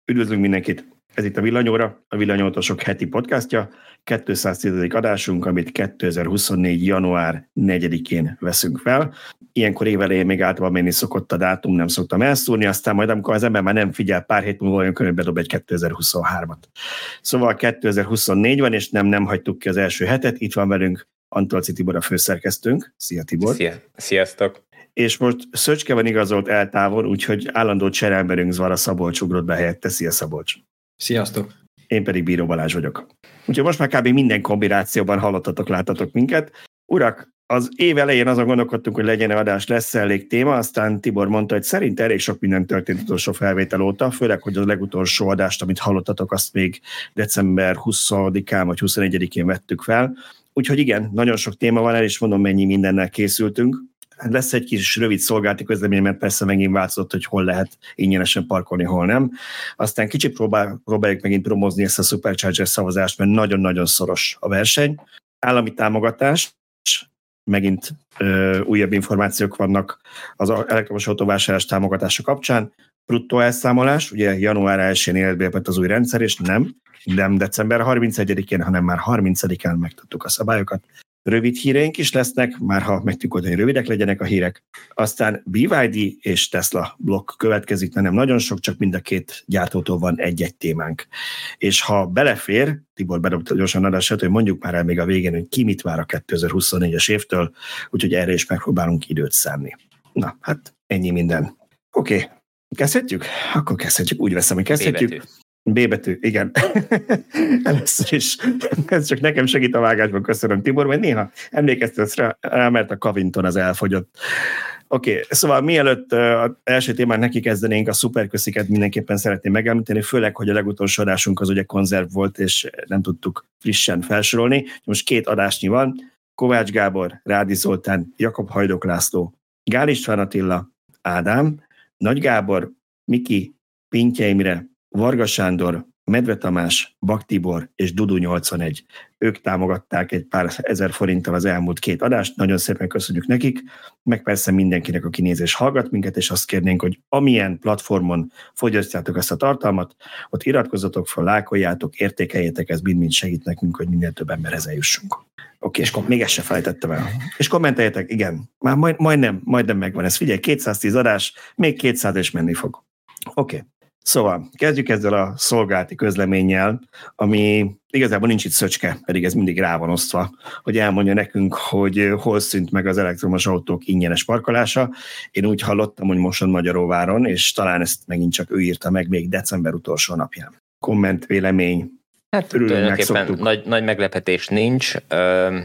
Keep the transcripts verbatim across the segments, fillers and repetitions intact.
Üdvözlünk mindenkit! Ez itt a Villanyóra, a Villanyautósok heti podcastja, kétszáztízedik adásunk, amit kétezer-huszonnégy. január negyedikén veszünk fel. Ilyenkor évelején még általában menni szokott a dátum, nem szoktam elszúrni, aztán majd amikor az ember már nem figyel, pár hét múlva olyan körülbelül bedob egy kétezer-huszonhármat. Szóval kétezer-huszonnégy van, és nem, nem hagytuk ki az első hetet. Itt van velünk Antolci Tibor, a főszerkesztőnk. Szia Tibor! Szia. Sziasztok! És most Szöcske van igazolt eltávol, úgyhogy állandó cseremberünk Zvara Szabolcs ugrott be helyette. Szia Szabolcs! Sziasztok! Én pedig Bíró Balázs vagyok. Úgyhogy most már kb. Minden kombinációban hallottatok, láttatok minket. Urak, az év elején azon gondolkodtunk, hogy legyen adás, lesz elég téma, aztán Tibor mondta, hogy szerint elég sok minden történt utolsó felvétel óta, főleg, hogy a legutolsó adást, amit hallottatok, azt még december huszadikán vagy huszonegyedikén vettük fel. Úgyhogy igen, nagyon sok téma van, el is mondom, mennyi mindennel készültünk. Lesz egy kis rövid szolgálati közlemény, mert persze megint változott, hogy hol lehet ingyenesen parkolni, hol nem. Aztán kicsit próbál, próbáljuk megint promozni ezt a Supercharger szavazást, mert nagyon-nagyon szoros a verseny. Állami támogatás, megint ö, újabb információk vannak az elektromos autóvásárlás támogatása kapcsán. Bruttó elszámolás, ugye január elsején életbe lépett az új rendszer, és nem, nem december harmincegyedikén, hanem már harmincadikán megtudtuk a szabályokat. Rövid híreink is lesznek, már ha megtudjuk, hogy rövidek legyenek a hírek. Aztán bé vé dé és Tesla blokk következik, mert nem nagyon sok, csak mind a két gyártótól van egy-egy témánk. És ha belefér, Tibor bedobta gyorsan adását, hogy mondjuk már el még a végén, hogy ki mit vár a kétezer-huszonnégyes évtől, úgyhogy erre is megpróbálunk időt szánni. Na, hát ennyi minden. Oké, okay. Kezdhetjük? Akkor kezdhetjük. Úgy veszem, hogy kezdhetjük. B betű, igen. Először is. Ez csak nekem segít a vágásban, köszönöm Tibor, mert néha emlékeztetsz rá, mert a Covington az elfogyott. Oké, okay, szóval mielőtt az első témán neki kezdenénk, a szuperkösziket mindenképpen szeretném megemlíteni, főleg, hogy a legutolsó adásunk az ugye konzerv volt, és nem tudtuk frissen felsorolni. Most két adásnyi van, Kovács Gábor, Rádi Zoltán, Jakab Hajdok László, Gál István Attila, Ádám, Nagy Gábor, Miki, Pinty Imre, Varga Sándor, Medve Tamás, Bak Tibor és Dudu nyolcvanegy. Ők támogatták egy pár ezer forinttal az elmúlt két adást, nagyon szépen köszönjük nekik, meg persze mindenkinek, aki néz és hallgat minket, és azt kérnénk, hogy amilyen platformon fogyasztjátok ezt a tartalmat, ott iratkozzatok fel, lájkoljátok, értékeljétek, ez mind-mind segít nekünk, hogy minél több emberhez eljussunk. Oké, okay, és kom- még ezt se felejtettem el. És kommenteljetek, igen, már majd, majdnem, majdnem megvan ez. Figyelj, kétszáztíz adás, még kétszáz és menni fog. Oké. Okay. Szóval kezdjük ezzel a szolgálati közleménnyel, ami igazából nincs itt Szöcske, pedig ez mindig rá van osztva, hogy elmondja nekünk, hogy hol szűnt meg az elektromos autók ingyenes parkolása. Én úgy hallottam, hogy most Magyaróváron, és talán ezt megint csak ő írta meg még december utolsó napján. Komment, vélemény. Hát tulajdonképpen nagy, nagy meglepetés nincs. Uh,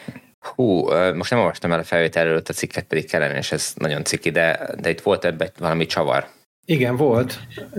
hú, uh, most nem olvastam el a felvétel előtt a cikket, pedig kellene, és ez nagyon ciki, de, de itt volt ebben valami csavar. Igen, volt.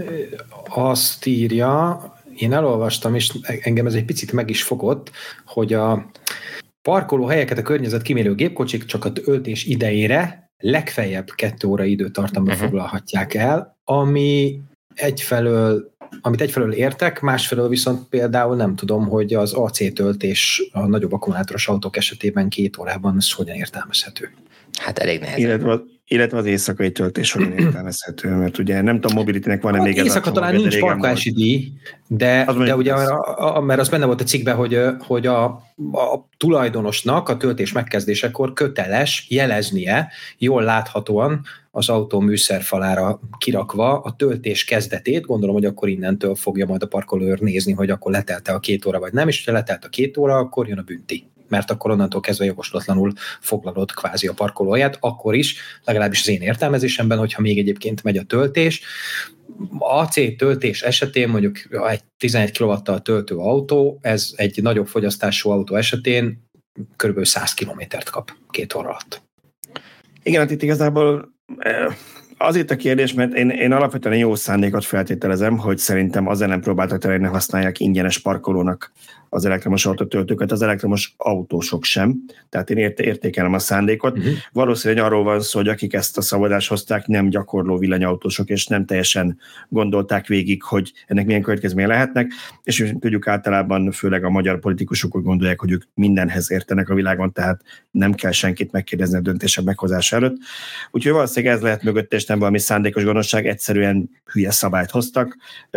Azt írja, én elolvastam, és engem ez egy picit meg is fogott, hogy a parkoló helyeket a környezet kímélő gépkocsik csak a töltés idejére legfeljebb kettő óra időtartamra uh-huh. foglalhatják el, ami egyfelől, amit egyfelől értek, másfelől viszont például nem tudom, hogy az á cé töltés a nagyobb akkumulátoros autók esetében két órában ez hogyan értelmezhető. Hát elég nehéz. Illetve, illetve az éjszakai töltés hogyan értelmezhető, mert ugye nem tudom, Mobility-nek van-e még ez a éjszaka talán nincs parkolási díj, de, de ugye mert, a, mert az benne volt a cikkben, hogy, hogy a, a tulajdonosnak a töltés megkezdésekor köteles jeleznie jól láthatóan az autó műszerfalára kirakva a töltés kezdetét, gondolom, hogy akkor innentől fogja majd a parkolőr nézni, hogy akkor letelte a két óra vagy nem, és ha letelt a két óra, akkor jön a bünti. Mert akkor onnantól kezdve jogoslatlanul foglalod kvázi a parkolóját, akkor is, legalábbis az én értelmezésemben, hogyha még egyébként megy a töltés. á cé töltés esetén mondjuk egy tizenegy kilowatttal töltő autó, ez egy nagyobb fogyasztású autó esetén körülbelül száz kilométert kap két óra alatt. Igen, hát itt igazából az itt a kérdés, mert én, én alapvetően jó szándékot feltételezem, hogy szerintem az ellen próbáltak talán, ne használják ingyenes parkolónak az elektromos autótöltőket, az elektromos autósok sem. Tehát én érte, értékelem a szándékot. Uh-huh. Valószínűleg arról van szó, hogy akik ezt a szavazást hozták, nem gyakorló villanyautósok, és nem teljesen gondolták végig, hogy ennek milyen következménye lehetnek, és tudjuk általában, főleg a magyar politikusok úgy gondolják, hogy ők mindenhez értenek a világon, tehát nem kell senkit megkérdezni a döntések meghozása előtt. Úgyhogy valószínűleg ez lehet mögött, és nem valami szándékos gonoszság, egyszerűen hülye szabályt hoztak.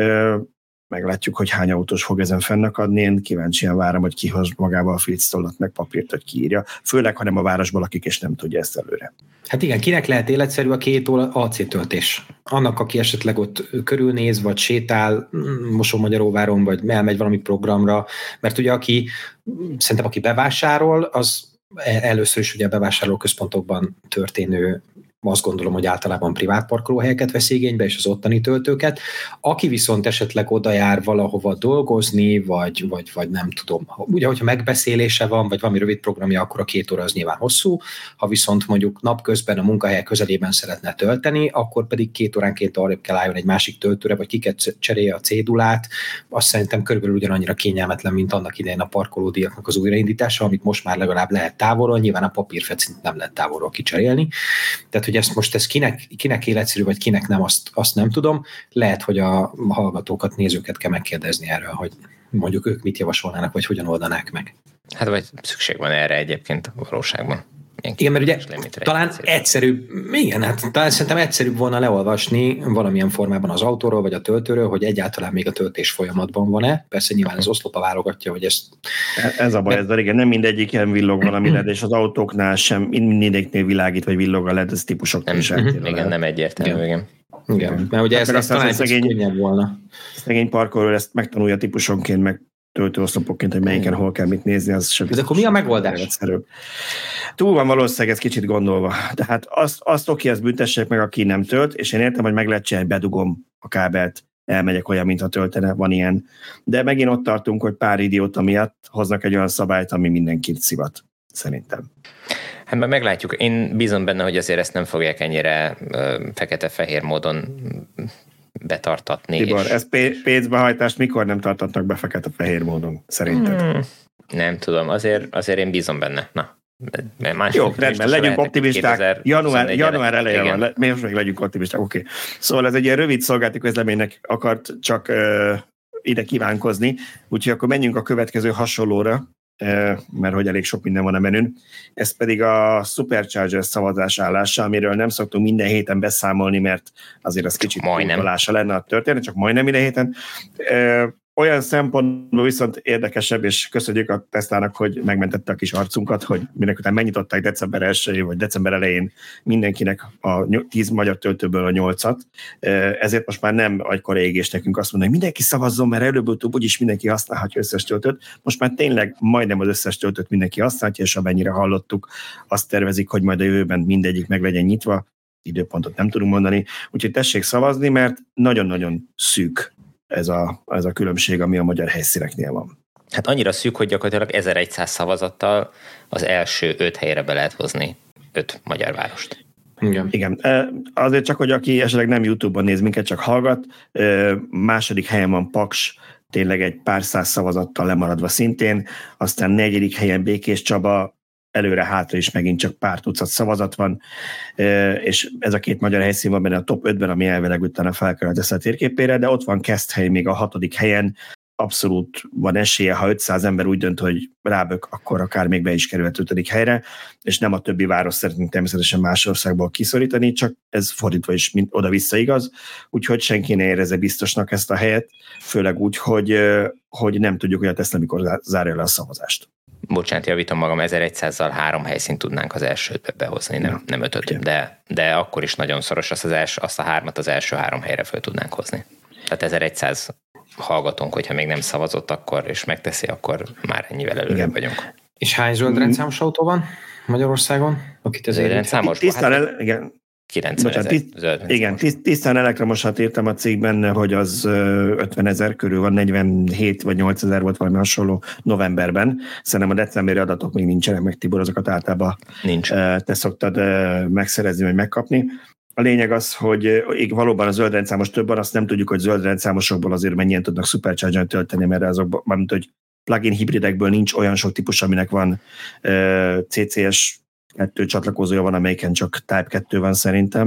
Meglátjuk, hogy hány autós fog ezen fennakadni. Én kíváncsian várom, hogy ki hoz magával a filctollat meg papírt, hogy kiírja. Főleg, ha nem a városból lakik, és nem tudja ezt előre. Hát igen, kinek lehet életszerű a két á cé töltés? Annak, aki esetleg ott körülnéz, vagy sétál Mosonmagyaróváron, vagy elmegy valami programra, mert ugye aki, szerintem aki bevásárol, az először is ugye a bevásárlóközpontokban történő, azt gondolom, hogy általában privát parkolóhelyeket vesz igénybe, és az ottani töltőket. Aki viszont esetleg oda jár valahova dolgozni, vagy, vagy, vagy nem tudom, ugye, hogyha megbeszélése van, vagy valami rövid programja, akkor a két óra az nyilván hosszú, ha viszont mondjuk napközben a munkahely közelében szeretne tölteni, akkor pedig két óránként arrébb kell álljon egy másik töltőre, vagy ki kell cserélje a cédulát, azt szerintem körülbelül ugyanannyira kényelmetlen, mint annak idején a parkolódíjaknak az újraindítása, amit most már legalább lehet távolról, nyilván a papírfecit nem lehet távolról kicserélni. Tehát, hogy ezt most ez kinek, kinek életszerű, vagy kinek nem, azt, azt nem tudom. Lehet, hogy a hallgatókat, nézőket kell megkérdezni erről, hogy mondjuk ők mit javasolnának, vagy hogyan oldanák meg. Hát vagy szükség van erre egyébként a valóságban. Igen, mert ugye talán egyszerűbb, igen, hát talán szerintem egyszerűbb volna leolvasni valamilyen formában az autóról, vagy a töltőről, hogy egyáltalán még a töltés folyamatban van-e. Persze nyilván az oszlopa válogatja, hogy ezt... Ez a baj, ez a igen, nem mindegyiken villog valami led, és az autóknál sem mindegyiknél világít, vagy villog a led, ez típusoknál is eltérő. Igen, nem egyértelmű, igen. Igen, mert ugye hát ez, ez talán szegény, könnyebb volna. Szegény parkoló ezt megtanulja típusonként, meg töltőoszlopokként, hogy melyiken hol kell mit nézni, az sem. De akkor mi a megoldás? Egyszerűbb. Túl van valószínűleg ez kicsit gondolva. Tehát azt, azt oké, ezt büntessék meg, aki nem tölt, és én értem, hogy meg lehet csinálni, bedugom a kábelt, elmegyek olyan, mintha töltene, van ilyen. De megint ott tartunk, hogy pár idióta miatt hoznak egy olyan szabályt, ami mindenkit szivat, szerintem. Hát meg meglátjuk. Én bízom benne, hogy azért ezt nem fogják ennyire ö, fekete-fehér módon betartatni. Tibor, és... ez pénzbehajtást mikor nem tartatnak be fekete-fehér módon, szerinted? Hmm. Nem tudom, azért, azért én bízom benne. Na, jó, rendben, legyünk optimisták. Január, január eleje van, le, most meg legyünk optimisták, oké. Okay. Szóval ez egy ilyen rövid szolgálati közleménynek akart csak uh, ide kívánkozni, úgyhogy akkor menjünk a következő hasonlóra, uh, mert hogy elég sok minden van a menün. Ez pedig a Supercharger szavazás állása, amiről nem szoktunk minden héten beszámolni, mert azért az kicsit túlvalása lenne a történet, csak majdnem minden héten. Uh, Olyan szempontból viszont érdekesebb, és köszönjük a Teslának, hogy megmentette a kis arcunkat, hogy minek után megnyitották december elsején, vagy december elején mindenkinek a tíz magyar töltőből a nyolcat. Ezért most már nem agykora égés nekünk azt mondani, hogy mindenki szavazzon, mert előbb-utóbb úgyis mindenki használhatja összes töltőt. Most már tényleg majdnem az összes töltőt mindenki használhatja, és amennyire hallottuk, azt tervezik, hogy majd a jövőben mindegyik meg legyen nyitva. Időpontot nem tudunk mondani. Úgyhogy tessék szavazni, mert nagyon-nagyon szűk ez a, ez a különbség, ami a magyar helyszíneknél van. Hát annyira szűk, hogy gyakorlatilag ezerszáz szavazattal az első öt helyre be lehet hozni öt magyar várost. Igen. Igen. Azért csak, hogy aki esetleg nem YouTube-on néz minket, csak hallgat, második helyen van Paks, tényleg egy pár száz szavazattal lemaradva szintén, aztán negyedik helyen Békés Csaba, előre-hátra is megint csak pár tucat szavazat van, és ez a két magyar helyszín van benne a top ötben, ami elvileg utána felkerült ezt a térképére, de ott van Keszthely még a hatodik helyen, abszolút van esélye, ha ötszáz ember úgy dönt, hogy rábök, akkor akár még be is kerülhet ötödik helyre, és nem a többi város szeretnénk természetesen más országból kiszorítani, csak ez fordítva is oda-vissza igaz, úgyhogy senki ne érezze biztosnak ezt a helyet, főleg úgy, hogy, hogy nem tudjuk, hogy a Tesla mikor zárja le a szavazást. Bocsánat, javítom magam, ezerszázzal három helyszínt tudnánk az elsőt behozni, nem, nem ötöt, de, de akkor is nagyon szoros, azt, az els, azt a hármat az első három helyre föl tudnánk hozni. Tehát ezerszáz hallgatónk, hogyha még nem szavazott, akkor és megteszi, akkor már ennyivel előre vagyunk. És hány zöldrendszámos autó van Magyarországon? Akit ez zöldrendszámos? Tisztán el, igen. kilencvenezer zöld. Igen, tisztán elektromosat írtam a cikkben, hogy az ötvenezer körül van, negyvenhét vagy nyolcezer volt valami hasonló novemberben. Szerintem a decemberi adatok még nincsenek meg, Tibor, azokat általában Nincs. te szoktad megszerezni, vagy megkapni. A lényeg az, hogy valóban a zöldrendszámos több van, azt nem tudjuk, hogy zöldrendszámosokból azért mennyien tudnak Supercharger-t tölteni, mert azokban, mármint, hogy plug-in hibridekből nincs olyan sok típus, aminek van cé cé es kettő csatlakozója van, amelyiken csak Type kettő van szerintem.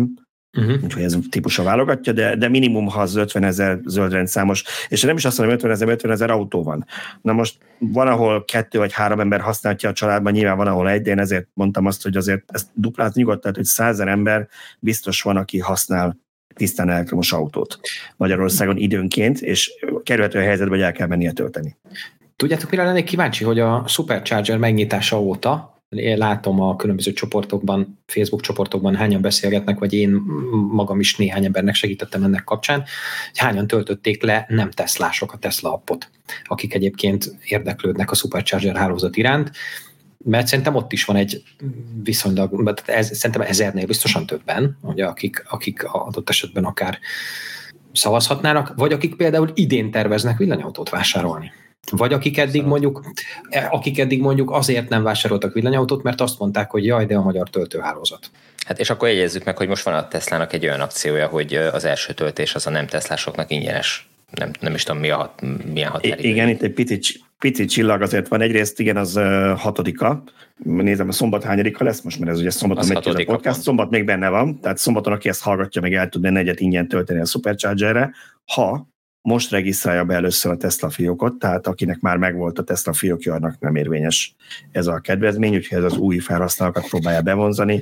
Uh-huh. Úgyhogy ez típusra válogatja, de, de minimum, ha az ötven ezer zöldrendszámos, és nem is azt mondom, ötven ezer, ötven ezer autó van. Na most van, ahol kettő vagy három ember használja a családban, nyilván van, ahol egy, de én ezért mondtam azt, hogy azért ezt duplát nyugodt, tehát hogy százezer ember biztos van, aki használ tisztán elektromos autót Magyarországon időnként, és kerülhető a helyzetbe, hogy el kell mennie tölteni. Tudjátok, mire lennék kíváncsi, hogy a Supercharger megnyitása óta, én látom a különböző csoportokban, Facebook csoportokban hányan beszélgetnek, vagy én magam is néhány embernek segítettem ennek kapcsán, hogy hányan töltötték le nem Teslások a Tesla appot, akik egyébként érdeklődnek a Supercharger hálózat iránt, mert szerintem ott is van egy viszonylag, ez, szerintem ezernél biztosan többen, ugye, akik, akik adott esetben akár szavazhatnának, vagy akik például idén terveznek villanyautót vásárolni. Vagy akik eddig mondjuk, akik eddig mondjuk azért nem vásároltak villanyautót, mert azt mondták, hogy jaj, de a magyar töltőhálózat. Hát és akkor jegyezzük meg, hogy most van a Teslának egy olyan akciója, hogy az első töltés az a nem Teslásoknak ingyenes. Nem, nem is tudom, mi a hat, milyen határidő. Igen, itt egy pici, pici csillag azért van. Egyrészt igen, az uh, hatodika. Nézem, a szombat hányadika lesz most, mert ez ugye szombaton megy ki a podcast. Pont. Szombat még benne van, tehát szombaton, aki ezt hallgatja, meg el tud benne egyet ingyen tölteni a Superchargerre, ha most regisztrálja be először a Tesla fiókot, tehát akinek már megvolt a Tesla fiókja, annak nem érvényes ez a kedvezmény, úgyhogy ez az új felhasználókat próbálja bevonzani,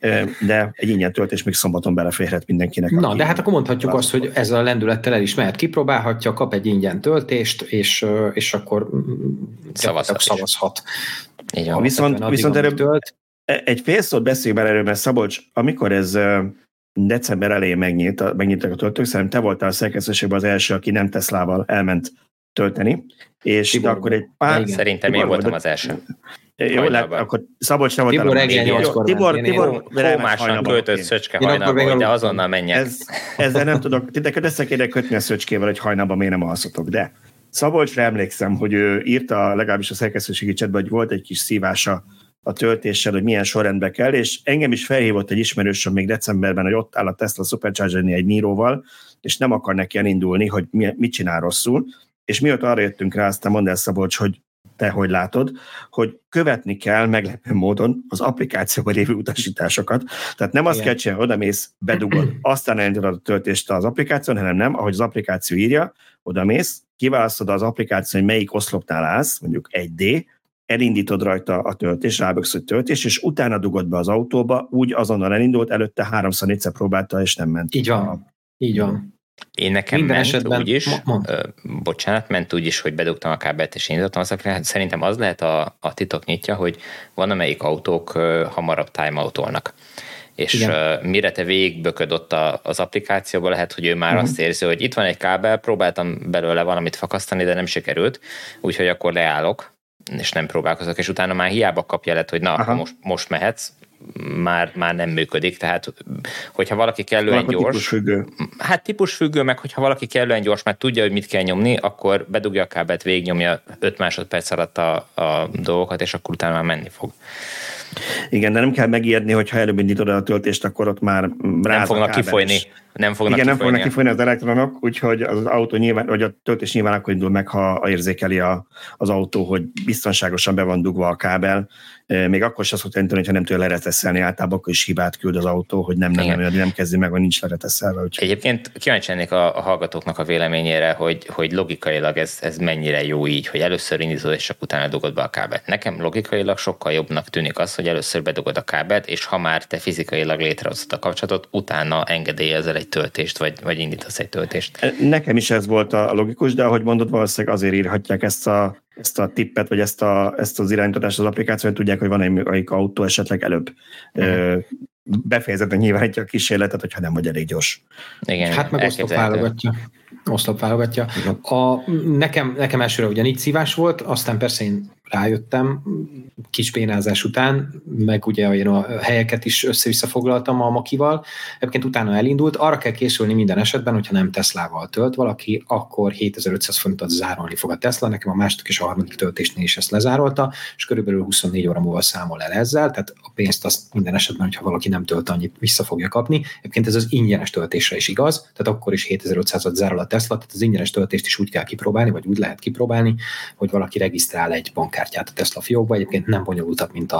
de egy ingyen töltés még szombaton beleférhet mindenkinek. Na, de hát akkor mondhatjuk azt, hogy ezzel a lendülettel el is mehet, kipróbálhatja, kap egy ingyen töltést, és, és akkor szavazhat. szavazhat. Igen, viszont, viszont erről tölt. Egy fél szót beszéljünk erről, mert Szabolcs, amikor ez december elején megnyílt, megnyíltak a töltők, szerintem te voltál a szerkesztőségben az első, aki nem Teslával elment tölteni, és Tibor, akkor egy pár... Igen. Szerintem én voltam az első. Jó, lát, akkor Szabolcs nem voltál. Tibor reggel nyolckor. Tibor, Tibor, hómásnak költött szöcske hajnalban, de azonnal menjek. Ez, ezzel nem tudok, titeket össze kéne kötni a szöcskével, hogy hajnalban miért nem alszotok, de Szabolcsra emlékszem, hogy ő írta legalábbis a szerkesztőségi chatben, hogy volt egy kis szívása a töltéssel, hogy milyen sorrendbe kell, és engem is felhívott egy ismerősöm még decemberben, hogy ott áll a Tesla Supercharger-nél egy Niroval, és nem akar neki elindulni, hogy mit csinál rosszul, és mióta arra jöttünk rá, aztán mondd el, Szabolcs, hogy te hogy látod, hogy követni kell meglepő módon az applikációban lévő utasításokat. Tehát nem azt Igen. kell csinálni, odamész, bedugod, aztán elindulod a töltést az applikáción, hanem nem, ahogy az applikáció írja, odamész, kiválasztod az applikáció, hogy melyik oszlopnál állsz, mondjuk egy D, elindítod rajta a töltés, ráböksz, hogy töltés, és utána dugod be az autóba, úgy azonnal elindult, előtte háromszor, négyszer próbálta, és nem ment. Így van, a... így van. Én nekem Minden ment esetben... úgy is, ö, bocsánat, ment úgy is, hogy bedugtam a kábelt, és indítottam az applikációt. Szerintem az lehet a, a titok nyitja, hogy van, amelyik autók ö, hamarabb timeoutolnak. És ö, mire te végigbököd ott a, az applikációban, lehet, hogy ő már uh-huh. azt érzi, hogy itt van egy kábel, próbáltam belőle valamit fakasztani, de nem sikerült, úgyhogy akkor leállok, és nem próbálkozok, és utána már hiába kapja lett, hogy na, Aha. most, most mehetsz, már, már nem működik, tehát hogyha valaki kellően gyors, típusfüggő. hát típusfüggő, meg hogyha valaki kellően gyors, már tudja, hogy mit kell nyomni, akkor bedugja a kábelt, végignyomja öt másodperc alatt a, a dolgokat, és akkor utána már menni fog. Igen, de nem kell megijedni, hogyha előbb indítod a töltést, akkor ott már nem fognak kifolyni. Nem fognak Igen, kifolyni. nem fognak kifolyni az elektronok, úgyhogy az autó nyilván, vagy a töltés nyilván akkor indul meg, ha érzékeli a, az autó, hogy biztonságosan be van dugva a kábel. Még akkor sem szokta jelenteni, hogyha nem tudja lereteszelni, általában akkor is hibát küld az autó, hogy nem, nem, nem, nem kezdi meg, vagy nincs lereteszelve. Úgyhogy... Egyébként kíváncsi lennék a, a hallgatóknak a véleményére, hogy, hogy logikailag ez, ez mennyire jó így, hogy először indítod, és csak utána dugod be a kábelt. Nekem logikailag sokkal jobbnak tűnik az, hogy először bedugod a kábelt, és ha már te fizikailag létrehozod a kapcsolatot, utána engedélyezel egy töltést, vagy, vagy indítasz egy töltést. Nekem is ez volt a logikus, de ahogy mondod, valószínűleg azért írhatják ezt a, ezt a tippet, vagy ezt, a, ezt az irányítatást az applikációt, hogy tudják, hogy van egy, egy autó esetleg előbb. Uh-huh. Befejezetben nyilvánítja a kísérletet, hogyha nem vagy elég gyors. Igen, hát meg oszlop válogatja. Oszlop válogatja. A, nekem, nekem elsőre ugyanígy szívás volt, aztán persze én rájöttem kis bénázás után, meg ugye én a helyeket is össze-vissza foglaltam a Makival, egyébként utána elindult, arra kell készülni minden esetben, hogyha nem Teslával tölt valaki, akkor hétezer-ötszáz forintot zárolni fog a Tesla, nekem a második és a harmadik töltésnél is ezt lezárolta, és körülbelül huszonnégy óra múlva számol el ezzel, tehát a pénzt azt minden esetben, hogyha valaki nem tölt annyit, vissza fogja kapni. Egyébként ez az ingyenes töltésre is igaz, tehát akkor is hétezer-ötszázat zárol a Tesla, tehát az ingyenes töltést is úgy kell kipróbálni, vagy úgy lehet kipróbálni, hogy valaki regisztrál egy bankkártyát a Tesla fiókba, egyébként nem bonyolultabb, mint a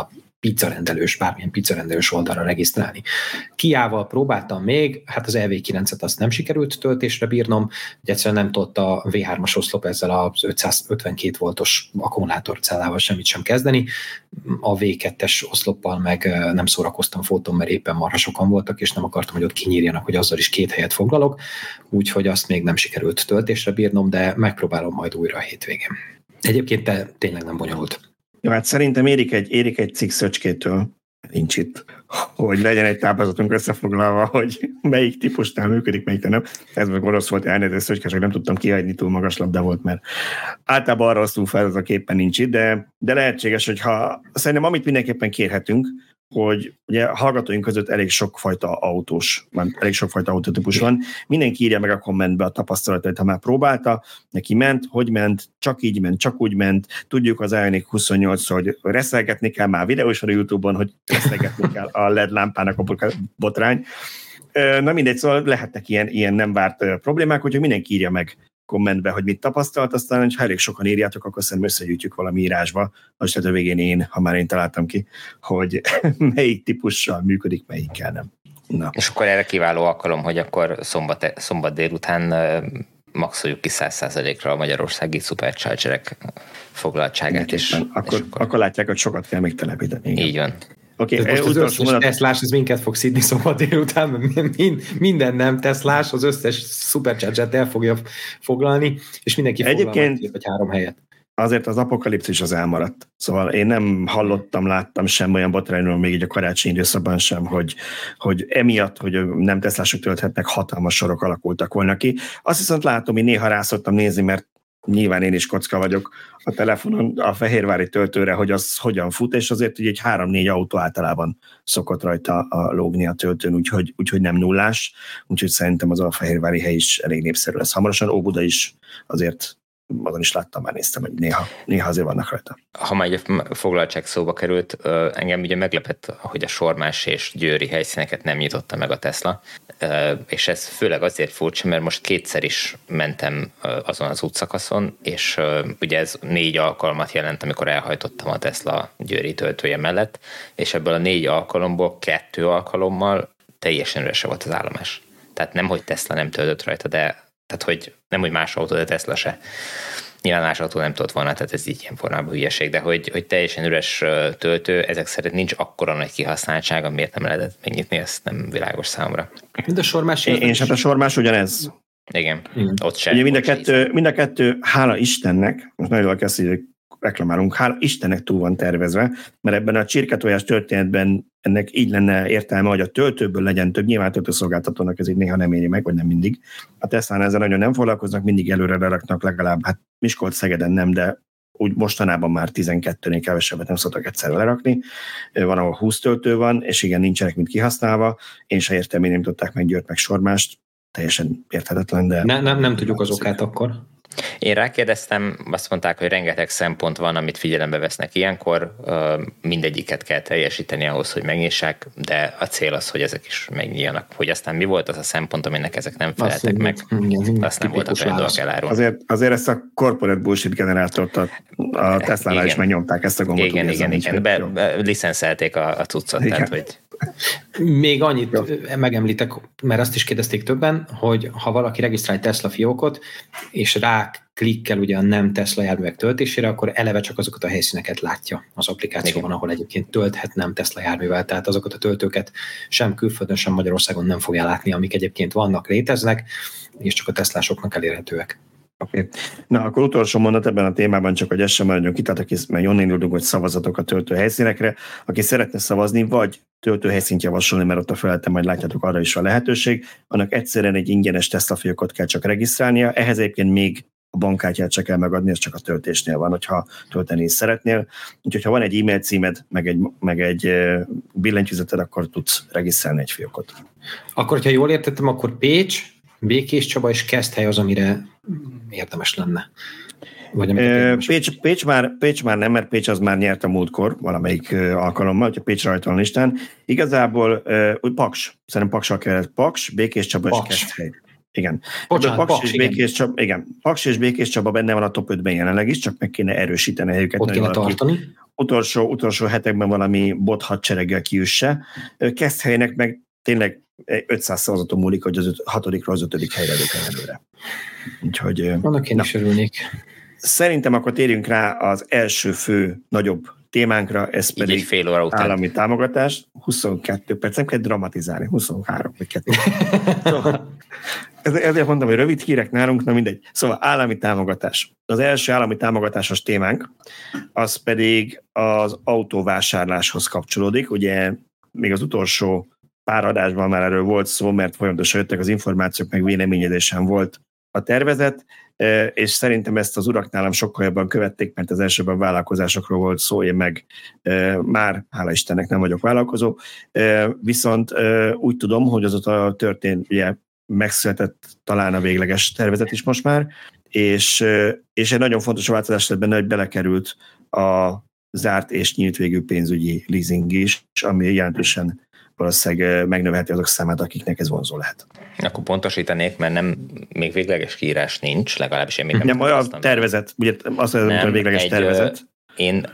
pizzarendelős, bármilyen pizzarendelős oldalra regisztrálni. Kiával próbáltam még, hát az E V kilencet azt nem sikerült töltésre bírnom, hogy egyszerűen nem tudott a V hármas oszlop ezzel az ötszázötvenkét voltos akkumulátorcellával semmit sem kezdeni. A V kettes oszloppal meg nem szórakoztam fotón, mert éppen marha sokan voltak, és nem akartam, hogy ott kinyírjanak, hogy azzal is két helyet foglalok, úgyhogy azt még nem sikerült töltésre bírnom, de megpróbálom majd újra a hétvégén. Egyébként te, tényleg nem bonyolult. Jó, hát szerintem érik egy, érik egy cikk Szöcskétől, nincs itt, hogy legyen egy táblázatunk összefoglalva, hogy melyik típusnál működik, melyik nem. Ez meg orosz volt, elnézést, Szöcske, csak nem tudtam kihagyni, túl magas labda volt, mert általában arra rosszul fel, az a képen nincs itt, de, de lehetséges, hogyha szerintem amit mindenképpen kérhetünk, hogy ugye a hallgatóink között elég sokfajta autós, elég sokfajta autótípus van. Mindenki írja meg a kommentbe a tapasztalatait, ha már próbálta, neki ment, hogy ment, csak így ment, csak úgy ment. Tudjuk az Ioniq huszonnyolc, hogy reszelgetni kell, már videó is van a YouTube-on, hogy reszelgetni kell a el é dé lámpának a botrány. Na mindegy, szóval lehetnek ilyen, ilyen nem várt problémák, hogyha mindenki írja meg kommentbe, hogy mit tapasztalt, aztán, ha elég sokan írjátok, akkor szerintem összegyűjtjük valami írásba, most lehet a végén én, ha már én találtam ki, hogy melyik típussal működik, melyikkel nem. Na. És akkor erre kiváló alkalom, hogy akkor szombat, szombat délután maxoljuk ki száz százalékra a magyarországi Superchargerek foglaltságát. És, akkor, és akkor... akkor látják, hogy sokat kell még telepíteni. Így van. Okay, most az összes mondat... Teslás, ez minket fog szidni szombat délután, mind, minden nem Teslás, az összes Superchargert el fogja foglalni, és mindenki foglal két vagy három helyet. Azért az apokalipszis az elmaradt. Szóval én nem hallottam, láttam sem olyan botrányról, még így a karácsonyi időszakban sem, hogy, hogy emiatt, hogy nem Teslások tölthetnek, hatalmas sorok alakultak volna ki. Azt viszont látom, hogy néha rá szoktam nézni, mert nyilván én is kocka vagyok a telefonon, a fehérvári töltőre, hogy az hogyan fut, és azért ugye egy három-négy autó általában szokott rajta a lógni a töltőn, úgyhogy, úgyhogy nem nullás, úgyhogy szerintem az a fehérvári hely is elég népszerű lesz. Hamarosan Óbuda is azért azon is láttam, már néztem, hogy néha, néha azért vannak rajta. Ha már egy foglaltság szóba került, engem ugye meglepett, hogy a Sormás és Győri helyszíneket nem nyitotta meg a Tesla, és ez főleg azért furcsa, mert most kétszer is mentem azon az útszakaszon, és ugye ez négy alkalmat jelent, amikor elhajtottam a Tesla Győri töltője mellett, és ebből a négy alkalomból kettő alkalommal teljesen üres volt az állomás. Tehát nem, hogy Tesla nem töltött rajta, de tehát, hogy nem, hogy más autó, de Tesla se. Nyilván más autó nem tudott volna, tehát ez így ilyen formában hülyeség, de hogy, hogy teljesen üres töltő, ezek szerint nincs akkora nagy kihasználtsága, miért nem lehetett megnyitni, ez nem világos számomra. Mind a Sormás. Én, én sem a Sormás ugyanez. Igen, Igen. ott sem. Ugye mind a, kettő, mind a kettő, hála Istennek, most nagyon jól kezd, hogy reklamálunk, hála Istennek túl van tervezve, mert ebben a csirketojás történetben ennek így lenne értelme, hogy a töltőből legyen több, nyilván töltőszolgáltatónak ez így néha nem éri meg, vagy nem mindig. A Teslán ezzel nagyon nem foglalkoznak, mindig előre leraknak legalább, hát Miskolc-Szegeden nem, de úgy mostanában már tizenkettőnél kevesebbet nem szoktak egyszerre lerakni. Van, ahol húsz töltő van, és igen, nincsenek mind kihasználva. Én se értem, hogy nem tudták meg Győrt meg Sormást. Teljesen érthetetlen, de... Ne, nem, nem tudjuk az okát akkor. Én rákérdeztem, azt mondták, hogy rengeteg szempont van, amit figyelembe vesznek ilyenkor, mindegyiket kell teljesíteni ahhoz, hogy megnyissák, de a cél az, hogy ezek is megnyíljanak. Hogy aztán mi volt az a szempont, aminek ezek nem feleltek meg, igen, azt nem voltak olyan dolgok elárulni. Azért, azért ezt a corporate bullshit generátort a, a Tesla-nál is megnyomták ezt a gombot. Igen, igen, igen, be, be, licenszelték a, a cuccot, tehát hogy... Még annyit megemlítek, mert azt is kérdezték többen, hogy ha valaki regisztrál egy Tesla fiókot, és rá klikkel ugye a nem Tesla járművek töltésére, akkor eleve csak azokat a helyszíneket látja az applikációban, ahol egyébként tölthet nem Tesla járművel, tehát azokat a töltőket sem külföldön, sem Magyarországon nem fogja látni, amik egyébként vannak, léteznek, és csak a Teslásoknak elérhetőek. Oké. Okay. Na, akkor utolsó mondat ebben a témában, csak hogy ez sem maradjon ki, tehát aki, mert onnan indulunk, hogy szavazatok a töltőhelyszínekre, aki szeretne szavazni, vagy töltőhelyszínt javasolni, mert ott a felületen majd látjátok, arra is van lehetőség, annak egyszerűen egy ingyenes Tesla fiókot kell csak regisztrálnia, ehhez egyébként még a bankkártyát csak kell megadni, ez csak a töltésnél van, hogyha tölteni is szeretnél. Úgyhogy ha van egy e-mail címed, meg egy, meg egy billentyűzeted, akkor tudsz regisztrálni egy fiókot. Akkor, hogyha jól értettem, akkor Pécs, Békés Csaba és Keszthely az, amire érdemes lenne. Vagy érdemes. Pécs, Pécs, már, Pécs már nem, mert Pécs az már nyert a múltkor valamelyik alkalommal, hogyha Pécs rajta van listán. Igazából úgy Paks, szerintem Paksal kellett Paks, Békés Csaba és Keszthely. Igen. Bocsánat, Paks, Paks, és Békés Csaba, igen. Paks és Békés Csaba benne van a top ötben jelenleg is, csak meg kéne erősíteni a helyüket. Ott kéne tartani. Utolsó, utolsó hetekben valami bot hadsereggel kiüsse. Keszthelynek meg tényleg ötszáz szavazaton múlik, hogy az öt, hatodikra az ötödik helyre lők előre. Úgyhogy... Annak én is örülnék. Szerintem akkor térjünk rá az első fő nagyobb témánkra, ez így pedig fél óra után. Állami támogatás. huszonkettő perc, nem kell dramatizálni, huszonhárom vagy kettő. Szóval, ezért mondom, hogy rövid hírek nálunk, na mindegy. Szóval állami támogatás. Az első állami támogatásos témánk, az pedig az autóvásárláshoz kapcsolódik. Ugye még az utolsó pár adásban már erről volt szó, mert folyamatosan jöttek az információk, meg véleményedésen volt a tervezet, és szerintem ezt az urak nálam sokkal jobban követték, mert az elsőben vállalkozásokról volt szó, én meg már, hála Istennek, nem vagyok vállalkozó, viszont úgy tudom, hogy azóta történt, ugye megszületett talán a végleges tervezet is most már, és, és egy nagyon fontos változás lett benne, hogy belekerült a zárt és nyílt végű pénzügyi leasing is, ami jelentősen valószínűleg megnövelheti azok számát, akiknek ez vonzó lehet. Akkor pontosítanék, mert nem, még végleges kiírás nincs, legalábbis én még nem. Nem, olyan tervezet, ugye azt mondom, hogy a végleges egy, tervezet. Én,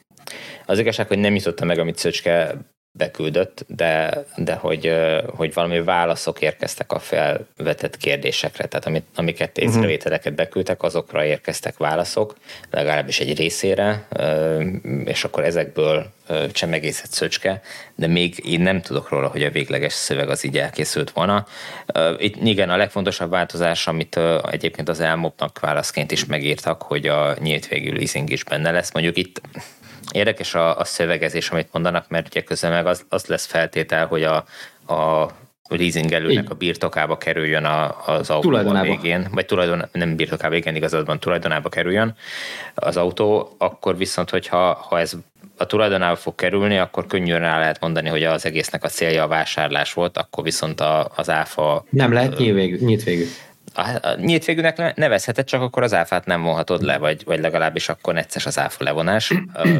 az igazság, hogy nem jutottam meg, amit Szöcske beküldött, de, de hogy, hogy valami válaszok érkeztek a felvetett kérdésekre, tehát amit, amiket észrevételeket beküldtek, azokra érkeztek válaszok, legalábbis egy részére, és akkor ezekből csemegészett Szöcske, de még én nem tudok róla, hogy a végleges szöveg az így elkészült volna. Itt igen, a legfontosabb változás, amit egyébként az elmopnak válaszként is megírtak, hogy a nyílt végű leasing is benne lesz. Mondjuk itt érdekes a, a szövegezés, amit mondanak, mert ugye közben meg az, az lesz feltétel, hogy a, a leasingelőnek a birtokába kerüljön a, az autó a végén, vagy tulajdon, nem birtokába, igen, igazadban tulajdonába kerüljön az autó, akkor viszont, hogyha ha ez a tulajdonába fog kerülni, akkor könnyűen rá lehet mondani, hogy az egésznek a célja a vásárlás volt, akkor viszont a, az áfa... Nem lehet nyílt végű. A nyílt végűnek nevezheted, csak akkor az áfát nem vonhatod le, vagy, vagy legalábbis akkor necces az áfa levonás.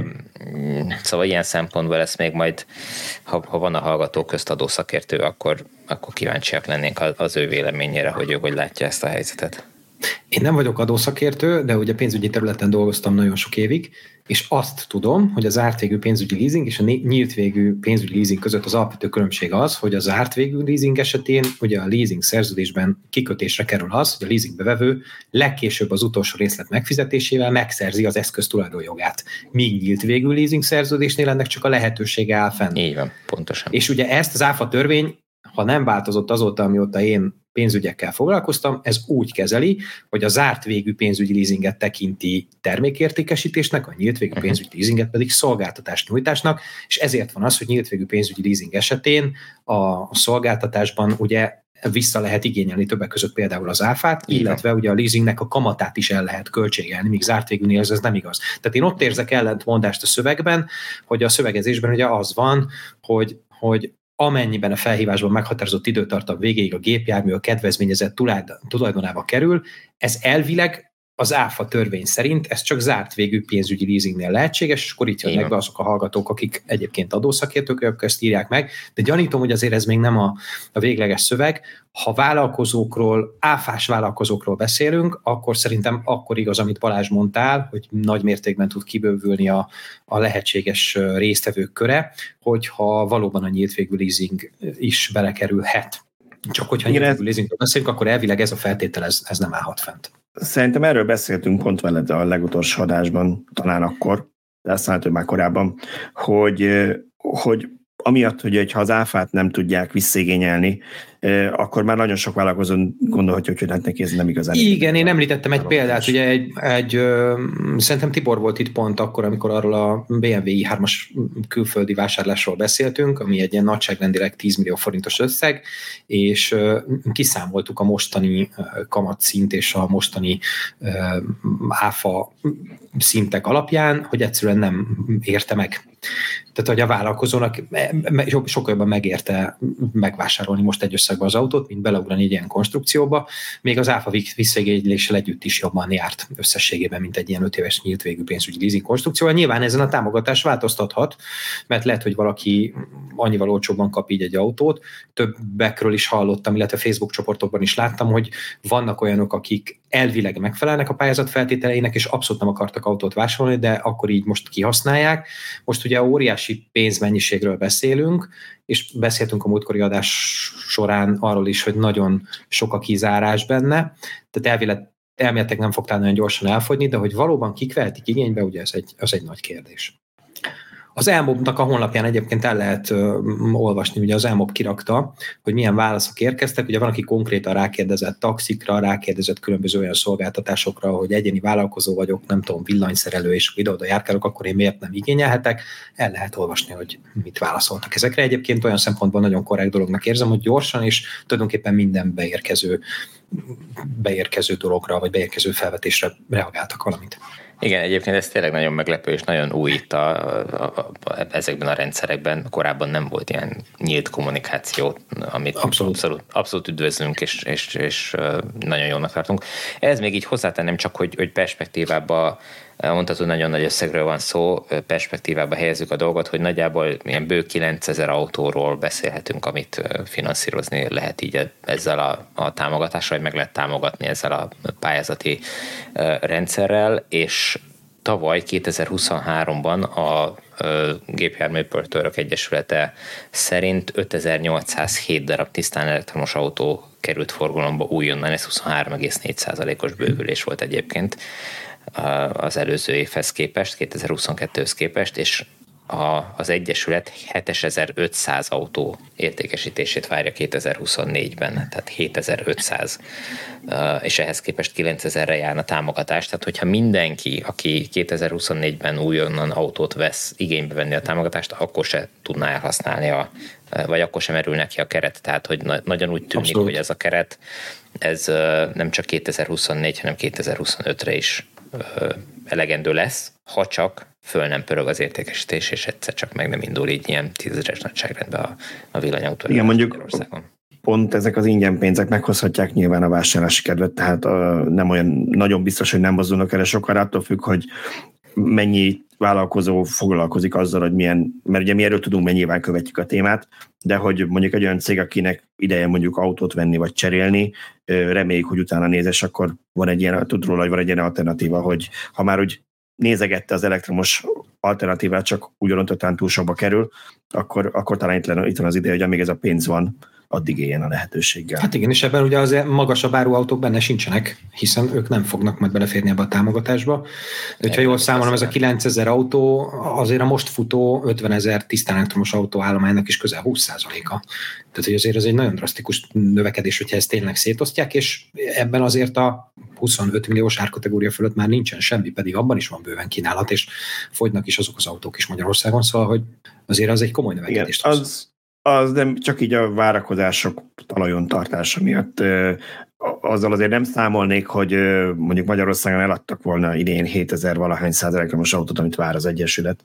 Szóval ilyen szempontból lesz még majd, ha, ha van a hallgató közt adószakértő, akkor, akkor kíváncsiak lennénk az ő véleményére, hogy ő hogy látja ezt a helyzetet. Én nem vagyok adószakértő, de ugye pénzügyi területen dolgoztam nagyon sok évig, és azt tudom, hogy az zárt végű pénzügyi leasing és a nyílt végű pénzügyi leasing között az alapvető különbség az, hogy a zárt végű leasing esetén ugye a leasing szerződésben kikötésre kerül az, hogy a leasing bevevő legkésőbb az utolsó részlet megfizetésével megszerzi az eszköz tulajdonjogát. Míg nyílt végű leasing szerződésnél ennek csak a lehetősége áll fenn. Így van, pontosan. És ugye ezt az áfa törvény, ha nem változott azóta, amióta én pénzügyekkel foglalkoztam, ez úgy kezeli, hogy a zárt végű pénzügyi leasinget tekinti termékértékesítésnek, a nyílt végű pénzügyi leasinget pedig szolgáltatás nyújtásnak, és ezért van az, hogy nyílt végű pénzügyi leasing esetén a szolgáltatásban ugye vissza lehet igényelni többek között például az áfát, illetve ugye a leasingnek a kamatát is el lehet költségelni, míg zárt végűnél ez, ez nem igaz. Tehát én ott érzek ellentmondást a szövegben, hogy a szövegezésben ugye az van, hogy, hogy amennyiben a felhívásban meghatározott időtartam végéig a gépjármű a kedvezményezett tulajdonába kerül, ez elvileg az áfa törvény szerint ez csak zárt végű pénzügyi leasingnél lehetséges, és akkor itt jönnek be azok a hallgatók, akik egyébként adószakértők, ők ezt írják meg, de gyanítom, hogy azért ez még nem a, a végleges szöveg. Ha vállalkozókról, áfás vállalkozókról beszélünk, akkor szerintem akkor igaz, amit Balázs mondtál, hogy nagy mértékben tud kibővülni a, a lehetséges résztvevők köre, hogyha valóban a nyílt végű leasing is belekerülhet. Csak hogyha nyílt végű leasingről beszélünk, akkor elvileg ez a feltétel, ez, ez nem állhat fent. Szerintem erről beszéltünk pont veled a legutolsó adásban, talán akkor, de azt lehet, hogy már korábban, hogy, hogy amiatt, hogy ha az áfát nem tudják visszaigényelni, akkor már nagyon sok vállalkozó gondolhatja, hogy hát neki ez nem igazán. Igen, én említettem egy példát, ugye egy, egy ö, szerintem Tibor volt itt pont akkor, amikor arról a bé em vé i hármas külföldi vásárlásról beszéltünk, ami egy ilyen nagyságrendileg tíz millió forintos összeg, és ö, kiszámoltuk a mostani kamatszint és a mostani ö, áfa szintek alapján, hogy egyszerűen nem érte meg. Tehát, hogy a vállalkozónak sokkal jobban megérte megvásárolni most egy Magyarországban az autót, mint beleugrani egy ilyen konstrukcióba, még az áfa visszaigényléssel együtt is jobban járt összességében, mint egy ilyen öt éves nyílt végű pénzügyi leasing konstrukció. Nyilván ezen a támogatás változtathat, mert lehet, hogy valaki annyival olcsóbban kap így egy autót. Többekről is hallottam, illetve Facebook csoportokban is láttam, hogy vannak olyanok, akik elvileg megfelelnek a pályázat feltételeinek, és abszolút nem akartak autót vásárolni, de akkor így most kihasználják. Most ugye óriási pénzmennyiségről beszélünk, és beszéltünk a múltkori adás során arról is, hogy nagyon sok a kizárás benne, tehát elvileg elméletek nem fog talán nagyon gyorsan elfogyni, de hogy valóban kik vehetik igénybe, ugye ez egy, az egy nagy kérdés. Az Elmob-nak a honlapján egyébként el lehet uh, olvasni, ugye az Elmob kirakta, hogy milyen válaszok érkeztek, ugye van, aki konkrétan rákérdezett taxikra, rákérdezett különböző olyan szolgáltatásokra, hogy egyéni vállalkozó vagyok, nem tudom, villanyszerelő, és ide-oda járkálok, akkor én miért nem igényelhetek, el lehet olvasni, hogy mit válaszoltak ezekre. Egyébként olyan szempontból nagyon korrekt dolognak érzem, hogy gyorsan és tulajdonképpen minden beérkező, beérkező dologra, vagy beérkező felvetésre reagáltak valamit. Igen, egyébként ez tényleg nagyon meglepő, és nagyon új itt a, a, a, ezekben a rendszerekben. Korábban nem volt ilyen nyílt kommunikáció, amit abszolút, abszolút, abszolút üdvözlünk, és, és, és nagyon jónak tartunk. Ez még így hozzátennem csak, hogy, hogy perspektívába, mondhatod, hogy nagyon nagy összegről van szó, perspektívába helyezzük a dolgot, hogy nagyjából ilyen bő kilencezer autóról beszélhetünk, amit finanszírozni lehet így ezzel a, a támogatással, vagy meg lehet támogatni ezzel a pályázati rendszerrel, és tavaly kétezer-huszonháromban a Gépjárműportőrök Egyesülete szerint ötezer-nyolcszázhét darab tisztán elektromos autó került forgalomba újonnan, ez huszonhárom egész négy százalékos bővülés volt egyébként az előző évhez képest, kétezer-huszonkettőhöz képest, és a, az Egyesület hétezer-ötszáz autó értékesítését várja kétezer-huszonnégyben, tehát hétezer-ötszáz, és ehhez képest kilencezerre járna támogatás, tehát hogyha mindenki, aki kétezer-huszonnégyben újonnan autót vesz, igénybe venni a támogatást, akkor se tudná elhasználni, a, vagy akkor sem merül neki a keret, tehát hogy na, nagyon úgy tűnik, abszolút, hogy ez a keret, ez nem csak kétezer-huszonnégy, hanem kétezer-huszonötre is elegendő lesz, ha csak föl nem pörög az értékesítés, és egyszer csak meg nem indul így ilyen tízezeres nagyságrendben a, a villanyautó. Igen, mondjuk pont ezek az ingyen pénzek meghozhatják nyilván a vásárlási kedvet, tehát a, nem olyan nagyon biztos, hogy nem mozdulnak erre sokkal, attól függ, hogy mennyi vállalkozó foglalkozik azzal, hogy milyen, mert ugye mi erről tudunk, mert nyilván követjük a témát, de hogy mondjuk egy olyan cég, akinek ideje mondjuk autót venni vagy cserélni, reméljük, hogy utána néz, és akkor van egy ilyen, tud róla, hogy van egy ilyen alternatíva, hogy ha már úgy nézegette az elektromos alternatívát, csak ugyanontotán túl sokba kerül, akkor, akkor talán itt, itt van az ideje, hogy amíg ez a pénz van, addig éljen a lehetőséggel. Hát igen, és ebben ugye az magasabb áru autók benne sincsenek, hiszen ők nem fognak majd beleférni ebbe a támogatásba. De hogyha jól számolom, ez a kilencezer autó azért a most futó ötvenezer tisztán elektromos autóállománynak is közel húsz százaléka. Tehát, hogy azért ez egy nagyon drasztikus növekedés, hogyha ezt tényleg szétosztják, és ebben azért a huszonöt milliós árkategória fölött már nincsen semmi, pedig abban is van bőven kínálat, és fogynak is azok az autók is Magyarországon, szóval, hogy azért az egy komoly növekedést. Igen, az, az nem csak így a várakozások talajon tartása miatt. Azzal azért nem számolnék, hogy mondjuk Magyarországon eladtak volna idén hétezer valahány száz elektromos autót, amit vár az Egyesület,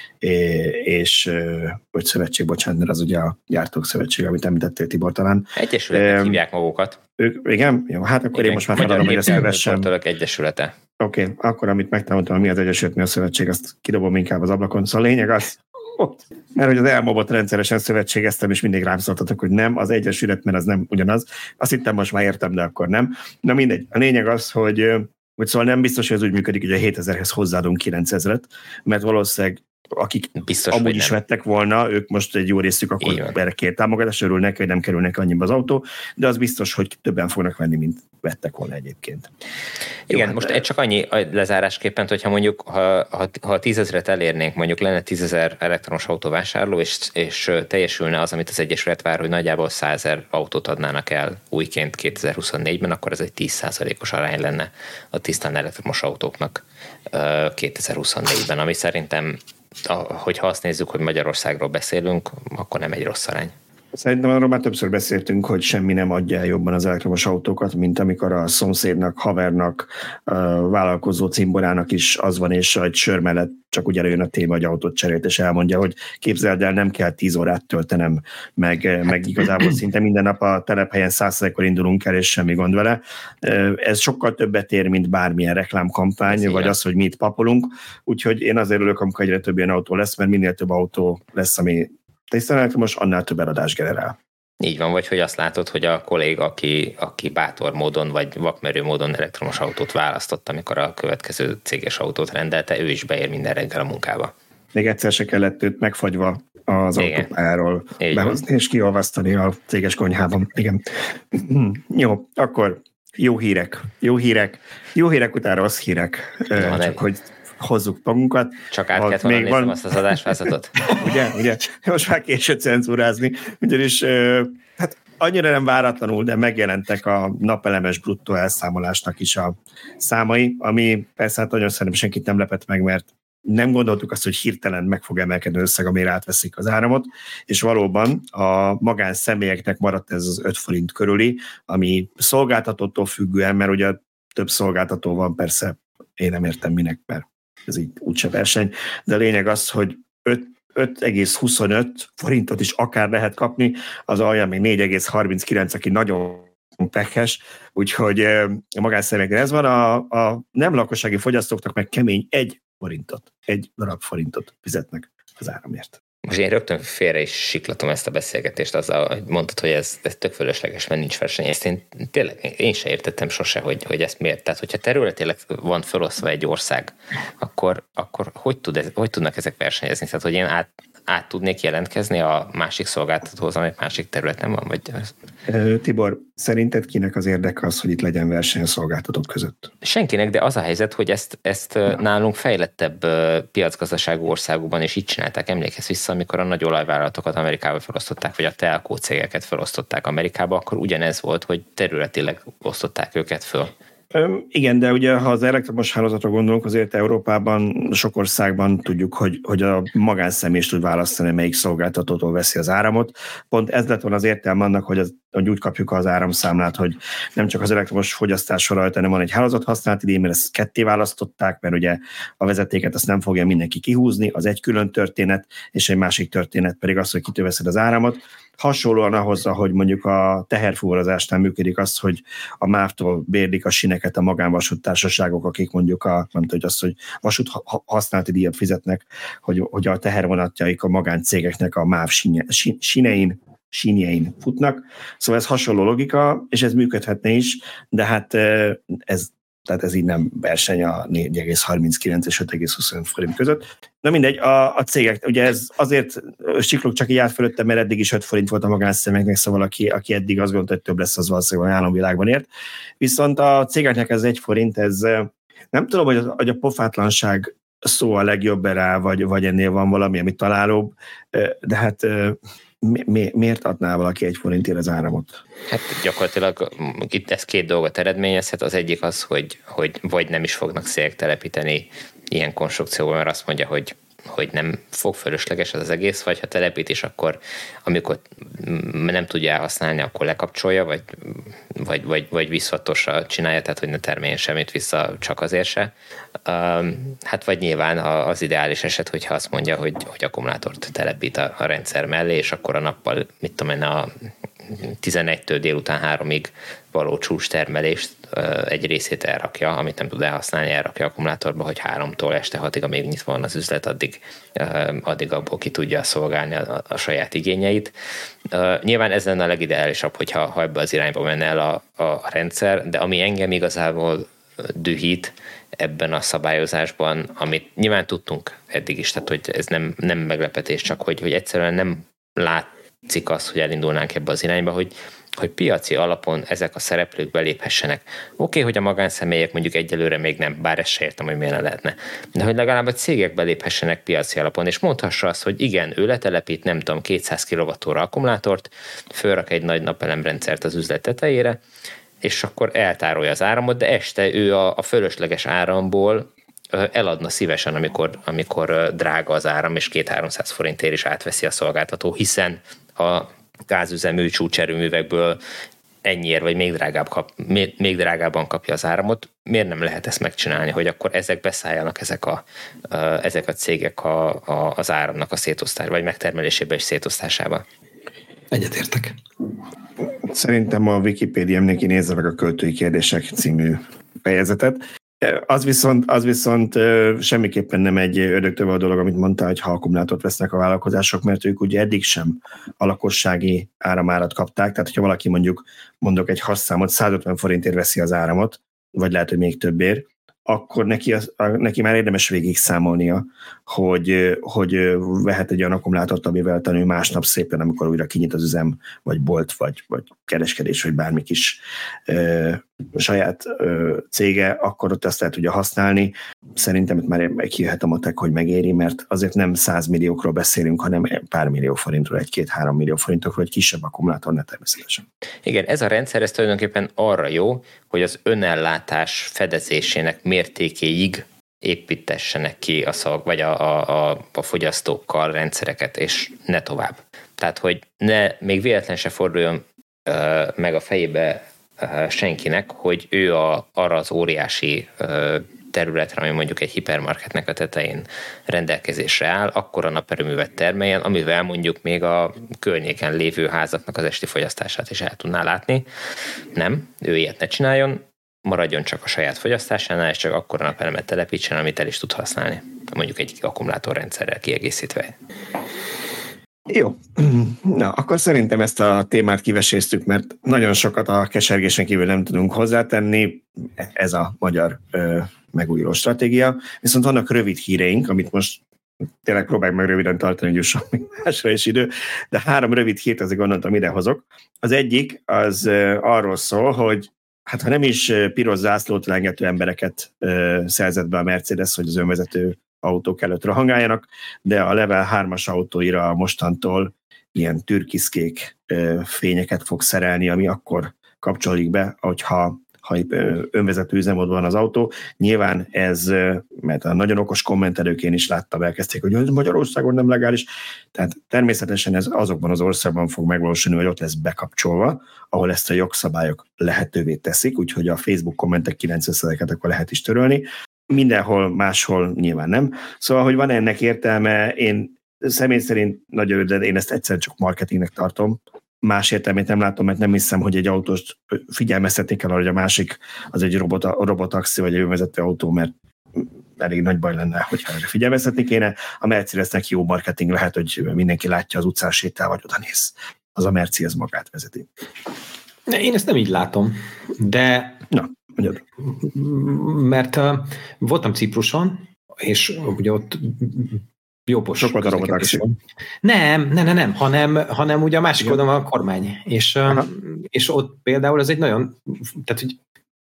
és vagy szövetség, bocsánat, mert az ugye a gyártók szövetség, amit említettél, Tibor, talán. Egyesületnek um, hívják magukat. Ők, igen? Jó, hát akkor igen, én most már feladom, hogy ezt kövessem. Egyesülete. Oké, okay, akkor amit megtanultam, mi az Egyesület, mi a szövetség, azt kidobom inkább az ablakon. Szóval a lényeg az, mert hogy az Elmobot rendszeresen szövetségeztem, és mindig rám szóltatok, hogy nem, az Egyesület, mert az nem ugyanaz. Azt hittem, most már értem, de akkor nem. Na mindegy. A lényeg az, hogy, hogy szóval nem biztos, hogy ez úgy működik, hogy a hétezerhez hozzáadunk kilencezret, mert valószínűleg akik biztos, amúgy is nem vettek volna, ők most egy jó részük akkor erre kér támogatást, örülnek, hogy nem kerülnek annyiba az autó, de az biztos, hogy többen fognak venni, mint vettek volna egyébként. Igen, jó, hát most de... csak annyi lezárásképpen, hogyha mondjuk, ha, ha, ha tízezret elérnénk, mondjuk lenne tízezer elektromos autóvásárló, és, és teljesülne az, amit az Egyesület vár, hogy nagyjából százezer autót adnának el újként kétezer-huszonnégyben, akkor ez egy tíz százalékos arány lenne a tisztán elektromos autóknak kétezer-huszonnégyben, ami szerintem, hogyha azt nézzük, hogy Magyarországról beszélünk, akkor nem egy rossz arány. Szerintem arról már többször beszéltünk, hogy semmi nem adja el jobban az elektromos autókat, mint amikor a szomszédnak, havernak, a vállalkozó cimborának is az van, és egy sör mellett csak úgy előjön a téma, hogy autót cserélt, és elmondja, hogy képzeld el, nem kell tíz órát töltenem, meg, meg igazából szinte minden nap a telephelyen százszerekor indulunk el, és semmi gond vele. Ez sokkal többet ér, mint bármilyen reklámkampány, ez vagy igen. Az, hogy mi itt papolunk. Úgyhogy én azért örülök, amikor egyre több ilyen autó lesz, mert minél több autó lesz, ami tisztán elektromos, annál több eladás generál. Így van, vagy hogy azt látod, hogy a kolléga, aki, aki bátor módon, vagy vakmerő módon elektromos autót választott, amikor a következő céges autót rendelte, ő is beér minden reggel a munkába. Még egyszer se kellett őt megfagyva az autópályáról behozni, és kiolvasztani a céges konyhában. Igen. Jó, akkor jó hírek. Jó hírek. Jó hírek után rossz hírek. Csak egy... hogy hozzuk magunkat. Csak át kellett volna néznem van... azt az adásvázatot. ugye, ugye, most már késő cenzúrázni, ugyanis hát annyira nem váratlanul, de megjelentek a napelemes bruttó elszámolásnak is a számai, ami persze hát nagyon szerintem senkit nem lepett meg, mert nem gondoltuk azt, hogy hirtelen meg fog emelkedni összeg, amire átveszik az áramot, és valóban a magánszemélyeknek maradt ez az öt forint körüli, ami szolgáltatótól függően, mert ugye több szolgáltató van, persze én nem értem minek, mert ez így úgyse verseny, de a lényeg az, hogy öt egész huszonöt forintot is akár lehet kapni, az alja még négy egész harminckilenc, aki nagyon pekhes, úgyhogy a magánszemélyeknél ez van, a, a nem lakossági fogyasztóknak meg kemény egy forintot, egy darab forintot fizetnek az áramért. Most én rögtön félre is siklatom ezt a beszélgetést azzal, hogy mondtad, hogy ez, ez tök fölösleges, mert nincs verseny. Ezt én tényleg én sem értettem sose, hogy, hogy ezt miért. Tehát, hogyha területileg van felosztva egy ország, akkor, akkor hogy, tud ez, hogy tudnak ezek versenyezni? Tehát, hogy én át, át tudnék jelentkezni a másik szolgáltatóhoz, amely másik területen van? Vagy... Tibor, szerinted kinek az érdeke az, hogy itt legyen verseny a szolgáltatók között? Senkinek, de az a helyzet, hogy ezt, ezt nálunk fejlettebb piacgazdaságú országokban is így csinálták. Emlékezz vissza, amikor a nagy olajvállalatokat Amerikába felosztották, vagy a telkó cégeket felosztották Amerikába, akkor ugyanez volt, hogy területileg osztották őket föl. Igen, de ugye ha az elektromos hálózatra gondolunk, azért Európában, sok országban tudjuk, hogy, hogy a magánszemély is tud választani, melyik szolgáltatótól veszi az áramot. Pont ez lett volna az értelme annak, hogy, az, hogy úgy kapjuk az áramszámlát, hogy nem csak az elektromos fogyasztásra rajta, hanem van egy hálózathasználati díj, mert ezt ketté választották, mert ugye a vezetéket azt nem fogja mindenki kihúzni, az egy külön történet, és egy másik történet pedig az, hogy kitől veszed az áramot. Hasonlóan ahhoz, ahogy mondjuk a teherfuvarozásnál működik az, hogy a MÁV-tól bérlik a sineket a magánvasúttársaságok, akik mondjuk a, nem tudom, hogy azt, hogy vasút használati díjat fizetnek, hogy, hogy a tehervonatjaik a magáncégeknek a MÁV sinje, sinein, sínjein futnak. Szóval ez hasonló logika, és ez működhetne is, de hát ez tehát ez így nem verseny a négy egész harminckilenc és öt egész huszonöt forint között. Na mindegy, a, a cégek, ugye ez azért siklok csak így át fölöttem, mert eddig is öt forint volt a magánszemélyeknek, szóval aki, aki eddig azt gondolta, hogy több lesz, az valószínűleg a államvilágban ért. Viszont a cégeknek ez egy forint, ez nem tudom, hogy, az, hogy a pofátlanság szó a legjobb rá, vagy, vagy ennél van valami, ami találóbb, de hát mi, mi, miért adná valaki egy forintért az áramot? Hát gyakorlatilag itt ez két dolgot eredményezhet. Az egyik az, hogy, hogy vagy nem is fognak cégek telepíteni ilyen konstrukcióban, mert azt mondja, hogy, hogy nem fog fölösleges az, az egész, vagy ha telepítés, akkor amikor nem tudja elhasználni, akkor lekapcsolja, vagy, vagy, vagy, vagy visszatosra csinálja, tehát hogy ne termeljen semmit vissza, csak azért se. Hát vagy nyilván az ideális eset, hogyha azt mondja, hogy, hogy akkumulátort telepít a, a rendszer mellé, és akkor a nappal, mit tudom én, a tizenegytől délután háromig való csúcs termelést egy részét elrakja, amit nem tud elhasználni, elrakja akkumulátorba, hogy háromtól este hatig, amíg nyitva van az üzlet, addig, addig abból ki tudja szolgálni a, a saját igényeit. Nyilván ez lenne a legideálisabb, hogyha ha ebbe az irányba menne el a, a rendszer, de ami engem igazából dühít ebben a szabályozásban, amit nyilván tudtunk eddig is, tehát hogy ez nem, nem meglepetés, csak hogy, hogy egyszerűen nem látszik az, hogy elindulnánk ebbe az irányba, hogy, hogy piaci alapon ezek a szereplők beléphessenek. Oké, okay, hogy a magánszemélyek mondjuk egyelőre még nem, bár ezt se értem, hogy miért lehetne, de hogy legalább a cégek beléphessenek piaci alapon, és mondhassa azt, hogy igen, ő letelepít, nem tudom, kétszáz kilovattóra akkumulátort, fölrak egy nagy napelemrendszert az üzlet tetejére, és akkor eltárolja az áramot, de este ő a, a fölösleges áramból eladna szívesen, amikor, amikor drága az áram, és két-háromszáz forintért is átveszi a szolgáltató, hiszen a gázüzemű csúcserőművekből ennyiért, vagy még, drágább kap, még, még drágábban kapja az áramot, miért nem lehet ezt megcsinálni, hogy akkor ezek beszálljanak, ezek a, ezek a cégek a, a, az áramnak a szétosztás, vagy megtermelésébe és szétosztásába? Egyetértek. Szerintem a Wikipédia mindenki nézze meg a Költői Kérdések című fejezetet. Az viszont, az viszont semmiképpen nem egy ördögtől dolog, amit mondtál, hogy ha akkumulátort vesznek a vállalkozások, mert ők ugye eddig sem a lakossági áramárat kapták, tehát hogyha valaki mondjuk, mondok egy hasszámot, száz ötven forintért veszi az áramot, vagy lehet, hogy még többért, akkor neki, az, neki már érdemes végig számolnia, hogy, hogy vehet egy olyan akkumulátort, amivel tanul másnap szépen, amikor újra kinyit az üzem, vagy bolt, vagy, vagy kereskedés, vagy bármi kis ö, saját ö, cége, akkor ott azt lehet tudja használni. Szerintem itt már kijöhet a matek, hogy megéri, mert azért nem száz milliókról beszélünk, hanem pár millió forintról, egy-két-három millió forintokról, egy kisebb akkumulátornál természetesen. Igen, ez a rendszer, ez tulajdonképpen arra jó, hogy az önellátás fedezésének mértékéig építessenek ki a szag, vagy a, a, a, a fogyasztókkal rendszereket, és ne tovább. Tehát, hogy ne, még véletlen se forduljon uh, meg a fejébe uh, senkinek, hogy ő a, arra az óriási uh, területre, ami mondjuk egy hipermarketnek a tetején rendelkezésre áll, akkor a naperőművet termeljen, amivel mondjuk még a környéken lévő házaknak az esti fogyasztását is el tudná látni. Nem, ő ilyet ne csináljon, maradjon csak a saját fogyasztásánál, és csak akkor a napelemet telepítsen, amit el is tud használni. Mondjuk egy akkumulátorrendszerrel kiegészítve. Jó. Na, akkor szerintem ezt a témát kiveséztük, mert nagyon sokat a kesergésen kívül nem tudunk hozzátenni. Ez a magyar ö, megújuló stratégia. Viszont vannak rövid híreink, amit most tényleg próbáljuk meg röviden tartani, hogy jusson még másra is idő, de három rövid hírt azért gondoltam idehozok. Az egyik az ö, arról szól, hogy hát ha nem is piros zászlót lengető embereket ö, szerzett be a Mercedes, hogy az önvezető autók előtt rohangáljanak, de a Level hármas autóira mostantól ilyen türkiszkék ö, fényeket fog szerelni, ami akkor kapcsolódik be, hogyha ha önvezető üzemmódban van az autó. Nyilván ez, mert a nagyon okos kommentelők én is láttam, elkezdték, hogy ez Magyarországon nem legális, tehát természetesen ez azokban az országban fog megvalósulni, hogy ott lesz bekapcsolva, ahol ezt a jogszabályok lehetővé teszik, úgyhogy a Facebook kommentek kilencven százalékát akkor lehet is törölni. Mindenhol máshol nyilván nem. Szóval, hogy van ennek értelme, én személy szerint nagy öröm, de én ezt egyszerűen csak marketingnek tartom. Más értelmét nem látom, mert nem hiszem, hogy egy autóst figyelmeztetni kell, hogy a másik az egy robot, robotaxi vagy egy önvezető autó, mert elég nagy baj lenne, hogyha erre figyelmeztetni kéne. A Mercedesnek jó marketing lehet, hogy mindenki látja az utcán sétál, vagy oda néz. Az a Merci, ez magát vezeti. Én ezt nem így látom, de... Na, mondjad. Mert uh, voltam Cipruson, és ugye ott jobbos sok volt a robotaxi. Nem, nem, nem, nem, hanem, hanem ugye a másik oldalon van a kormány. És, és ott például ez egy nagyon, tehát hogy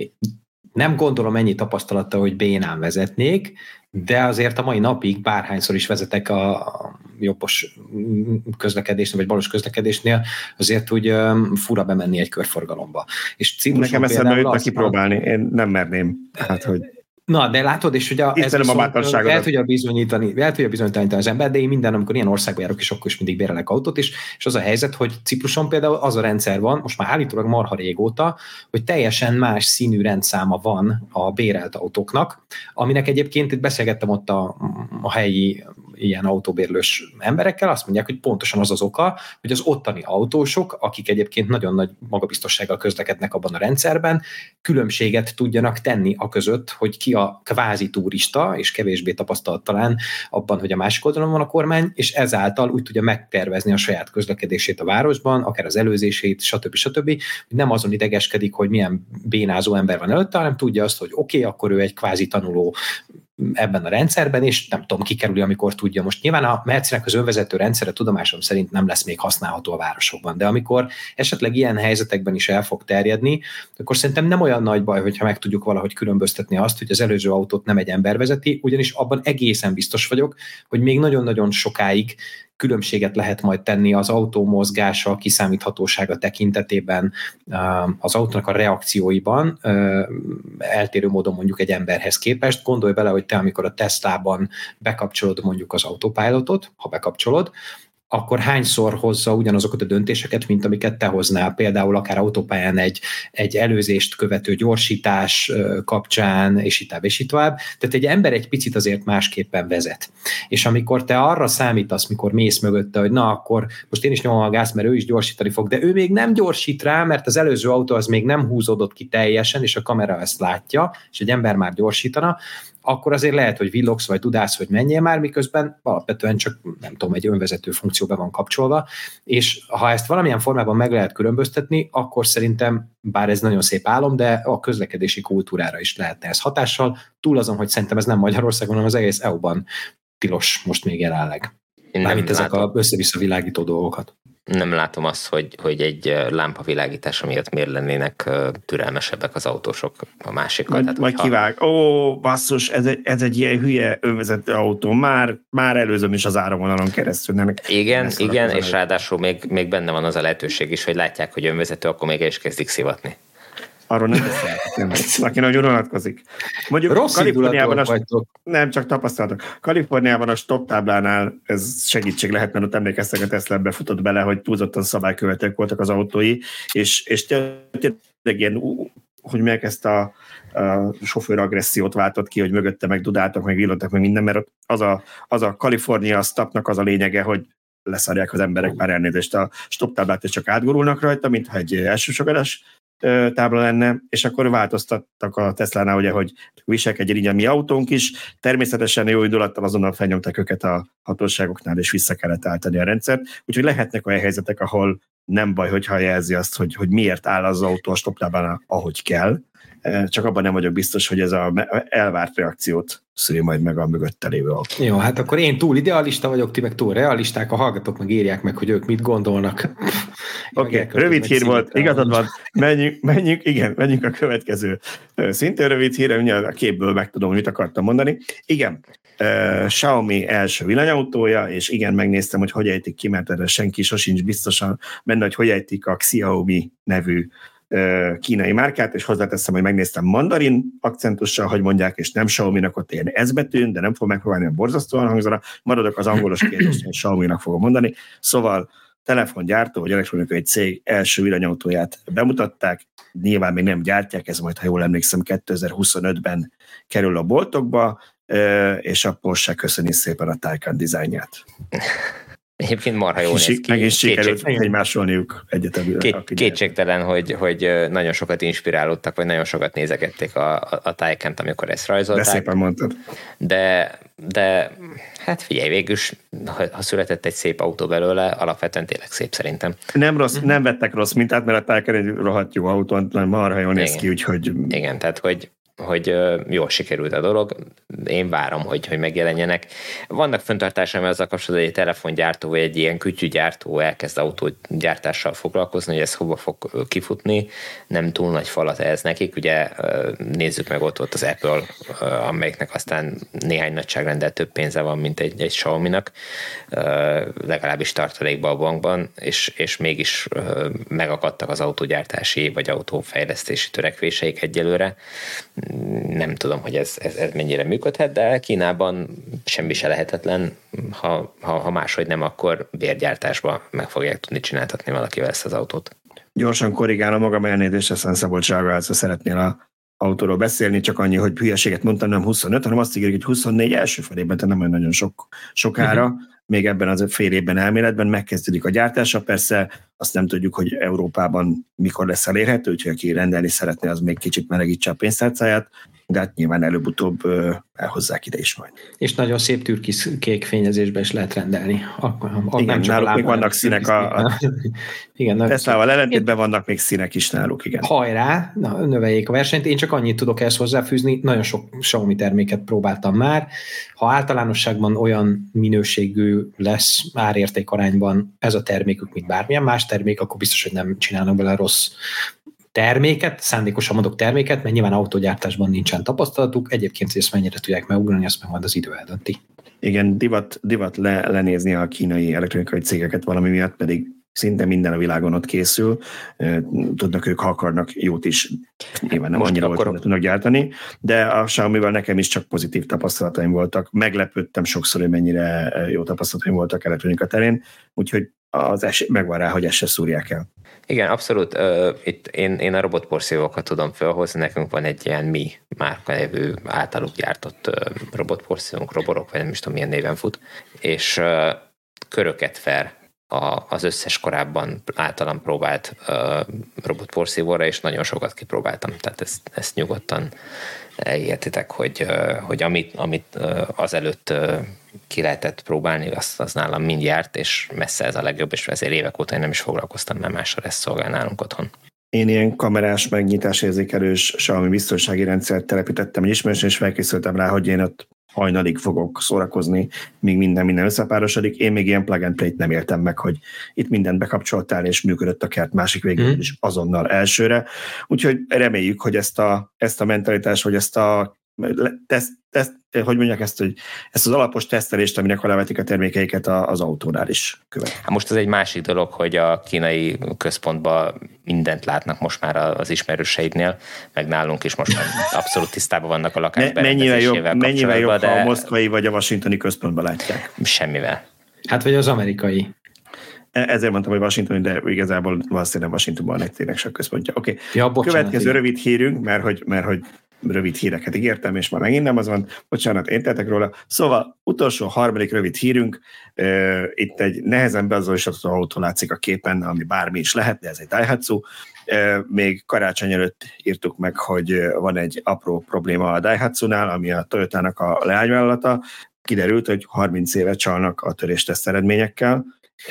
nem gondolom ennyi tapasztalattal, hogy bénán vezetnék, de azért a mai napig bárhányszor is vezetek a jobbos közlekedésnél, vagy balos közlekedésnél, azért úgy fura bemenni egy körforgalomba. És nekem eszembe jutna kipróbálni, én nem merném. Hát, hogy... Na, de látod, és ugye ez el tudja bizonyítani, el tudja bizonyítani az ember, de én minden, amikor ilyen országba járok, és akkor is mindig bérelek autót, és, és az a helyzet, hogy Cipruson például az a rendszer van, most már állítólag marha régóta, hogy teljesen más színű rendszáma van a bérelt autóknak, aminek egyébként itt beszélgettem ott a, a helyi ilyen autóbérlős emberekkel, azt mondják, hogy pontosan az az oka, hogy az ottani autósok, akik egyébként nagyon nagy magabiztossággal közlekednek abban a rendszerben, különbséget tudjanak tenni a között, hogy ki a kvázi turista, és kevésbé tapasztalt talán abban, hogy a másik oldalon van a kormány, és ezáltal úgy tudja megtervezni a saját közlekedését a városban, akár az előzését, stb. stb. Hogy nem azon idegeskedik, hogy milyen bénázó ember van előtte, hanem tudja azt, hogy oké, okay, akkor ő egy kvázi tanuló ebben a rendszerben, és nem tudom, kikerüli, amikor tudja. Most nyilván a Mercinek az önvezető rendszere tudomásom szerint nem lesz még használható a városokban, de amikor esetleg ilyen helyzetekben is el fog terjedni, akkor szerintem nem olyan nagy baj, hogyha meg tudjuk valahogy különböztetni azt, hogy az előző autót nem egy ember vezeti, ugyanis abban egészen biztos vagyok, hogy még nagyon-nagyon sokáig különbséget lehet majd tenni az autó mozgása, kiszámíthatósága tekintetében, az autónak a reakcióiban, eltérő módon mondjuk egy emberhez képest. Gondolj bele, hogy te, amikor a Teslában bekapcsolod mondjuk az autopilotot, ha bekapcsolod, akkor hányszor hozza ugyanazokat a döntéseket, mint amiket te hoznál, például akár autópályán egy, egy előzést követő gyorsítás kapcsán, és így tovább, és így tovább. Tehát egy ember egy picit azért másképpen vezet. És amikor te arra számítasz, mikor mész mögötte, hogy na, akkor most én is nyomom a gáz, mert ő is gyorsítani fog, de ő még nem gyorsít rá, mert az előző autó az még nem húzódott ki teljesen, és a kamera ezt látja, és egy ember már gyorsítana, akkor azért lehet, hogy villogsz, vagy tudálsz, hogy menjél már, miközben alapvetően csak, nem tudom, egy önvezető funkció be van kapcsolva, és ha ezt valamilyen formában meg lehet különböztetni, akkor szerintem, bár ez nagyon szép álom, de a közlekedési kultúrára is lehetne ez hatással, túl azon, hogy szerintem ez nem Magyarországon, hanem az egész é u-ban tilos most még jelenleg. Mármint ezek az össze-vissza világító dolgokat. Nem látom azt, hogy, hogy egy lámpavilágítása miatt miért lennének türelmesebbek az autósok a másikkal. Majd, Tehát, majd hogyha... kivág. Ó, basszus, ez egy, ez egy ilyen hülye önvezető autó. Már, már előzöm is az áramvonalon keresztül. Nem, igen, igen, és ráadásul még, még benne van az a lehetőség is, hogy látják, hogy önvezető, akkor még el is kezdik szivatni. Arról nem beszélhetünk, aki nagyon unatkozik. Mondjuk rossz Kaliforniában a, nem csak tapasztalatok. Kaliforniában a stop táblánál ez segítség lehet, mert ott emlékeztek, a Tesla befutott bele, hogy túlzottan szabálykövetők voltak az autói, és, és tényleg ilyen, hogy meg ezt a, a sofőr agressziót váltott ki, hogy mögötte meg dudáltak, meg villottak, meg minden, mert az a, az a Kalifornia stopnak az a lényege, hogy leszarják az emberek már elnézést a stop táblát, és csak átgurulnak rajta, mintha egy elsősorgás tábla lenne, és akkor változtattak a Teslánál, ugye, hogy viselkedjen így a mi autónk is. Természetesen jó indulattal azonnal felnyomták őket a hatóságoknál, és vissza kellett állítani a rendszert. Úgyhogy lehetnek olyan helyzetek, ahol nem baj, hogyha jelzi azt, hogy, hogy miért áll az autó a stoplábánál, ahogy kell. Csak abban nem vagyok biztos, hogy ez az elvárt reakciót szüli majd meg a mögötte lévő autó. Jó, hát akkor én túl idealista vagyok, ti meg túl realisták, a hallgatók meg írják meg, hogy ők mit gondolnak. Oké, okay, rövid hír volt, igazad van, menjünk, menjünk, igen, menjünk a következő. Szintén rövid hír, a képből meg tudom, mit akartam mondani. Igen, uh, Xiaomi első villanyautója, és igen, megnéztem, hogy hogy ejtik ki, mert erre senki sosincs biztosan benne, hogy hogy ejtik a Xiaomi nevű kínai márkát, és hozzáteszem, hogy megnéztem mandarin akcentussal, hogy mondják, és nem Xiaomi-nak, ott ilyen ez betűn, de nem fog megpróbálni, a borzasztóan hangzana, maradok az angolos kérdést, én Xiaomi-nak fogom mondani. Szóval telefongyártó, vagy elektronikai cég első villanyautóját bemutatták, nyilván még nem gyártják, ez majd, ha jól emlékszem, kétezer-huszonötben kerül a boltokba, és a Porsche köszöni szépen a Taycan dizájnját. Egyébként marha jól néz ki. Meg is sikerült egymásolniuk egyeteműre. Két, kétségtelen, hogy, hogy nagyon sokat inspirálódtak, vagy nagyon sokat nézegették a, a, a Taycant, amikor ezt rajzolták. De szépen mondtad. De, de hát figyelj, végülis, ha, ha született egy szép autó belőle, alapvetően tényleg szép szerintem. Nem rossz, mm-hmm. nem vettek rossz mintát, mert a Taycan egy rohadt jó autó, marha jól néz ki, úgyhogy... Igen, tehát hogy hogy jól sikerült a dolog. Én várom, hogy, hogy megjelenjenek. Vannak fenntartásaim azzal kapcsolatban, hogy egy telefongyártó vagy egy ilyen kütyűgyártó elkezd autógyártással foglalkozni, hogy ez hova fog kifutni. Nem túl nagy falat ez nekik. Ugye nézzük meg, ott volt az Apple, amelyiknek aztán néhány nagyságrendel több pénze van, mint egy, egy Xiaomi-nak, legalábbis tartalékban a bankban, és, és mégis megakadtak az autógyártási vagy autófejlesztési törekvéseik egyelőre. Nem tudom, hogy ez, ez, ez mennyire működhet, de Kínában semmi se lehetetlen, ha, ha, ha máshogy nem, akkor bérgyártásba meg fogják tudni csináltatni valakivel ezt az autót. Gyorsan korrigálom magam, elnézést, aztán Szabolcsága, ha szeretnél a autóról beszélni, csak annyi, hogy hülyeséget mondtam, nem huszonöt, hanem azt ígérjük, hogy huszonnégy első felében, tehát nem olyan nagyon sok, sokára, uh-huh. még ebben az fél évben elméletben megkezdődik a gyártása. Persze azt nem tudjuk, hogy Európában mikor lesz elérhető, úgyhogy aki rendelni szeretné, az még kicsit melegítse a pénztárcáját, de hát nyilván előbb-utóbb elhozzák ide is majd. És nagyon szép türkisz kék fényezésben is lehet rendelni. Akkor, akkor igen, nem náluk még vannak színek. A, a igen, Teslával ellentétben vannak még színek is náluk, igen. Hajrá, na, növeljék a versenyt. Én csak annyit tudok ezt hozzáfűzni, nagyon sok Xiaomi terméket próbáltam már. Ha általánosságban olyan minőségű lesz árérték arányban ez a termékük, mint bármilyen más termék, akkor biztos, hogy nem csinálnak bele rossz terméket, szándékosan mondok terméket, mert nyilván autógyártásban nincsen tapasztalatuk, egyébként, hogy ezt mennyire tudják megugrani, azt meg majd az idő eldönti. Igen, divat, divat le, lenézni a kínai elektronikai cégeket valami miatt, pedig szinte minden a világon ott készül, tudnak ők, ha akarnak, jót is, nyilván nem annyira akkor... volt, tudnak gyártani, de a Xiaomivel nekem is csak pozitív tapasztalataim voltak. Meglepődtem sokszor, hogy mennyire jó tapasztalataim voltak elektronika terén, úgyhogy az esély megvan rá, hogy ezt se szúrják el. Igen, abszolút. Uh, itt én, én a robotporszívókat tudom felhozni, nekünk van egy ilyen Mi márka nevű általuk gyártott uh, robotporszívónk, roborok, vagy nem is tudom, milyen néven fut, és uh, köröket ver a, az összes korábban általam próbált uh, robotporszívóra, és nagyon sokat kipróbáltam, tehát ezt, ezt nyugodtan elhihetik, hogy, uh, hogy amit, amit uh, azelőtt uh, ki lehetett próbálni, azt az nálam mind járt, és messze ez a legjobb, és ezért évek óta én nem is foglalkoztam, mert másra ezt szolgál nálunk otthon. Én ilyen kamerás, megnyitásérzékelős Xiaomi biztonsági rendszert telepítettem egy ismerősen, és felkészültem rá, hogy én ott hajnalig fogok szórakozni, míg minden minden összepárosodik. Én még ilyen plug and play-t nem éltem meg, hogy itt mindent bekapcsoltál, és működött a kert másik végén mm. is azonnal elsőre. Úgyhogy reméljük, hogy ezt a, ezt a mentalitást, hogy ezt a teszt, teszt, hogy mondják ezt, hogy ezt az alapos tesztelést, aminek alávetik a termékeiket, az autónál is követ. Most ez egy másik dolog, hogy a kínai központban mindent látnak most már az ismerőseidnél, meg nálunk is most már abszolút tisztában vannak a lakásberendezésével kapcsolatban. Mennyivel jobb, de... ha a moszkvai vagy a washingtoni központban látják? Semmivel. Hát vagy az amerikai. Ezért mondtam, hogy Washington, de igazából valószínűleg Washingtonban egy tényleg se központja. Oké. Okay. Ja, következő rövid hírünk, mert hogy, mert hogy rövid híreket ígértem, és már megint nem az van. Bocsánat, én tettek róla. Szóval utolsó, harmadik rövid hírünk. Itt egy nehezen beazonosítható autó látszik a képen, ami bármi is lehet, de ez egy Daihatsu. Még karácsony előtt írtuk meg, hogy van egy apró probléma a Daihatsunál, ami a Toyotának a leányvállalata. Kiderült, hogy harminc éve csalnak a törésteszt eredményekkel,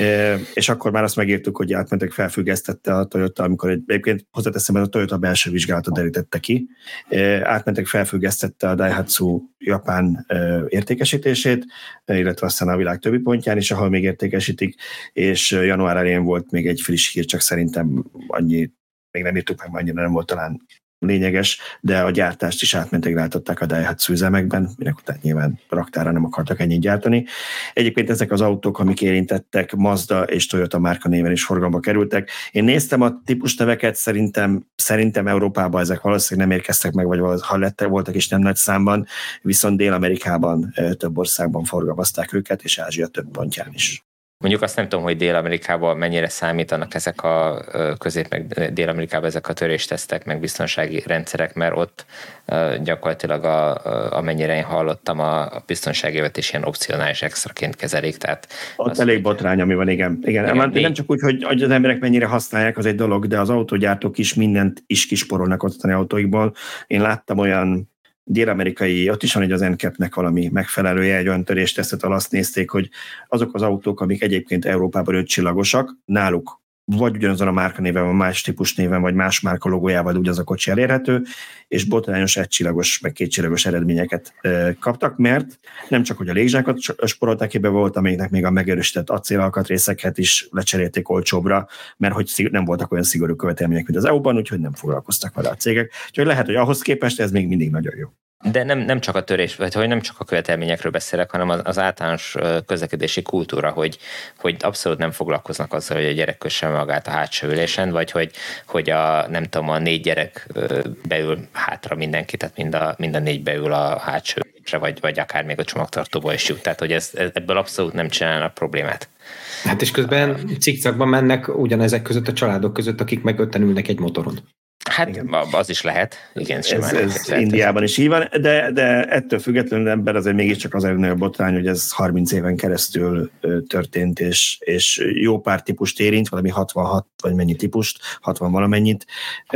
és akkor már azt megírtuk, hogy átmentek, felfüggesztette a Toyota, amikor egyébként hozzáteszem, a Toyota belső vizsgálatot derítette ki, átmentek, felfüggesztette a Daihatsu japán értékesítését, illetve aztán a világ többi pontján is, ahol még értékesítik, és január elején volt még egy friss hír, csak szerintem annyi, még nem írtuk meg, annyira nem volt talán lényeges, de a gyártást is átmentegráltatták a Daihatsu üzemekben, minek után nyilván raktára nem akartak ennyit gyártani. Egyébként ezek az autók, amik érintettek, Mazda és Toyota márka néven is forgalomba kerültek. Én néztem a típusneveket, szerintem, szerintem Európában ezek valószínűleg nem érkeztek meg, vagy ha lettek, voltak is nem nagy számban, viszont Dél-Amerikában több országban forgalmazták őket, és Ázsia több pontján is. Mondjuk azt nem tudom, hogy Dél-Amerikában mennyire számítanak ezek a közép, meg Dél-Amerikában ezek a töréstesztek, meg biztonsági rendszerek, mert ott gyakorlatilag a, amennyire én hallottam, a biztonsági évet is ilyen opcionális extraként kezelik. Tehát ott az, elég botrány, ami van, igen. igen. igen nem csak úgy, hogy az emberek mennyire használják, az egy dolog, de az autógyártók is mindent is kisporolnak ottani autóikból. Én láttam olyan dél-amerikai, ott is van egy az en ká pé-nek valami megfelelője, egy olyan töréstesztet, ahol azt nézték, hogy azok az autók, amik egyébként Európában ötcsillagosak, náluk vagy ugyanazon a márkanéven, vagy más típus néven, vagy más márka logójával ugyanaz a kocsi elérhető, és botrányos egycsillagos, meg kétcsillagos eredményeket e, kaptak, mert nem csak, hogy a légzsákat sporolták ki, be volt, amiknek még a megerősített acélalkatrészeket is lecserélték olcsóbbra, mert hogy nem voltak olyan szigorú követelmények, mint az é u-ban, úgyhogy nem foglalkoztak vele a cégek. Úgyhogy lehet, hogy ahhoz képest ez még mindig nagyon jó. De nem, nem csak a törés, vagy hogy nem csak a követelményekről beszélek, hanem az, az általános közlekedési kultúra, hogy, hogy abszolút nem foglalkoznak azzal, hogy a gyerek kösse magát a hátsó ülésen, vagy hogy, hogy a, nem tudom, a négy gyerek beül hátra mindenki, tehát mind a, mind a négy beül a hátsó ülésre, vagy, vagy akár még a csomagtartóba is jut. Tehát, hogy ez, ebből abszolút nem csinálnak problémát. Hát és közben cikcakban mennek ugyanezek között a családok között, akik meg ötten ülnek egy motoron. Hát igen. Az is lehet. Igen, ez, ez Indiában is így van, de, de ettől függetlenül ember azért mégiscsak az a botrány, hogy ez harminc éven keresztül történt, és, és jó pár típust érint, valami hatvanhat, vagy mennyi típust, hatvan valamennyit.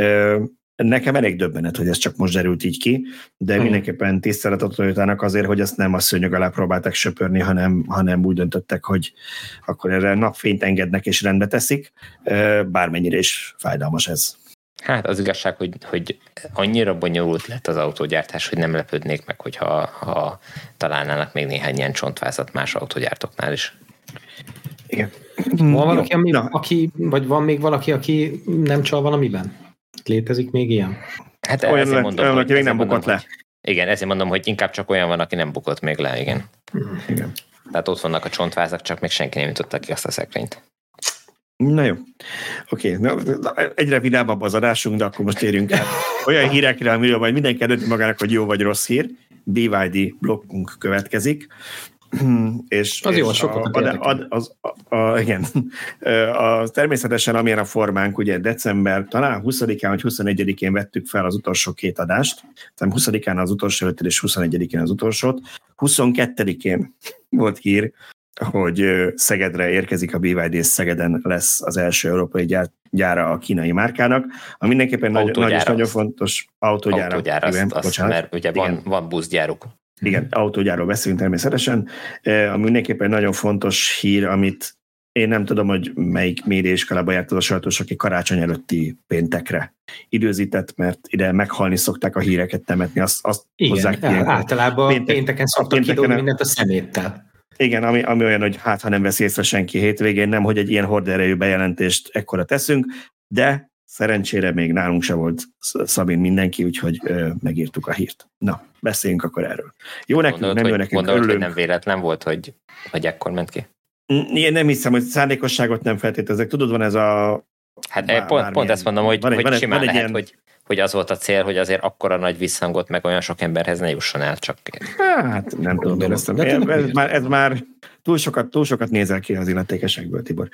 Nekem elég döbbenet, hogy ez csak most derült így ki, de hmm. mindenképpen tisztelet a Toyotának azért, hogy ezt nem a szőnyeg alá próbálták söpörni, hanem, hanem úgy döntöttek, hogy akkor erre napfényt engednek és rendbe teszik, bármennyire is fájdalmas ez. Hát az igazság, hogy, hogy annyira bonyolult lett az autógyártás, hogy nem lepődnék meg, hogyha ha találnának még néhány ilyen csontvázat más autógyártóknál is. Igen. Van valaki, ami, aki, vagy van még valaki, aki nem csal valamiben? Létezik még ilyen? Hát olyan, lett, mondom, olyan aki még nem bukott le. Hogy, igen, ezért mondom, hogy inkább csak olyan van, aki nem bukott még le, igen. igen. Tehát ott vannak a csontvázak, csak még senki nem jutotta ki azt a szekrényt. Na jó. Oké, okay. Egyre vidámabb az adásunk, de akkor most érjünk el olyan hírekre, amiről majd mindenki előtt magának, hogy jó vagy rossz hír. bé vé dé blokkunk következik. És, az és jó, sokat a, a, az, a, a, igen. A, természetesen amilyen a formánk, ugye december talán huszadikán vagy huszonegyedikén vettük fel az utolsó két adást, tehát huszadikán az utolsó előtt és huszonegyedikén az utolsót. huszonkettedikén volt hír, hogy Szegedre érkezik a bé vé dé, Szegeden lesz az első európai gyár, gyára a kínai márkának, ami mindenképpen nagy, nagy és nagyon fontos autógyára. Autógyára, igen, azt, azt, mert ugye van, van buszgyáruk. Igen, autógyárról beszélünk természetesen, ami mindenképpen nagyon fontos hír, amit én nem tudom, hogy melyik médiaiskolába járt az a sajtós, aki karácsony előtti péntekre időzített, mert ide meghalni szokták a híreket temetni, azt, azt igen, hozzák. Igen, általában péntek, pénteken szoktak kidobni mindent a szeméttel. Igen, ami, ami olyan, hogy hát, ha nem veszi észre senki hétvégén, nem, hogy egy ilyen horderejű bejelentést ekkora teszünk, de szerencsére még nálunk se volt Szabin mindenki, úgyhogy ö, megírtuk a hírt. Na, beszéljünk akkor erről. Jó nekünk, gondolod, nem jó hogy, nekünk, gondolod, örülünk. hogy nem véletlen volt, hogy, hogy ekkor ment ki? Én nem hiszem, hogy szándékosságot nem feltételezek. Tudod, van ez a... Hát bár, pont, pont ezt mondom, hogy, van egy, hogy van simán egy, lehet, ilyen... hogy, hogy az volt a cél, hogy azért akkora nagy visszhangot meg olyan sok emberhez ne jusson el, csak... Hát nem tudom, én ezt, ez, ez, már, ez már túl sokat, túl sokat nézel ki az illetékesekből, Tibor.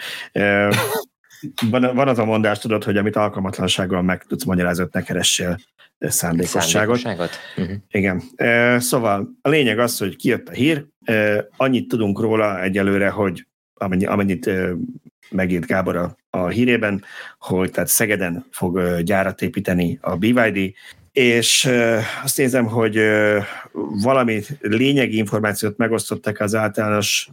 Van, van az a mondás, tudod, hogy amit alkalmatlansággal meg tudsz magyarázni, ne keressél szándékosságot. Szándékosságot? Uh-huh. Igen. Szóval a lényeg az, hogy kijött a hír, annyit tudunk róla egyelőre, hogy amennyi, amennyit megírt Gábor a, a hírében, hogy tehát Szegeden fog gyárat építeni a bé vé dé, és azt nézem, hogy valami lényegi információt megosztottak az általános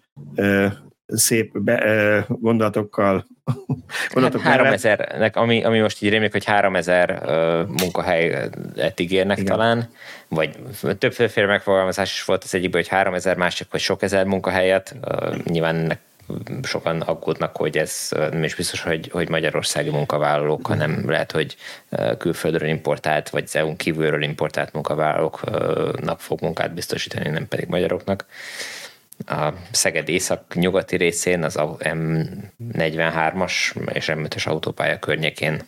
szép be, gondolatokkal. Hát háromezernek, ami, ami most így rémlik, hogy háromezer uh, munkahelyet ígérnek igen. talán, vagy többféle megfogalmazás is volt az egyikből, hogy háromezer, másik, hogy sok ezer munkahelyet. Uh, nyilván ennek sokan aggódnak, hogy ez nem is biztos, hogy, hogy magyarországi munkavállalók, hanem lehet, hogy külföldről importált, vagy az é u-n kívülről importált munkavállalóknak fog munkát biztosítani, nem pedig magyaroknak. A Szeged észak-nyugati részén az em negyvenhármas és em ötös autópálya környékén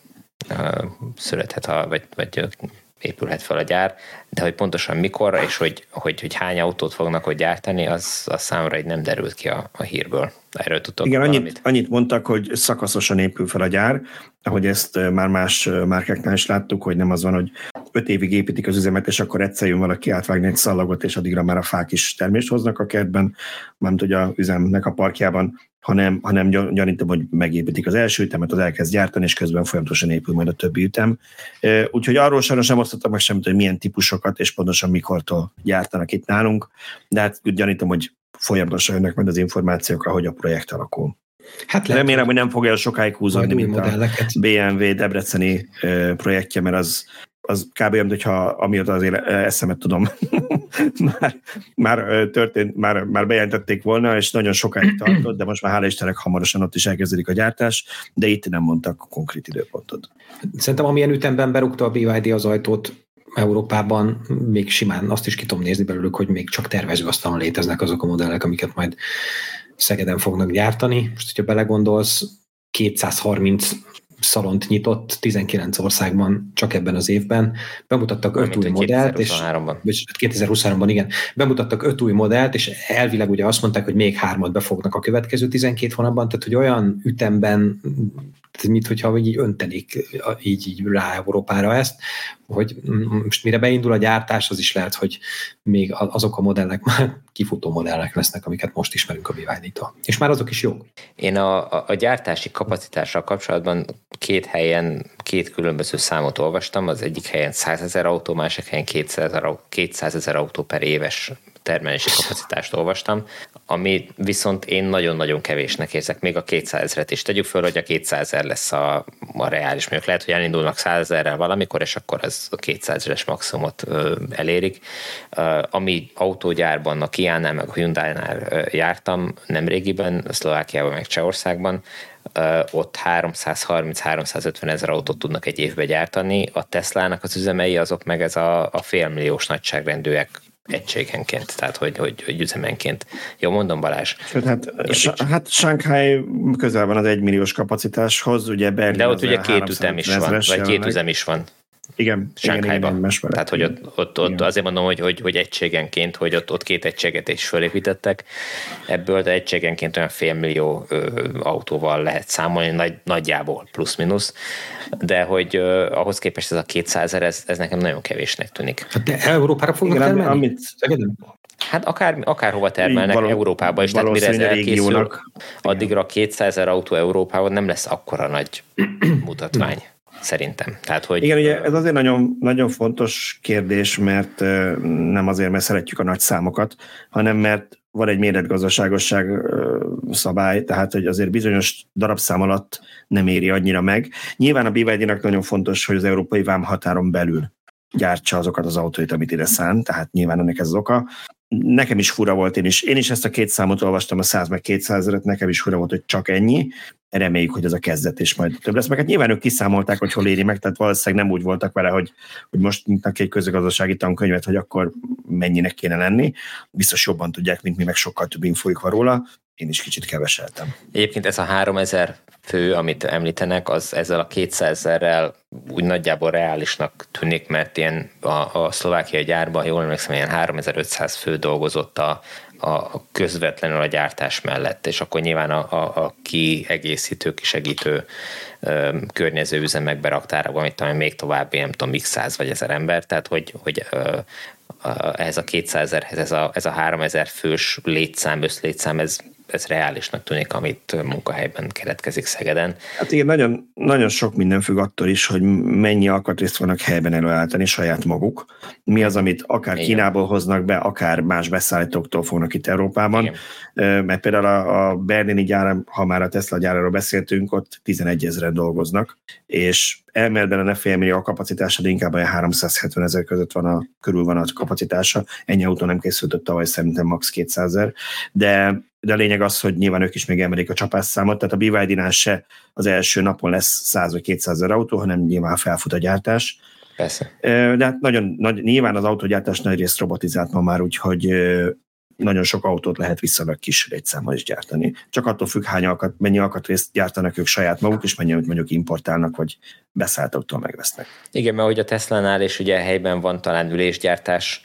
születhet, a, vagy, vagy épülhet fel a gyár, de hogy pontosan mikor, és hogy, hogy, hogy hány autót fognak ott gyártani, az, az számomra így nem derült ki a, a hírből. Erről tudtok igen, valamit? annyit, annyit mondtak, hogy szakaszosan épül fel a gyár, ahogy ezt már más márkáknál is láttuk, hogy nem az van, hogy öt évig építik az üzemet, és akkor egyszer jön valaki átvágni egy szallagot, és addigra már a fák is termést hoznak a kertben, mármint hogy a üzemnek a parkjában, hanem, hanem gyanítom, hogy megépítik az első ütemet, az elkezd gyártani, és közben folyamatosan épül majd a többi ütem. Úgyhogy arról sajnos nem osztottak meg semmit, hogy milyen típusokat, és pontosan mikortól gyártanak itt nálunk, de hát gyanítom, hogy folyamatosan jönnek majd az információk, ahogy a projekt alakul. Hát lehet, remélem, hogy nem fog el sokáig húzódni, mint modelleket. A bé em vé debreceni projektje, mert az, az kb. Olyan, hogyha amióta az éle, eszemet tudom, már, már történt, már, már bejelentették volna, és nagyon sokáig tartott, de most már hála Istennek hamarosan ott is elkezdődik a gyártás, de itt nem mondtak konkrét időpontot. Szerintem amilyen ütemben berúgta a bé vé dé az ajtót Európában, még simán azt is ki tudom nézni belőlük, hogy még csak tervezőasztalon léteznek azok a modellek, amiket majd Szegeden fognak gyártani. Most, hogyha belegondolsz, kétszázharminc szalont nyitott tizenkilenc országban csak ebben az évben. Bemutattak öt új modellt, és kétezer-huszonháromban igen, bemutattak öt új modellt, és elvileg ugye azt mondták, hogy még hármat befognak a következő tizenkét hónapban, tehát hogy olyan ütemben, mint hogyha így öntenék így, így rá Európára ezt, hogy most mire beindul a gyártás, az is lehet, hogy még azok a modellek már kifutó modellek lesznek, amiket most ismerünk a bé vé dé-től. És már azok is jók. Én a, a, a gyártási kapacitással kapcsolatban két helyen két különböző számot olvastam, az egyik helyen százezer autó, másik helyen kétszázezer autó per éves termelési kapacitást olvastam, ami viszont én nagyon-nagyon kevésnek érzek, még a kétszázezret is. Tegyük föl, hogy a kétszázezer lesz a, a reális, mondjuk lehet, hogy elindulnak százezerrel valamikor, és akkor ez a kétszázezres maximumot ö, elérik. Ö, ami autógyárban, a Kia-nál, meg a Hyundai-nál ö, jártam nemrégiben, Szlovákiában, meg Csehországban, ö, ott háromszázharminc-háromszázötven ezer autót tudnak egy évbe gyártani, a Teslának az üzemei azok meg ez a, a félmilliós nagyságrendűek egységenként, tehát hogy, hogy, hogy üzemenként. Jó, mondom, Balázs. Sőt, hát, hát Shanghai közel van az egymilliós kapacitáshoz, ugye Berlin. De ott ugye két üzem is van, vagy két üzem is van. Igen, Shanghaiban. Tehát, hogy ott, ott, ott azért mondom, hogy, hogy, hogy egységenként, hogy ott, ott két egységet is fölépítettek ebből, de egységenként olyan félmillió ö, autóval lehet számolni, nagy, nagyjából plusz-minusz, de hogy ö, ahhoz képest ez a kétszázezer, ez, ez nekem nagyon kevésnek tűnik. Hát de Európára fognak igen, termelni? Amit... Hát akár, akárhova termelnek való, Európába is, tehát mire ez elkészül, addigra a kétszázezer autó Európában nem lesz akkora nagy mutatvány. Szerintem. Tehát, hogy... Igen, ugye ez azért nagyon, nagyon fontos kérdés, mert nem azért, mert szeretjük a nagy számokat, hanem mert van egy méretgazdaságosság szabály, tehát hogy azért bizonyos darabszám alatt nem éri annyira meg. Nyilván a bé vé dé-nak nagyon fontos, hogy az európai vámhatáron belül gyártsa azokat az autóit, amit ide szán, tehát nyilván ennek ez az oka. Nekem is fura volt, én is, én is ezt a két számot olvastam, a száz meg kétszázezret, nekem is fura volt, hogy csak ennyi. Reméljük, hogy ez a kezdet, és majd több lesz. Meg hát nyilván ők kiszámolták, hogy hol éri meg, tehát valószínűleg nem úgy voltak vele, hogy, hogy most nyitnak egy közgazdasági tankönyvet, hogy akkor mennyinek kéne lenni. Biztos jobban tudják, mint mi, meg sokkal több infójuk van róla. Én is kicsit keveseltem. Egyébként ez a háromezer fő, amit említenek, az ezzel a kétszázezerrel úgy nagyjából reálisnak tűnik, mert ilyen a, a szlovákiai gyárban, jól emlékszem, ilyen háromezer-ötszáz fő dolgozott a, a közvetlenül a gyártás mellett, és akkor nyilván a, a, a kiegészítő, kisegítő ö, környező üzemekbe, raktárakban, amit talán még további, nem tudom, x száz vagy ezer ember, tehát hogy, hogy ö, ehhez a kétszázezerhez ez a, ez a háromezer fős létszám, összlétszám, ez ez reálisnak tűnik, amit munkahelyben keletkezik Szegeden. Hát igen, nagyon, nagyon sok minden függ attól is, hogy mennyi alkatrészt vannak helyben előállítani saját maguk. Mi az, amit akár igen. Kínából hoznak be, akár más beszállítóktól fognak itt Európában. Igen. Mert például a, a berlini gyár, ha már a Tesla gyáráról beszéltünk, ott tizenegyezren dolgoznak, és elméletben a ne félmillió a kapacitása, de inkább olyan háromszázhetven ezer között van a, körül van a kapacitása. Ennyi autó nem készült tavaly, szerintem max. kétszázezer, de de a lényeg az, hogy nyilván ők is még emelik a csapásszámot, tehát a bé vé dé-nál se az első napon lesz száz vagy kétszázezer autó, hanem nyilván felfut a gyártás. Persze. De hát nagyon, nagy, nyilván az autógyártás nagy részt robotizált ma már, úgyhogy nagyon sok autót lehet viszonylag kis létszámmal is gyártani. Csak attól függ, hány alkat, mennyi alkatrészt gyártanak ők saját maguk, és mennyi, amit mondjuk importálnak, vagy beszálltóktól megvesznek. Igen, mert hogy a Teslánál is ugye helyben van talán ülésgyártás,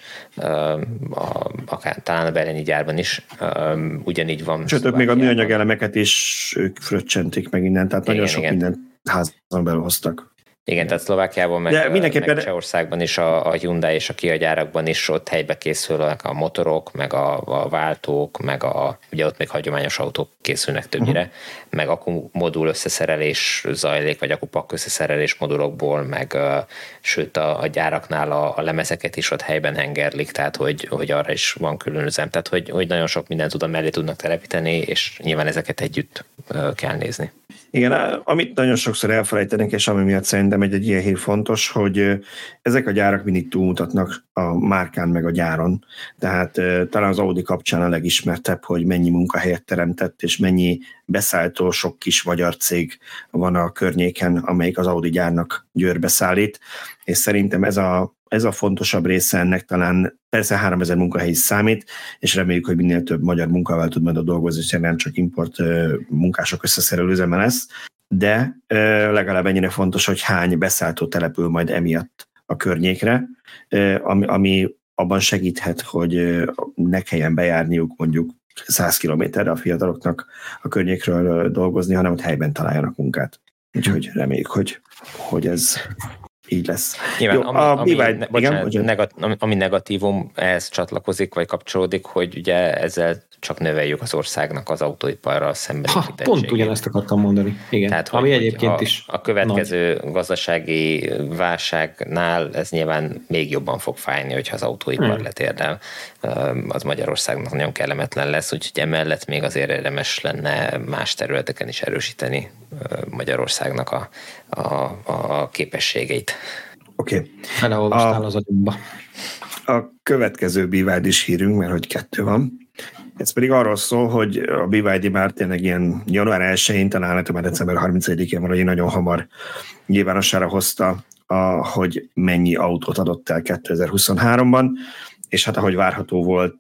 akár talán a berlini gyárban is, ugyanígy van. Sőt, ők még a műanyag elemeket is ők fröccsentik meg innen, tehát igen, nagyon sok igen. mindent házban belül hoztak. Igen, tehát Szlovákiában, meg, meg Csehországban is a, a Hyundai és a Kia gyárakban is ott helybe készülnek a motorok, meg a, a váltók, meg a, ugye ott még hagyományos autók készülnek többnyire, uh-huh. meg akkumodul összeszerelés zajlik, vagy akupak összeszerelés modulokból, meg uh, sőt a, a gyáraknál a, a lemezeket is ott helyben hengerlik, tehát hogy, hogy arra is van külön üzem, tehát hogy, hogy nagyon sok mindent oda mellé tudnak telepíteni, és nyilván ezeket együtt uh, kell nézni. Igen, amit nagyon sokszor elfelejtenek, és ami miatt szerintem egy, egy ilyen hír fontos, hogy ezek a gyárak mindig túlmutatnak a márkán meg a gyáron. Tehát talán az Audi kapcsán a legismertebb, hogy mennyi munkahelyet teremtett, és mennyi beszállító, sok kis magyar cég van a környéken, amelyik az Audi gyárnak Győrbe szállít, és szerintem ez a Ez a fontosabb része ennek, talán persze háromezer munkahely is számít, és reméljük, hogy minél több magyar munkával tud majd a dolgozni, és nem csak import munkások összeszerelő üzeme lesz, de legalább ennyire fontos, hogy hány beszállító települ majd emiatt a környékre, ami, ami abban segíthet, hogy ne kelljen bejárniuk mondjuk száz kilométerre a fiataloknak a környékről dolgozni, hanem ott helyben találjanak munkát. Úgyhogy reméljük, hogy, hogy ez így lesz. Nyilván, Jó, ami, a ami, ne, bocsánat, igen, negat, ami negatívum ehhez csatlakozik, vagy kapcsolódik, hogy ugye ezzel csak növeljük az országnak az autóiparral szemben. Ha, pont ugyanezt akartam mondani. Igen. Tehát, ami hogy egyébként a, is a következő nagy gazdasági válságnál ez nyilván még jobban fog fájni, hogyha az autóipar hmm. letérdel. Az Magyarországnak nagyon kellemetlen lesz, úgyhogy emellett még azért érdemes lenne más területeken is erősíteni Magyarországnak a, a, a képességeit. Oké. Okay. Beleolvastál az agyunkba. A következő bé vé dés hírünk, mert hogy kettő van. Ez pedig arról szól, hogy a bé vé dé már tényleg ilyen január elsején, talán már december harmincadikán valahogy nagyon hamar nyilvánosságra hozta, a, hogy mennyi autót adott el kétezer-huszonháromban. és hát ahogy várható volt,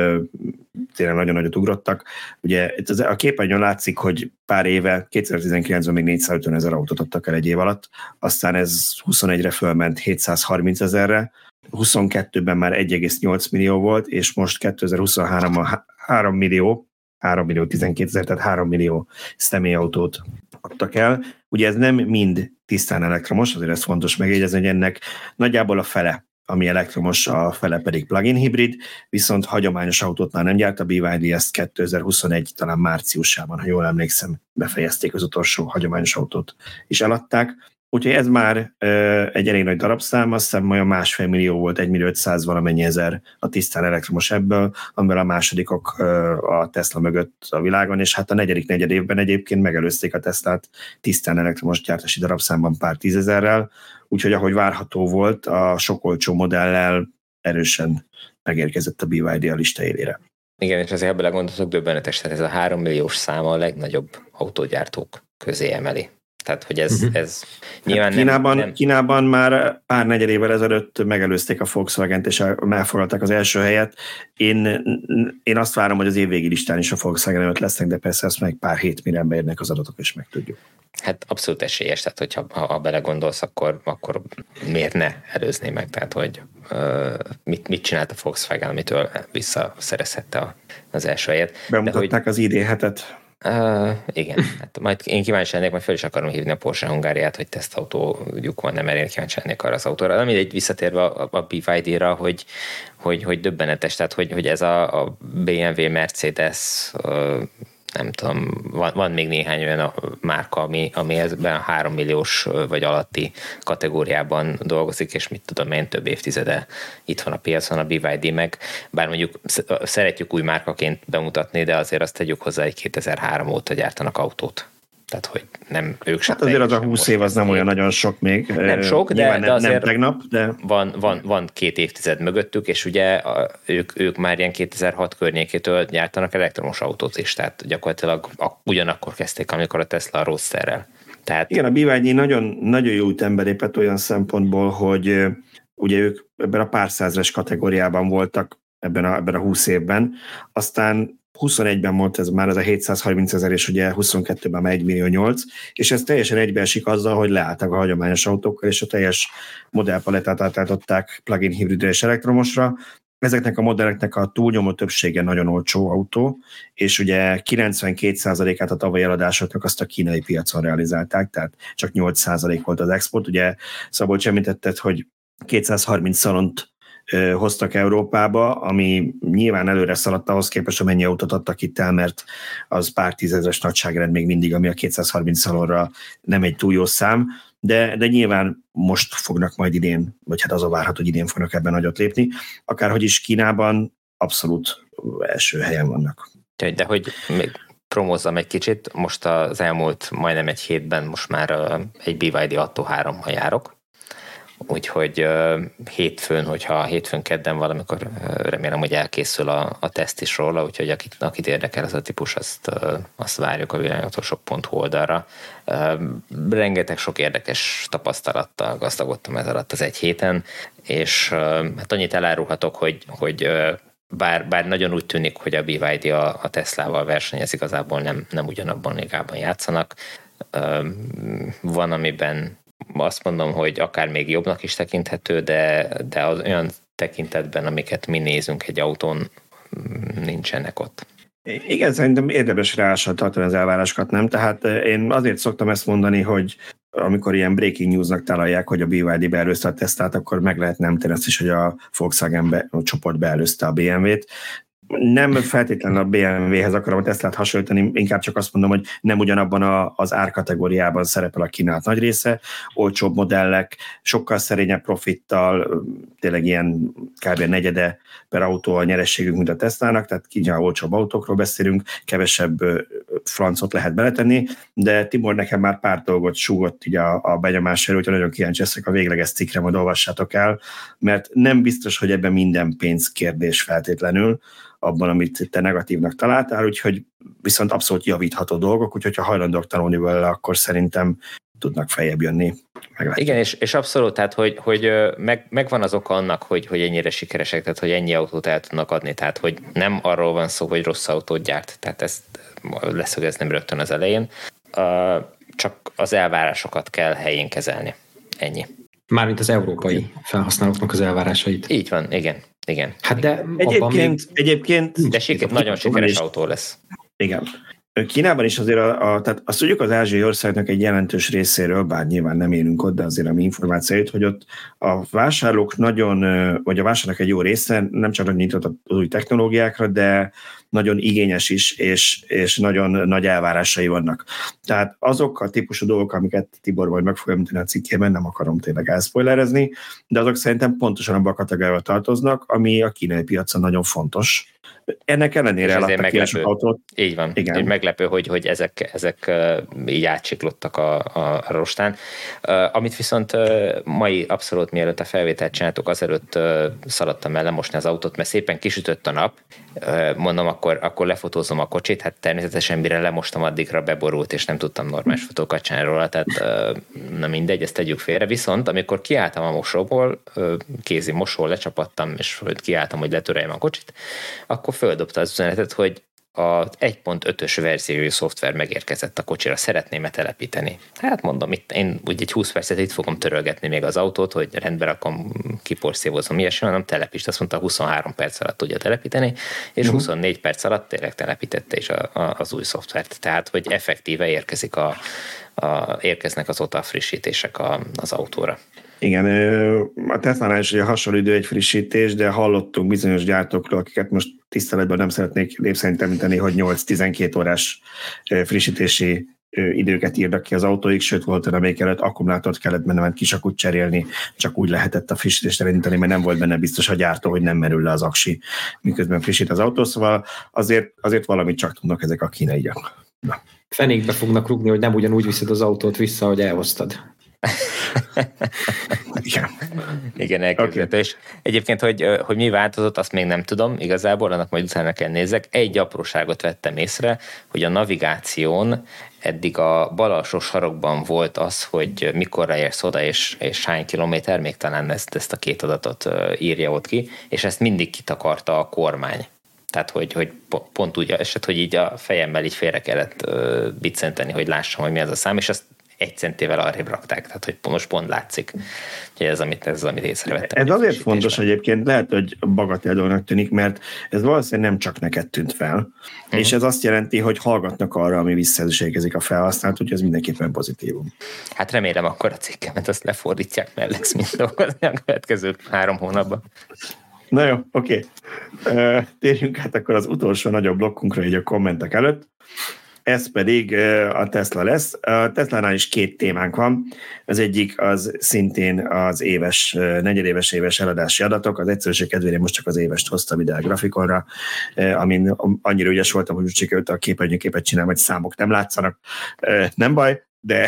tényleg nagyon nagyot ugrottak. Ugye itt a képernyőn látszik, hogy pár éve, kétezer-tizenkilencben még négyszázötven ezer autót adtak el egy év alatt, aztán ez huszonegyre fölment hétszázharminc ezerre, huszonkettőben már egy egész nyolc millió volt, és most kétezer-huszonháromban három millió, három millió tizenkétezer, tehát három millió személyautót adtak el. Ugye ez nem mind tisztán elektromos, azért ez fontos megjegyezni, hogy ennek nagyjából a fele, ami elektromos, a fele pedig plug-in hibrid, viszont hagyományos autót már nem gyárt a bé vé dé, ezt kétezer-huszonegy talán márciusában, ha jól emlékszem, befejezték az utolsó hagyományos autót, és eladták. Úgyhogy ez már ö, egy elég nagy darabszám, azt hiszem olyan másfél millió volt, egy millió ötszáz valamennyi ezer a tisztán elektromos ebből, amivel a másodikok ö, a Tesla mögött a világon, és hát a negyedik negyed évben egyébként megelőzték a Teslát tisztán elektromos gyártási darabszámban pár tízezerrel, úgyhogy ahogy várható volt, a sok olcsó modellel erősen megérkezett a bé vé dé a lista élére. Igen, és azért ebből gondoltok döbbenetes, tehát ez a három milliós száma a legnagyobb autógyártók közé emeli. Tehát, hogy ez, uh-huh. ez nyilván hát Kínában, nem, nem... Kínában már pár negyed évvel ezelőtt megelőzték a Volkswagent, és elfoglalták az első helyet. Én, én azt várom, hogy az évvégi listán is a Volkswagen előtt lesznek, de persze ezt meg pár hét mire beérnek az adatok, és megtudjuk. Hát abszolút esélyes, tehát hogyha ha, ha belegondolsz, akkor, akkor miért ne előzné meg? Tehát, hogy uh, mit, mit csinált a Volkswagen, amitől visszaszerezhette a, az első helyet. Bemutatták hogy... az i dé hetet. Uh, igen, hát majd én kíváncsi lennék, majd fel is akarom hívni a Porsche Hungáriát, hogy tesztautójuk van, nem, mert én kíváncsi lennék arra az autóra. De mindegy, visszatérve a, a bé vé dé-ra, hogy, hogy, hogy döbbenetes, tehát hogy, hogy ez a, a bé em vé, Mercedes, uh, nem tudom, van, van még néhány olyan márka, ami, ami ezben a három milliós vagy alatti kategóriában dolgozik, és mit tudom én, több évtizede itt van a piacon a bé vé dé meg, bár mondjuk szeretjük új márkaként bemutatni, de azért azt tegyük hozzá, hogy kétezer-három óta gyártanak autót. Tehát, hogy nem ők sem. Hát azért az a húsz év az nem olyan nagyon sok még. Nem sok, de, nem, de azért nem tegnap, de... Van, van, van két évtized mögöttük, és ugye a, ők, ők már ilyen kétezer-hat környékétől gyártanak elektromos autót is, tehát gyakorlatilag a, ugyanakkor kezdték, amikor a Tesla a Roadsterrel. Tehát... Igen, a bé vé dé nagyon, nagyon jó ütembe lépett olyan szempontból, hogy ugye ők ebben a pár százres kategóriában voltak ebben a, ebben a húsz évben, aztán huszonegyben volt ez már ez a hétszázharminc ezer, és ugye huszonkettőben már egy millió nyolc, és ez teljesen egybeesik azzal, hogy leálltak a hagyományos autókkal, és a teljes modellpalettát átállították plug-in hibridre és elektromosra. Ezeknek a modelleknek a túlnyomó többsége nagyon olcsó autó, és ugye kilencvenkét százalékát a tavalyi eladásoknak azt a kínai piacon realizálták, tehát csak nyolc százalék volt az export. Ugye Szabolcs említetted, hogy kétszázharminc szalont hoztak Európába, ami nyilván előre szaladt ahhoz képest, hogy mennyi autót adtak itt el, mert az pár tízezres nagyságrend még mindig, ami a kétszázharminc szalonra nem egy túl jó szám, de, de nyilván most fognak majd idén, vagy hát az a várható, hogy idén fognak ebben nagyot lépni. Akárhogy is Kínában abszolút első helyen vannak. De hogy még promózzam egy kicsit, most az elmúlt majdnem egy hétben most már egy bé vé dé Atto hárommal járok, úgyhogy uh, hétfőn, hogyha hétfőn kedden valamikor uh, remélem, hogy elkészül a, a teszt is róla, úgyhogy akit, akit érdekel ez a típus, azt, uh, azt várjuk a villanyautósok pont hu oldalra. Uh, rengeteg sok érdekes tapasztalattal gazdagodtam ez alatt az egy héten, és uh, hát annyit elárulhatok, hogy, hogy uh, bár, bár nagyon úgy tűnik, hogy a bé vé dé a, a Teslával versenyez, igazából nem, nem ugyanabban ligában játszanak. Uh, van, amiben azt mondom, hogy akár még jobbnak is tekinthető, de, de az olyan tekintetben, amiket mi nézünk egy autón, nincsenek ott. Igen, szerintem érdemes ráással tartani az elvárásokat, nem? Tehát én azért szoktam ezt mondani, hogy amikor ilyen breaking newsnak találják, hogy a bé vé dé beelőzte a Teslát, akkor meg lehet nem tenni azt is, hogy a Volkswagen be, a csoport beelőzte a bé em vét. Nem feltétlenül a bé em véhez akarom a Teslát hasonlítani, inkább csak azt mondom, hogy nem ugyanabban a, az árkategóriában szerepel a kínálat nagy része, olcsóbb modellek, sokkal szerényebb profittal, tényleg ilyen kb. Negyede per autó a nyerességünk, mint a Teslának, tehát kínál olcsóbb autókról beszélünk, kevesebb francot lehet beletenni, de Tibor nekem már pár dolgot súgott így a, a benyomásra, úgyhogy nagyon kíváncsi leszek a végleges cikkre, majd olvassátok el, mert nem biztos, hogy ebben minden pénzkérdés feltétlenül, abban, amit te negatívnak találtál, úgyhogy viszont abszolút javítható dolgok, úgyhogy ha hajlandók tanulni vele, akkor szerintem tudnak feljebb jönni. Meglátjuk. Igen, és, és abszolút, tehát hogy, hogy meg, megvan az oka annak, hogy, hogy ennyire sikeresek, tehát hogy ennyi autót el tudnak adni, tehát hogy nem arról van szó, hogy rossz autót gyárt, tehát ezt leszögezném rögtön az elején, csak az elvárásokat kell helyén kezelni. Ennyi. Mármint az európai felhasználóknak az elvárásait. Így van, igen. igen. Hát de egyébként, még... egyébként de siker, nagyon sikeres is. Autó lesz. Igen. Kínában is azért, a, a, tehát azt tudjuk az ázsiai országnak egy jelentős részéről, bár nyilván nem élünk ott, de azért a mi információit, hogy ott a vásárlók nagyon, vagy a vásárlók egy jó része nem csak nyitott az új technológiákra, de nagyon igényes is, és, és nagyon nagy elvárásai vannak. Tehát azok a típusú dolgok, amiket Tibor majd meg fog említeni a cikkében, nem akarom tényleg elszpoilerezni, de azok szerintem pontosan abba a kategóriába tartoznak, ami a kínai piacon nagyon fontos. Ennek ellenére eladtak ki sok autót. Így van, igen. Hogy meglepő, hogy, hogy ezek, ezek így átsiklottak a, a, a rostán. Uh, amit viszont uh, mai abszolút mielőtt a felvételt csináltuk, azelőtt uh, szaladtam el lemosni az autót, mert szépen kisütött a nap, uh, mondom, akkor, akkor lefotózom a kocsit, hát természetesen mire lemostam, addigra beborult, és nem tudtam normális fotókat csinálni róla, tehát uh, na mindegy, ezt tegyük félre. Viszont amikor kiálltam a mosóból, uh, kézi mosó, lecsapattam, és kiálltam, hogy letöreljem a kocsit, akkor földobta az üzenetet, hogy az egy pont ötös verziójú szoftver megérkezett a kocsira, szeretném-e telepíteni. Hát mondom, itt, én úgy egy húsz percet itt fogom törölgetni még az autót, hogy rendbe rakom, kiporszívozom, ilyesmi, hanem telepítsd, azt mondta, huszonhárom perc alatt tudja telepíteni, és uh-huh. huszonnégy perc alatt tényleg telepítette is a, a, az új szoftvert. Tehát, hogy effektíve érkezik a, a, érkeznek azóta a frissítések a, az autóra. Igen, a Tesla-nál is ugye hasonló idő egy frissítés, de hallottunk bizonyos gyártókról, akiket most tiszteletben nem szeretnék név szerint említeni, hogy nyolc-tizenkét órás frissítési időket írnak ki az autóik, sőt volt olyan, amelyik előtt akkumulátort kellett benne kisakut cserélni, csak úgy lehetett a frissítést elindítani, mert nem volt benne biztos a gyártó, hogy nem merül le az aksi, miközben frissít az autó, szóval azért, azért valamit csak tudnak ezek a kínaiak. Na. Fenékbe fognak rúgni, hogy nem ugyanúgy viszed az autót vissza, hogy elhoztad. Igen, Igen, elképzelhető. Okay. És egyébként, hogy, hogy mi változott, azt még nem tudom, igazából, annak majd utána kell nézzek. Egy apróságot vettem észre, hogy a navigáción eddig a bal alsó sarokban volt az, hogy mikorra érsz oda, és, és hány kilométer, még talán ezt, ezt a két adatot írja ott ki, és ezt mindig kitakarta a kormány. Tehát, hogy, hogy pont úgy esett, hogy így a fejemmel így félre kellett biccenteni, hogy lássam, hogy mi az a szám, és azt egy centivel arrébb rakták, tehát hogy most pont látszik. Úgyhogy ez, amit, ez az, amit észrevettem. Ez azért fontos egyébként, lehet, hogy bagatél dolognak tűnik, mert ez valószínűleg nem csak neked tűnt fel, uh-huh. és ez azt jelenti, hogy hallgatnak arra, ami visszajelzésezik a felhasználat, úgyhogy ez mindenképpen pozitívum. Hát remélem akkor a cikkemet azt lefordítják, mert lesz mind dolgozni a következő három hónapban. Na jó, oké. Okay. Térjünk át akkor az utolsó nagyobb blokkunkra így a kommentek előtt. Ez pedig a Tesla lesz. A Tesla-nál is két témánk van. Az egyik az szintén az éves, negyedéves éves eladási adatok. Az egyszerűség kedvére most csak az évest hoztam ide a grafikonra, amin annyira ügyes voltam, hogy sikerült a képernyőképet csinálni, hogy számok nem látszanak. Nem baj, de,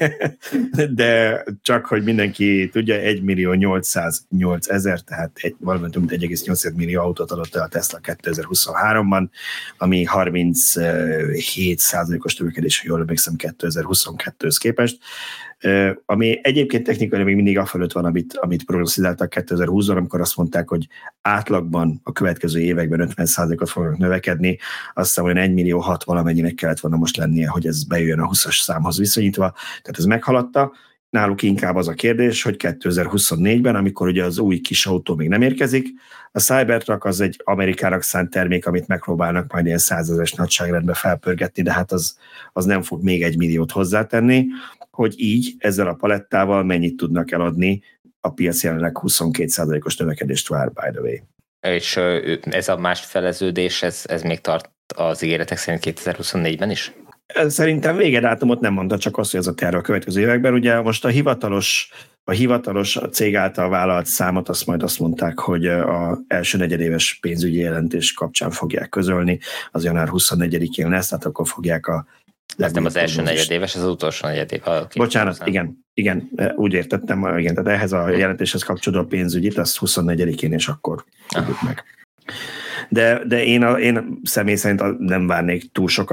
de csak, hogy mindenki tudja, egymillió-nyolcszáznyolcezer, tehát egy, valami több mint egy egész nyolc millió autót adott el a Tesla kétezer-huszonháromban, ami harminchét százalékos növekedés, ha jól emlékszem, kétezer-huszonkettőhöz képest, ami egyébként technikailag még mindig afölött van, amit, amit prognosztizáltak kétezer-húszban, amikor azt mondták, hogy átlagban a következő években ötven százalékot fognak növekedni, azt hiszem, hogy egy millió hat valamennyinek kellett volna most lennie, hogy ez bejöjjön a húszas számhoz viszonyítva, tehát ez meghaladta. Náluk inkább az a kérdés, hogy kétezer-huszonnégyben, amikor ugye az új kis autó még nem érkezik, a Cybertruck az egy Amerikának szánt termék, amit megpróbálnak majd ilyen százezres nagyságrendbe felpörgetni, de hát az, az nem fog még egy milliót hozzátenni, hogy így ezzel a palettával mennyit tudnak eladni, a piac jelenleg huszonkét százalékos növekedést vár, by the way. És ez a más feleződés, ez, ez még tart az ígéretek szerint kétezer-huszonnégyben is? Szerintem végedátumot nem mondta, csak azt, hogy ez a terv a következő években. Ugye most a hivatalos, a hivatalos a cég által vállalt számot, azt majd azt mondták, hogy az első negyedéves pénzügyi jelentés kapcsán fogják közölni, az január huszonnegyedikén lesz, tehát akkor fogják a Ez nem az első negyedéves, az utolsó negyedév. Bocsánat, igen, igen, úgy értettem, igen, tehát ehhez a jelentéshez kapcsolódó pénzügyit, azt huszonnegyedikén, és akkor tudjuk meg. De, de én, a, én személy szerint nem várnék túl sokat,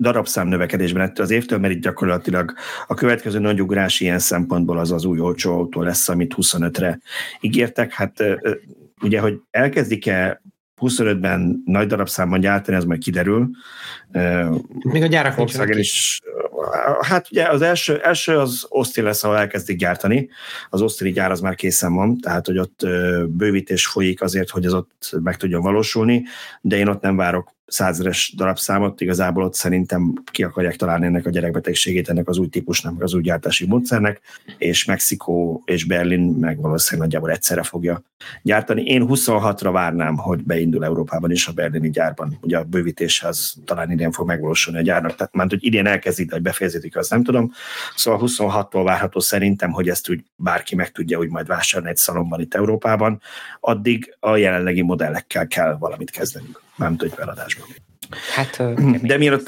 darabszám növekedésben ettől az évtől, mert itt gyakorlatilag a következő nagy ugrás ilyen szempontból az az új olcsó autó lesz, amit huszonötre ígértek. Hát ugye, hogy elkezdik-e huszonötben nagy darabszámban gyártani, ez majd kiderül. Még a gyárak nincsenek is. Hát ugye az első, első az Austin lesz, ahol elkezdik gyártani. Az Austini gyár az már készen van, tehát hogy ott bővítés folyik azért, hogy az ott meg tudjon valósulni, de én ott nem várok százeres darabszámot, igazából ott szerintem ki akarják találni ennek a gyerekbetegségét, ennek az új típusnak, az új gyártási módszernek, és Mexikó és Berlin meg valószínűleg nagyjából egyszerre fogja gyártani. Én huszonhatra várnám, hogy beindul Európában is a berlini gyárban. Ugye a bővítés az talán idén fog megvalósulni a gyárnak, tehát már hogy idén elkezdik, vagy befejezik, azt nem tudom. Szóval huszonhattól várható szerintem, hogy ezt úgy bárki meg tudja úgy majd vásárolni egy szalomban itt Európában. Addig a jelenlegi modellekkel kell valamit kezdenünk. Nem tudjuk feladásban. Hát, de mielőtt,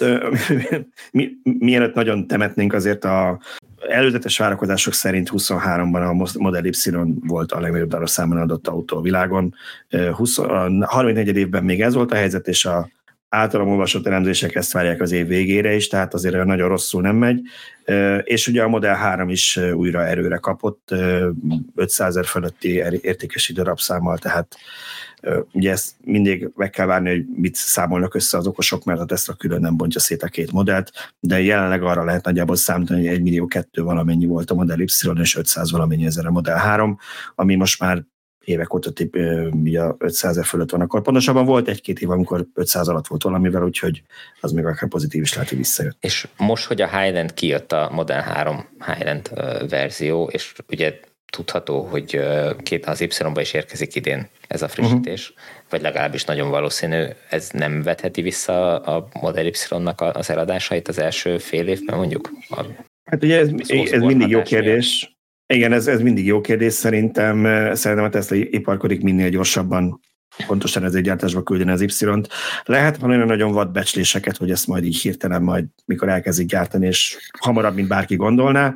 mi, mielőtt nagyon temetnénk, azért a előzetes várakozások szerint huszonháromban a Model Y volt a legnagyobb darabszámban adott autó a világon. húsz, a harminnegyedik évben még ez volt a helyzet, és a általam olvasott elemzések ezt várják az év végére is, tehát azért nagyon rosszul nem megy. És ugye a Model három is újra erőre kapott, ötszázezer fölötti értékesítő darabszámmal, tehát ugye ezt mindig meg kell várni, hogy mit számolnak össze az okosok, mert a Tesla külön nem bontja szét a két modellt, de jelenleg arra lehet nagyjából számítani, hogy egy millió kettő valamennyi volt a Model Y, és ötszáz valamennyi ezer a Model három, ami most már évek óta ötszázezer fölött van. Akkor pontosabban volt egy-két év, amikor ötszáz alatt volt valamivel, úgyhogy az még akár pozitív is lehet, hogy visszajött. És most, hogy a Highland kijött a Model három Highland verzió, és ugye tudható, hogy két az Y-ba is érkezik idén ez a frissítés, uh-huh. vagy legalábbis nagyon valószínű, ez nem vetheti vissza a Model Y-nak az eladásait az első fél évben mondjuk? A, hát ugye ez, ez mindig jó kérdés. Miatt. Igen, ez, ez mindig jó kérdés. Szerintem, szerintem a Tesla iparkodik minél gyorsabban, pontosan ezért gyártásba küldeni az Y-t. Lehet van olyan nagyon vad becsléseket, hogy ezt majd így hirtelen majd, mikor elkezdik gyártani, és hamarabb, mint bárki gondolná.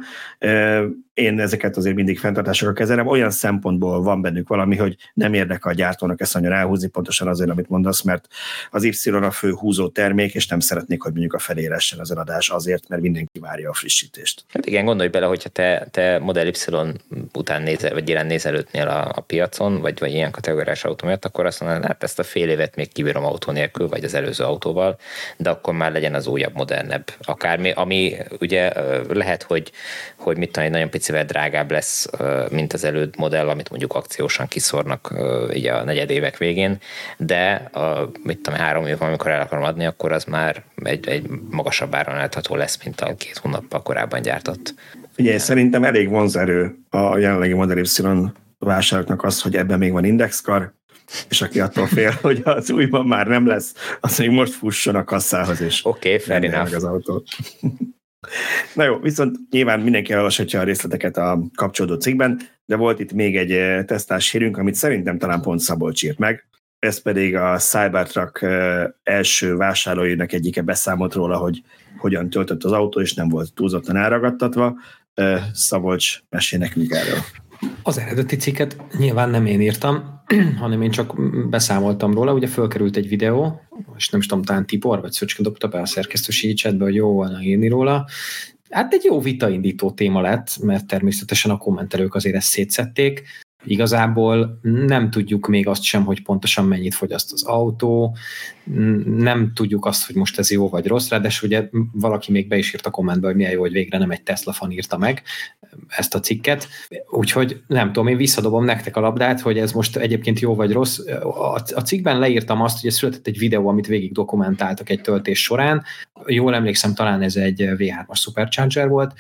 Én ezeket azért mindig fenntartásokkal kezelem. Olyan szempontból van bennük valami, hogy nem érdekel a gyártónak ezt annyira elhúzni, pontosan azért, amit mondasz, mert az Y a fő húzó termék, és nem szeretnék, hogy mondjuk a felére essen az eladás azért, mert mindenki várja a frissítést. Hát igen, gondolj bele, hogyha te, te Model Y után nézel, vagy irány nézelődnél a, a piacon, vagy, vagy ilyen kategóriás autó miatt, akkor azt mondanád, hát ezt a fél évet még kibírom autó nélkül, vagy az előző autóval, de akkor már legyen az újabb, modernebb akármi, ami ugye lehet, hogy, hogy mit tudom, egy nagyon picivel drágább lesz, mint az előtt modell, amit mondjuk akciósan kiszórnak így a negyedévek végén, de a, mit tudom, három év, amikor el akarom adni, akkor az már egy, egy magasabb áron látható lesz, mint a két hónappal korábban gyártott. Ugye szerintem elég vonzerő a jelenlegi Model Y vásároknak az, hogy ebben még van indexkar, és aki attól fél, hogy az újban már nem lesz, az még most fusson a kasszához, és oké, okay, fair enough. Az autót. Na jó, viszont nyilván mindenki elolvashatja a részleteket a kapcsolódó cikkben, de volt itt még egy tesztás hírünk, amit szerintem talán pont Szabolcs írt meg. Ez pedig a Cybertruck első vásárlóinak egyike beszámolt róla, hogy hogyan töltött az autó, és nem volt túlzottan elragadtatva. Szabolcs, mesélj nekünk erről. Az eredeti cikket nyilván nem én írtam, hanem én csak beszámoltam róla. Ugye fölkerült egy videó, és nem is tudom, talán Tibor vagy Szöcske dobta be a szerkesztőségi chatbe, hogy jó volna írni róla. Hát egy jó vitaindító téma lett, mert természetesen a kommentelők azért ezt szétszették. Igazából nem tudjuk még azt sem, hogy pontosan mennyit fogyaszt az autó, nem tudjuk azt, hogy most ez jó vagy rossz, ráadásul ugye valaki még be is írt a kommentbe, hogy milyen jó, hogy végre nem egy Tesla fan írta meg ezt a cikket, úgyhogy nem tudom, én visszadobom nektek a labdát, hogy ez most egyébként jó vagy rossz. A cikkben leírtam azt, hogy született egy videó, amit végig dokumentáltak egy töltés során, jól emlékszem, talán ez egy vé hármas Supercharger volt,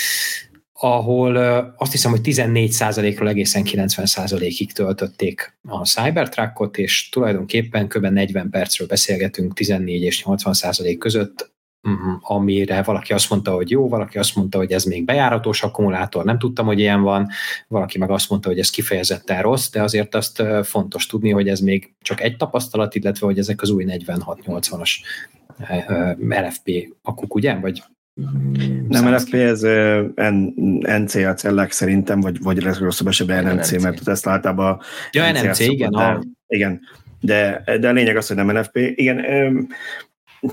ahol azt hiszem, hogy tizennégy százalékról egészen kilencven százalékig töltötték a Cybertruckot, és tulajdonképpen kb. negyven percről beszélgetünk tizennégy és nyolcvan százalék között, amire valaki azt mondta, hogy jó, valaki azt mondta, hogy ez még bejáratos akkumulátor, nem tudtam, hogy ilyen van, valaki meg azt mondta, hogy ez kifejezetten rossz, de azért azt fontos tudni, hogy ez még csak egy tapasztalat, illetve hogy ezek az új negyvenhat nyolcvanas el ef pé akuk, ugye? Vagy nem, el ef pé, ez en cé á cellák szerintem, vagy, vagy rosszabb esetben en em cé, mert ezt általában ja, en em cé, igen. De, a... igen, de, de a lényeg az, hogy nem en ef pé. Igen,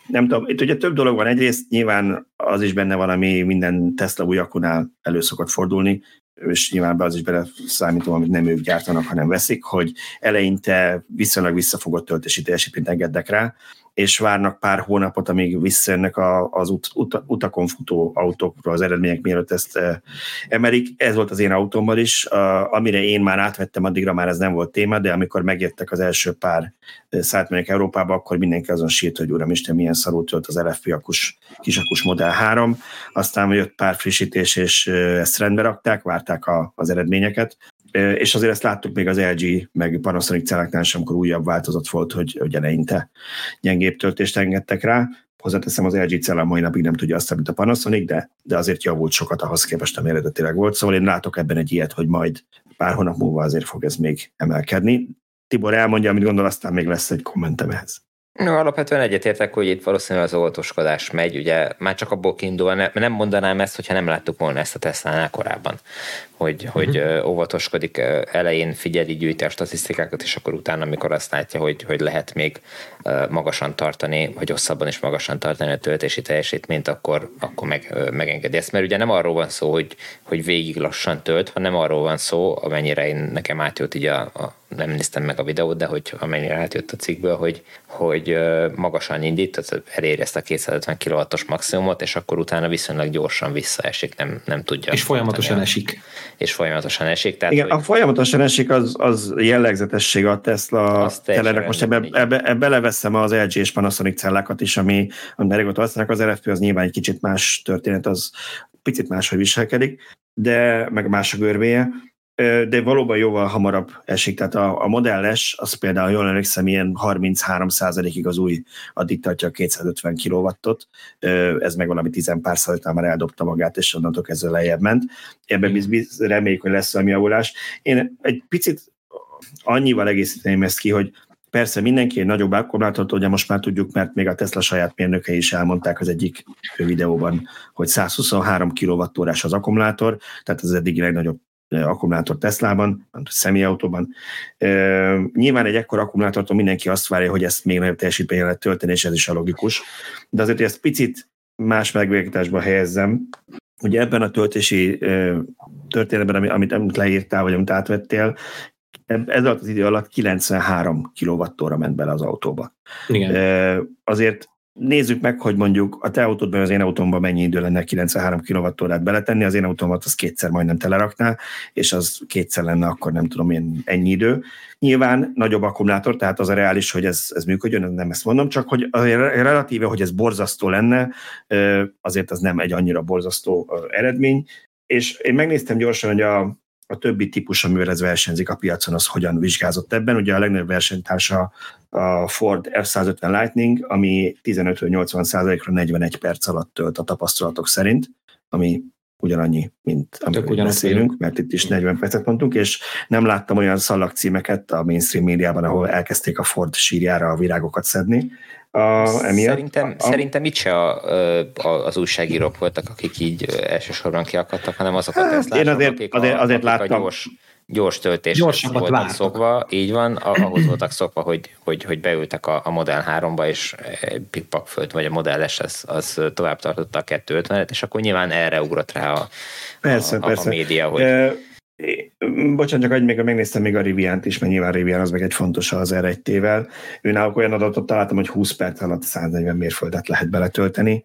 Nem tudom, itt ugye több dolog van. Egyrészt nyilván az is benne van, ami minden Tesla új akkunál elő szokott fordulni, és nyilván be az is bele számítom, amit nem ők gyártanak, hanem veszik, hogy eleinte viszonylag visszafogott töltési teljesítményt engednek rá, és várnak pár hónapot, amíg visszajönnek az ut, ut, utakon futó autókról az eredmények, mielőtt ezt emelik. Ez volt az én autómmal is, amire én már átvettem, addigra már ez nem volt téma, de amikor megjöttek az első pár szállítmányok Európába, akkor mindenki azon sírt, hogy uramisten, milyen szarul tölt az el ef pé akus, kisakus Model három, aztán jött pár frissítés, és ezt rendbe rakták, várták a, az eredményeket, és azért ezt láttuk még az el gé, meg Panasonic celláknál sem, amikor újabb változat volt, hogy, hogy eleinte gyengébb töltést engedtek rá. Hozzáteszem, az el gé cella mai napig nem tudja azt, mint a Panasonic, de, de azért javult sokat ahhoz képest, ami eredetileg volt. Szóval én látok ebben egy ilyet, hogy majd pár hónap múlva azért fog ez még emelkedni. Tibor elmondja, amit gondol, aztán még lesz egy kommentem ehhez. No, alapvetően egyetértek, hogy itt valószínűleg az óvatoskodás megy, ugye már csak abból kiindulva, nem mondanám ezt, hogyha nem láttuk volna ezt a Teslánál korábban, hogy, uh-huh. hogy óvatoskodik, elején figyeli, gyűjti a statisztikákat, és akkor utána, amikor azt látja, hogy, hogy lehet még magasan tartani, vagy hosszabban is magasan tartani a töltési teljesítményt, akkor, akkor meg, megengedi ezt, mert ugye nem arról van szó, hogy, hogy végig lassan tölt, hanem arról van szó, amennyire én nekem átjött így a, a nem néztem meg a videót, de hogy amennyire átjött a cikkből, hogy, hogy magasan indít, tehát eléri ezt a kétszázötven kilowattos maximumot, és akkor utána viszonylag gyorsan visszaesik, nem, nem tudja. És folyamatosan esik. És folyamatosan esik. Tehát, igen, hogy... a folyamatosan esik az, az jellegzetesség a Tesla tellerek. Most ebbe, ebbe, ebbe beleveszem az el gé és Panasonic cellákat is, ami, ami régóta használnak. Az el ef pé az nyilván egy kicsit más történet, az picit máshogy viselkedik, de meg más a görbéje. De valóban jóval hamarabb esik, tehát a, a Model S, az például jól emlékszem, ilyen harminchárom százalékig az új, addig tartja a kétszázötven kilowattot, ez meg valami tizen pár százaléknál már eldobta magát, és onnantól kezdve lejjebb ment. Ebben biz, biz, reméljük, hogy lesz valami javulás. Én egy picit annyival egészíteném ezt ki, hogy persze mindenki egy nagyobb akkumulátort, ugye most már tudjuk, mert még a Tesla saját mérnökei is elmondták az egyik videóban, hogy százhuszonhárom kilowattórás az akkumulátor, tehát ez az eddigi legnagyobb akkumulátor Teslában, személyautóban. E, nyilván egy ekkor akkumulátortól mindenki azt várja, hogy ezt még nagyobb teljesítményre lehet tölteni, és ez is a logikus. De azért, hogy ezt picit más megvilágításba helyezzem, ugye ebben a töltési e, történetben, amit, amit leírtál, vagy amit átvettél, ez alatt az idő alatt kilencvenhárom kilowattóra ment bele az autóba. Igen. E, azért nézzük meg, hogy mondjuk a te autódban, az én autómban mennyi idő lenne kilencvenhárom kilowattórát beletenni, az én autómat az kétszer majdnem telerakná, és az kétszer lenne akkor nem tudom én ennyi idő. Nyilván nagyobb akkumulátor, tehát az a reális, hogy ez, ez működjön, nem ezt mondom, csak hogy relatíve, hogy ez borzasztó lenne, azért az nem egy annyira borzasztó eredmény, és én megnéztem gyorsan, hogy a a többi típus, amivel ez versenyzik a piacon, az hogyan vizsgázott ebben. Ugye a legnagyobb versenytársa a Ford F száz ötven Lightning, ami tizenötről nyolcvan százalékra negyvenegy perc alatt tölt a tapasztalatok szerint, ami ugyanannyi, mint amiről beszélünk, mert itt is negyven percet mondtunk, és nem láttam olyan szallagcímeket a mainstream médiában, ahol elkezdték a Ford sírjára a virágokat szedni. A, szerintem, a, szerintem itt se a, a, az újságírók voltak, akik így elsősorban kiakadtak, hanem azok a Teslások, én azért, akik, azért, a, azért akik a gyors, gyors töltéshez voltak vártak. Szokva, így van, ahhoz voltak szokva, hogy, hogy, hogy beültek a, a Model háromba, és pikpakföld, vagy a Model S az, az tovább tartotta a kétszázötvenet, és akkor nyilván erre ugrott rá a, persze, a, persze. a média, hogy... E- Bocsánat, csak hogy még megnéztem még a Riviant is, mert nyilván Rivian az meg egy fontos az er egy té-vel. Őnáluk olyan adatot találtam, hogy húsz perc alatt száznegyven mérföldet lehet beletölteni.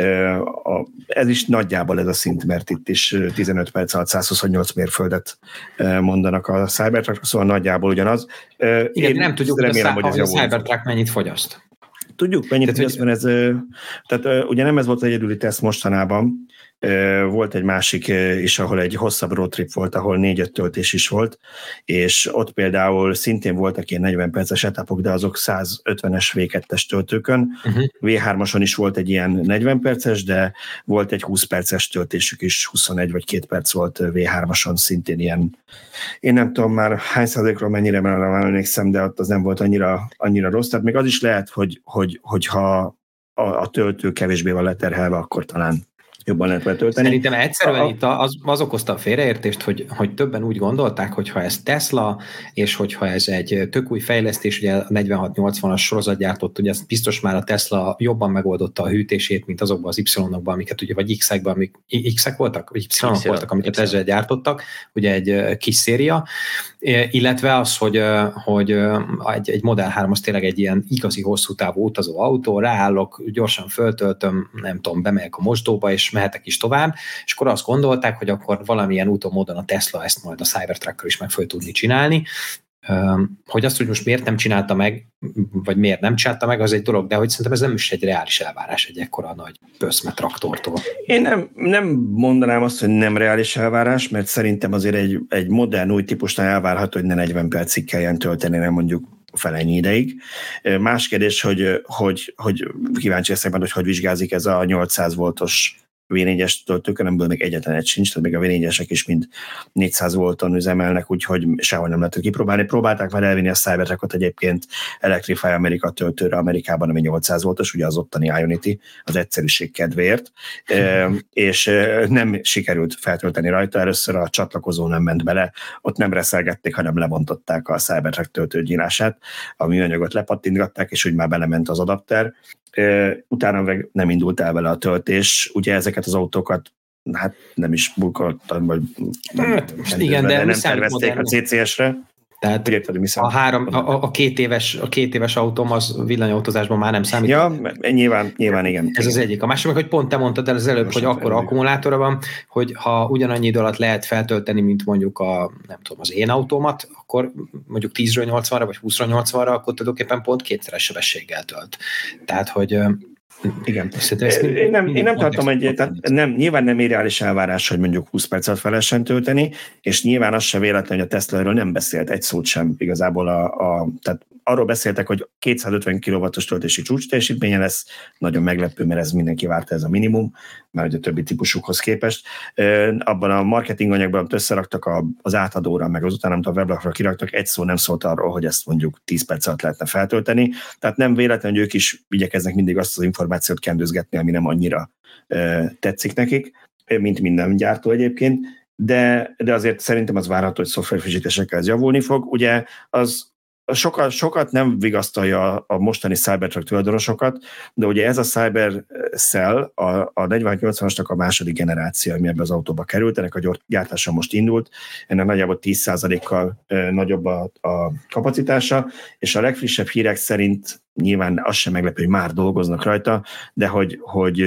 Ez is nagyjából ez a szint, mert itt is tizenöt perc alatt százhuszonnyolc mérföldet mondanak a Cybertruck, szóval nagyjából ugyanaz. Igen, én nem tudjuk, remélem, hogy, hogy a Cybertruck mennyit fogyaszt. Tudjuk, mennyit fogyaszt, mert ez, tehát ugye nem ez volt az egyedüli teszt mostanában, volt egy másik is, ahol egy hosszabb roadtrip volt, ahol négy-öt töltés is volt, és ott például szintén voltak ilyen negyven perces etapok, de azok százötvenes vé kettes töltőkön. Uh-huh. vé hármason is volt egy ilyen negyven perces, de volt egy húsz perces töltésük is, huszonegy vagy két perc volt vé hármason, szintén ilyen. Én nem tudom már hány százalékról mennyire, mert arra emlékszem, de ott az nem volt annyira, annyira rossz. Tehát még az is lehet, hogy, hogy, hogyha a, a töltő kevésbé van leterhelve, akkor talán jobban lehet betölteni. Szerintem egyszerűen a, itt az, az okozta a félreértést, hogy, hogy többen úgy gondolták, hogy ha ez Tesla, és hogyha ez egy tök új fejlesztés, ugye a negyvenhat nyolcvanas sorozatgyártott, ugye biztos már a Tesla jobban megoldotta a hűtését, mint azokban az Y-okban, amiket ugye, vagy X-ekben, amik X-ek voltak? Vagy Y-ok voltak, amiket ezzel gyártottak, ugye egy kis széria, illetve az, hogy, hogy egy, egy Model három az tényleg egy ilyen igazi hosszú távú utazó autó, ráállok, gyorsan föltöltöm, nem tudom, bemegyek a mosdóba, és mehetek is tovább, és akkor azt gondolták, hogy akkor valamilyen úton, módon a Tesla ezt majd a Cybertruckkal is meg fog tudni csinálni. Hogy azt, hogy most miért nem csinálta meg, vagy miért nem csinálta meg, az egy dolog, de hogy szerintem ez nem is egy reális elvárás egy ekkora nagy pöszme traktortól. Én nem, nem mondanám azt, hogy nem reális elvárás, mert szerintem azért egy, egy modern új típusnál elvárható, hogy ne negyven percig kelljen tölteni, nem mondjuk felennyi ideig. Más kérdés, hogy, hogy, hogy kíváncsi leszek majd, hogy hogy vizsgázik ez a nyolcszáz voltos vé négyes töltőkönömből még egyetlen egy sincs, tehát még a vé négyesek is mind négyszáz volton üzemelnek, úgyhogy sehol nem lehetett kipróbálni. Próbálták már elvinni a Cybertruckot egyébként Electrify America töltőre Amerikában, ami nyolcszáz voltos, ugye az ottani Ionity, az egyszerűség kedvéért, e, és nem sikerült feltölteni rajta, először a csatlakozó nem ment bele, ott nem reszelgették, hanem lebontották a Cybertruck töltőnyílását, a műanyagot lepattintgatták, és úgy már belement az adapter, utána meg nem indult el vele a töltés, ugye ezeket az autókat hát nem is burkoltam, vagy hát, nem, igen, de nem tervezték a cé cé es-re. Tehát érted, a, három, a, a, két éves, a két éves autóm az villanyautózásban már nem számít. Ja, nyilván, nyilván igen. Ez az egyik. A másik meg, hogy pont te mondtad el az előbb, most hogy akkora akkumulátora van, hogy ha ugyanannyi idő alatt lehet feltölteni, mint mondjuk a, nem tudom, az én autómat, akkor mondjuk tízről nyolcvanra, vagy húszról nyolcvanra, akkor tulajdonképpen pont kétszeres sebességgel tölt. Tehát, hogy igen. Én nem, én nem tartom, hogy tehát nem, nyilván nem irreális elvárás, hogy mondjuk húsz percet fel lehessen tölteni, és nyilván az se véletlen, hogy a Tesla-ről nem beszélt egy szót sem igazából. A, a, tehát arról beszéltek, hogy kétszázötven kilowattos töltési csúcs teljesítménye lesz, nagyon meglepő, mert ez mindenki várta, ez a minimum, már a többi típusukhoz képest. Abban a marketing anyagban, amit összeraktak az átadóra, meg azután, amit a weblapra kiraktak, egy szó nem szólt arról, hogy ezt mondjuk tíz perc alatt lehetne feltölteni. Tehát nem véletlen, hogy ők is igyekeznek mindig azt az információt kendőzgetni, ami nem annyira tetszik nekik, mint minden gyártó egyébként, de, de azért szerintem az várható, hogy szoftverfrissítésekkel ez javulni fog. Ugye az Sokat, sokat nem vigasztalja a mostani Cybertruck tulajdonosokat, de ugye ez a CyberCell, a, a negyvenhat nyolcvanasnak a második generáció, ami ebbe az autóba került, ennek a gyártása most indult, ennek nagyjából tíz százalékkal nagyobb a, a kapacitása, és a legfrissebb hírek szerint nyilván az sem meglepő, hogy már dolgoznak rajta, de hogy, hogy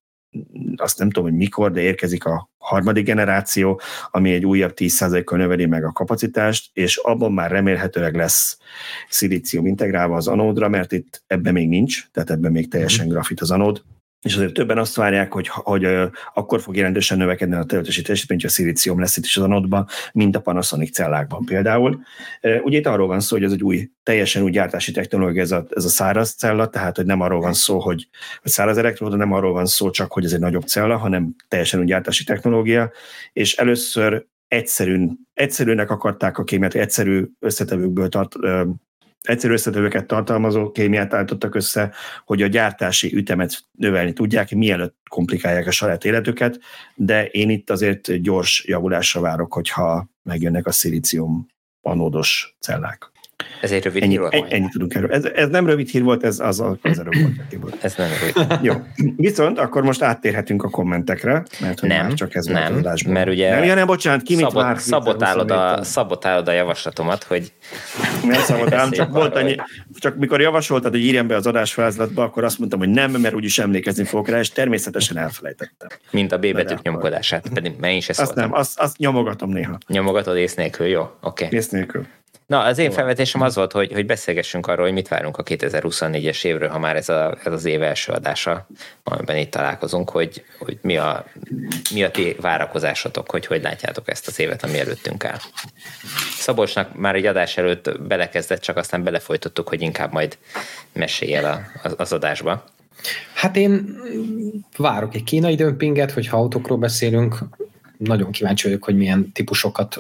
azt nem tudom, hogy mikor, de érkezik a harmadik generáció, ami egy újabb tíz százalékkal növeli meg a kapacitást, és abban már remélhetőleg lesz szilícium integrálva az anódra, mert itt ebben még nincs, tehát ebben még teljesen grafit az anód, és azért többen azt várják, hogy, hogy uh, akkor fog jelentősen növekedni a töltési teljesítmény, hogy a szilícium lesz itt is az anódban, mint a Panasonic cellákban például. Uh, ugye itt arról van szó, hogy ez egy új, teljesen új gyártási technológia, ez a, ez a száraz cella, tehát hogy nem arról van szó, hogy, hogy száraz elektróda, nem arról van szó csak, hogy ez egy nagyobb cella, hanem teljesen új gyártási technológia, és először egyszerűn, egyszerűnek akarták a kémiát, egyszerű összetevőkből tart, uh, egyszerű összetevőket tartalmazó kémiát állítottak össze, hogy a gyártási ütemet növelni tudják, mielőtt komplikálják a saját életüket, de én itt azért gyors javulásra várok, hogyha megjönnek a szilícium anódos cellák. Ez egy rövid ennyi, hír volt? Ennyi, ennyi tudunk erről. Ez, ez nem rövid hír volt, ez az a közelő volt. Ez nem rövid. Jó. Viszont akkor most áttérhetünk a kommentekre, mert nem, már csak ez nem, volt az mert ugye nem, ja, nem, bocsánat, ki szabot, mit vár? Szabotálod a, szabotálod a javaslatomat, hogy... Nem szabotálom, csak volt annyi, csak mikor javasoltad, hogy írjam be az adásfelvezetbe, akkor azt mondtam, hogy nem, mert úgyis emlékezni fogok rá, és természetesen elfelejtettem. Mint a B betűk nyomkodását, pedig én is ezt azt nem, azt, azt nyomogatom néha. Nyomogatod ész nélkül, jó? Oké. Okay. Ész nélkül. Na, az én felvetésem az volt, hogy, hogy beszélgessünk arról, hogy mit várunk a kétezer-huszonnégyes évről, ha már ez, a, ez az év első adása, amiben itt találkozunk, hogy, hogy mi, a, mi a ti várakozásotok, hogy hogy látjátok ezt az évet, ami előttünk áll. Szabolcsnak már egy adás előtt belekezdett, csak aztán belefolytottuk, hogy inkább majd mesélj el a, az adásba. Hát én várok egy kínai dömpinget, hogyha autókról beszélünk. Nagyon kíváncsi vagyok, hogy milyen típusokat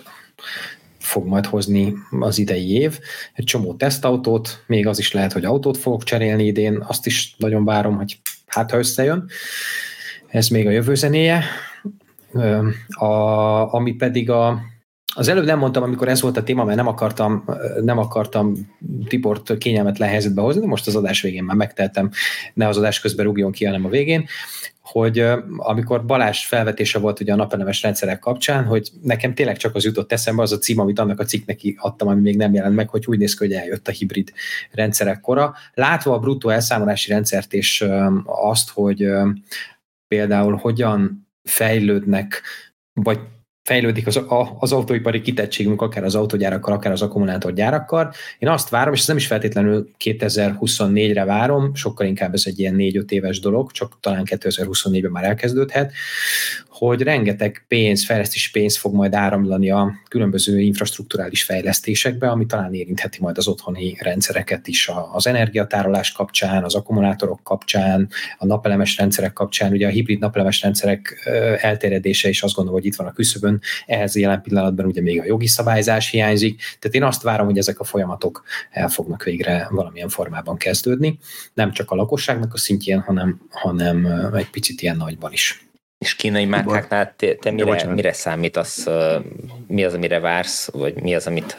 fog majd hozni az idei év. Egy csomó tesztautót, még az is lehet, hogy autót fogok cserélni idén, azt is nagyon várom, hogy hát ha összejön. Ez még a jövő zenéje. A, ami pedig a Az előbb nem mondtam, amikor ez volt a téma, mert nem akartam, nem akartam Tibort kényelmetlen helyzetbe hozni, de most az adás végén már megteltem, ne az adás közben rúgjon ki, hanem a végén, hogy amikor Balázs felvetése volt ugye a napelemes rendszerek kapcsán, hogy nekem tényleg csak az jutott eszembe, az a cím, amit annak a cikknek adtam, ami még nem jelent meg, hogy úgy néz ki, hogy eljött a hibrid rendszerek kora. Látva a bruttó elszámolási rendszert és azt, hogy például hogyan fejlődnek, vagy fejlődik az, az autóipari kitettségünk, akár az autógyárakkal, akár az akkumulátorgyárakkal. Én azt várom, és ez nem is feltétlenül kétezer-huszonnégyre várom, sokkal inkább ez egy ilyen négy-öt éves dolog, csak talán kétezer-huszonnégyben már elkezdődhet, hogy rengeteg pénz, fejlesztési pénz fog majd áramlani a különböző infrastrukturális fejlesztésekbe, ami talán érintheti majd az otthoni rendszereket is az energiatárolás kapcsán, az akkumulátorok kapcsán, a napelemes rendszerek kapcsán. Ugye a hibrid napelemes rendszerek elterjedése is azt gondolom, hogy itt van a küszöbön, ehhez jelen pillanatban ugye még a jogi szabályzás hiányzik, tehát én azt várom, hogy ezek a folyamatok el fognak végre valamilyen formában kezdődni, nem csak a lakosságnak a szintjén, hanem, hanem egy picit ilyen nagyban is. És kínai márkáknál te, te mire, mire számítasz, mi az, amire vársz, vagy mi az, amit,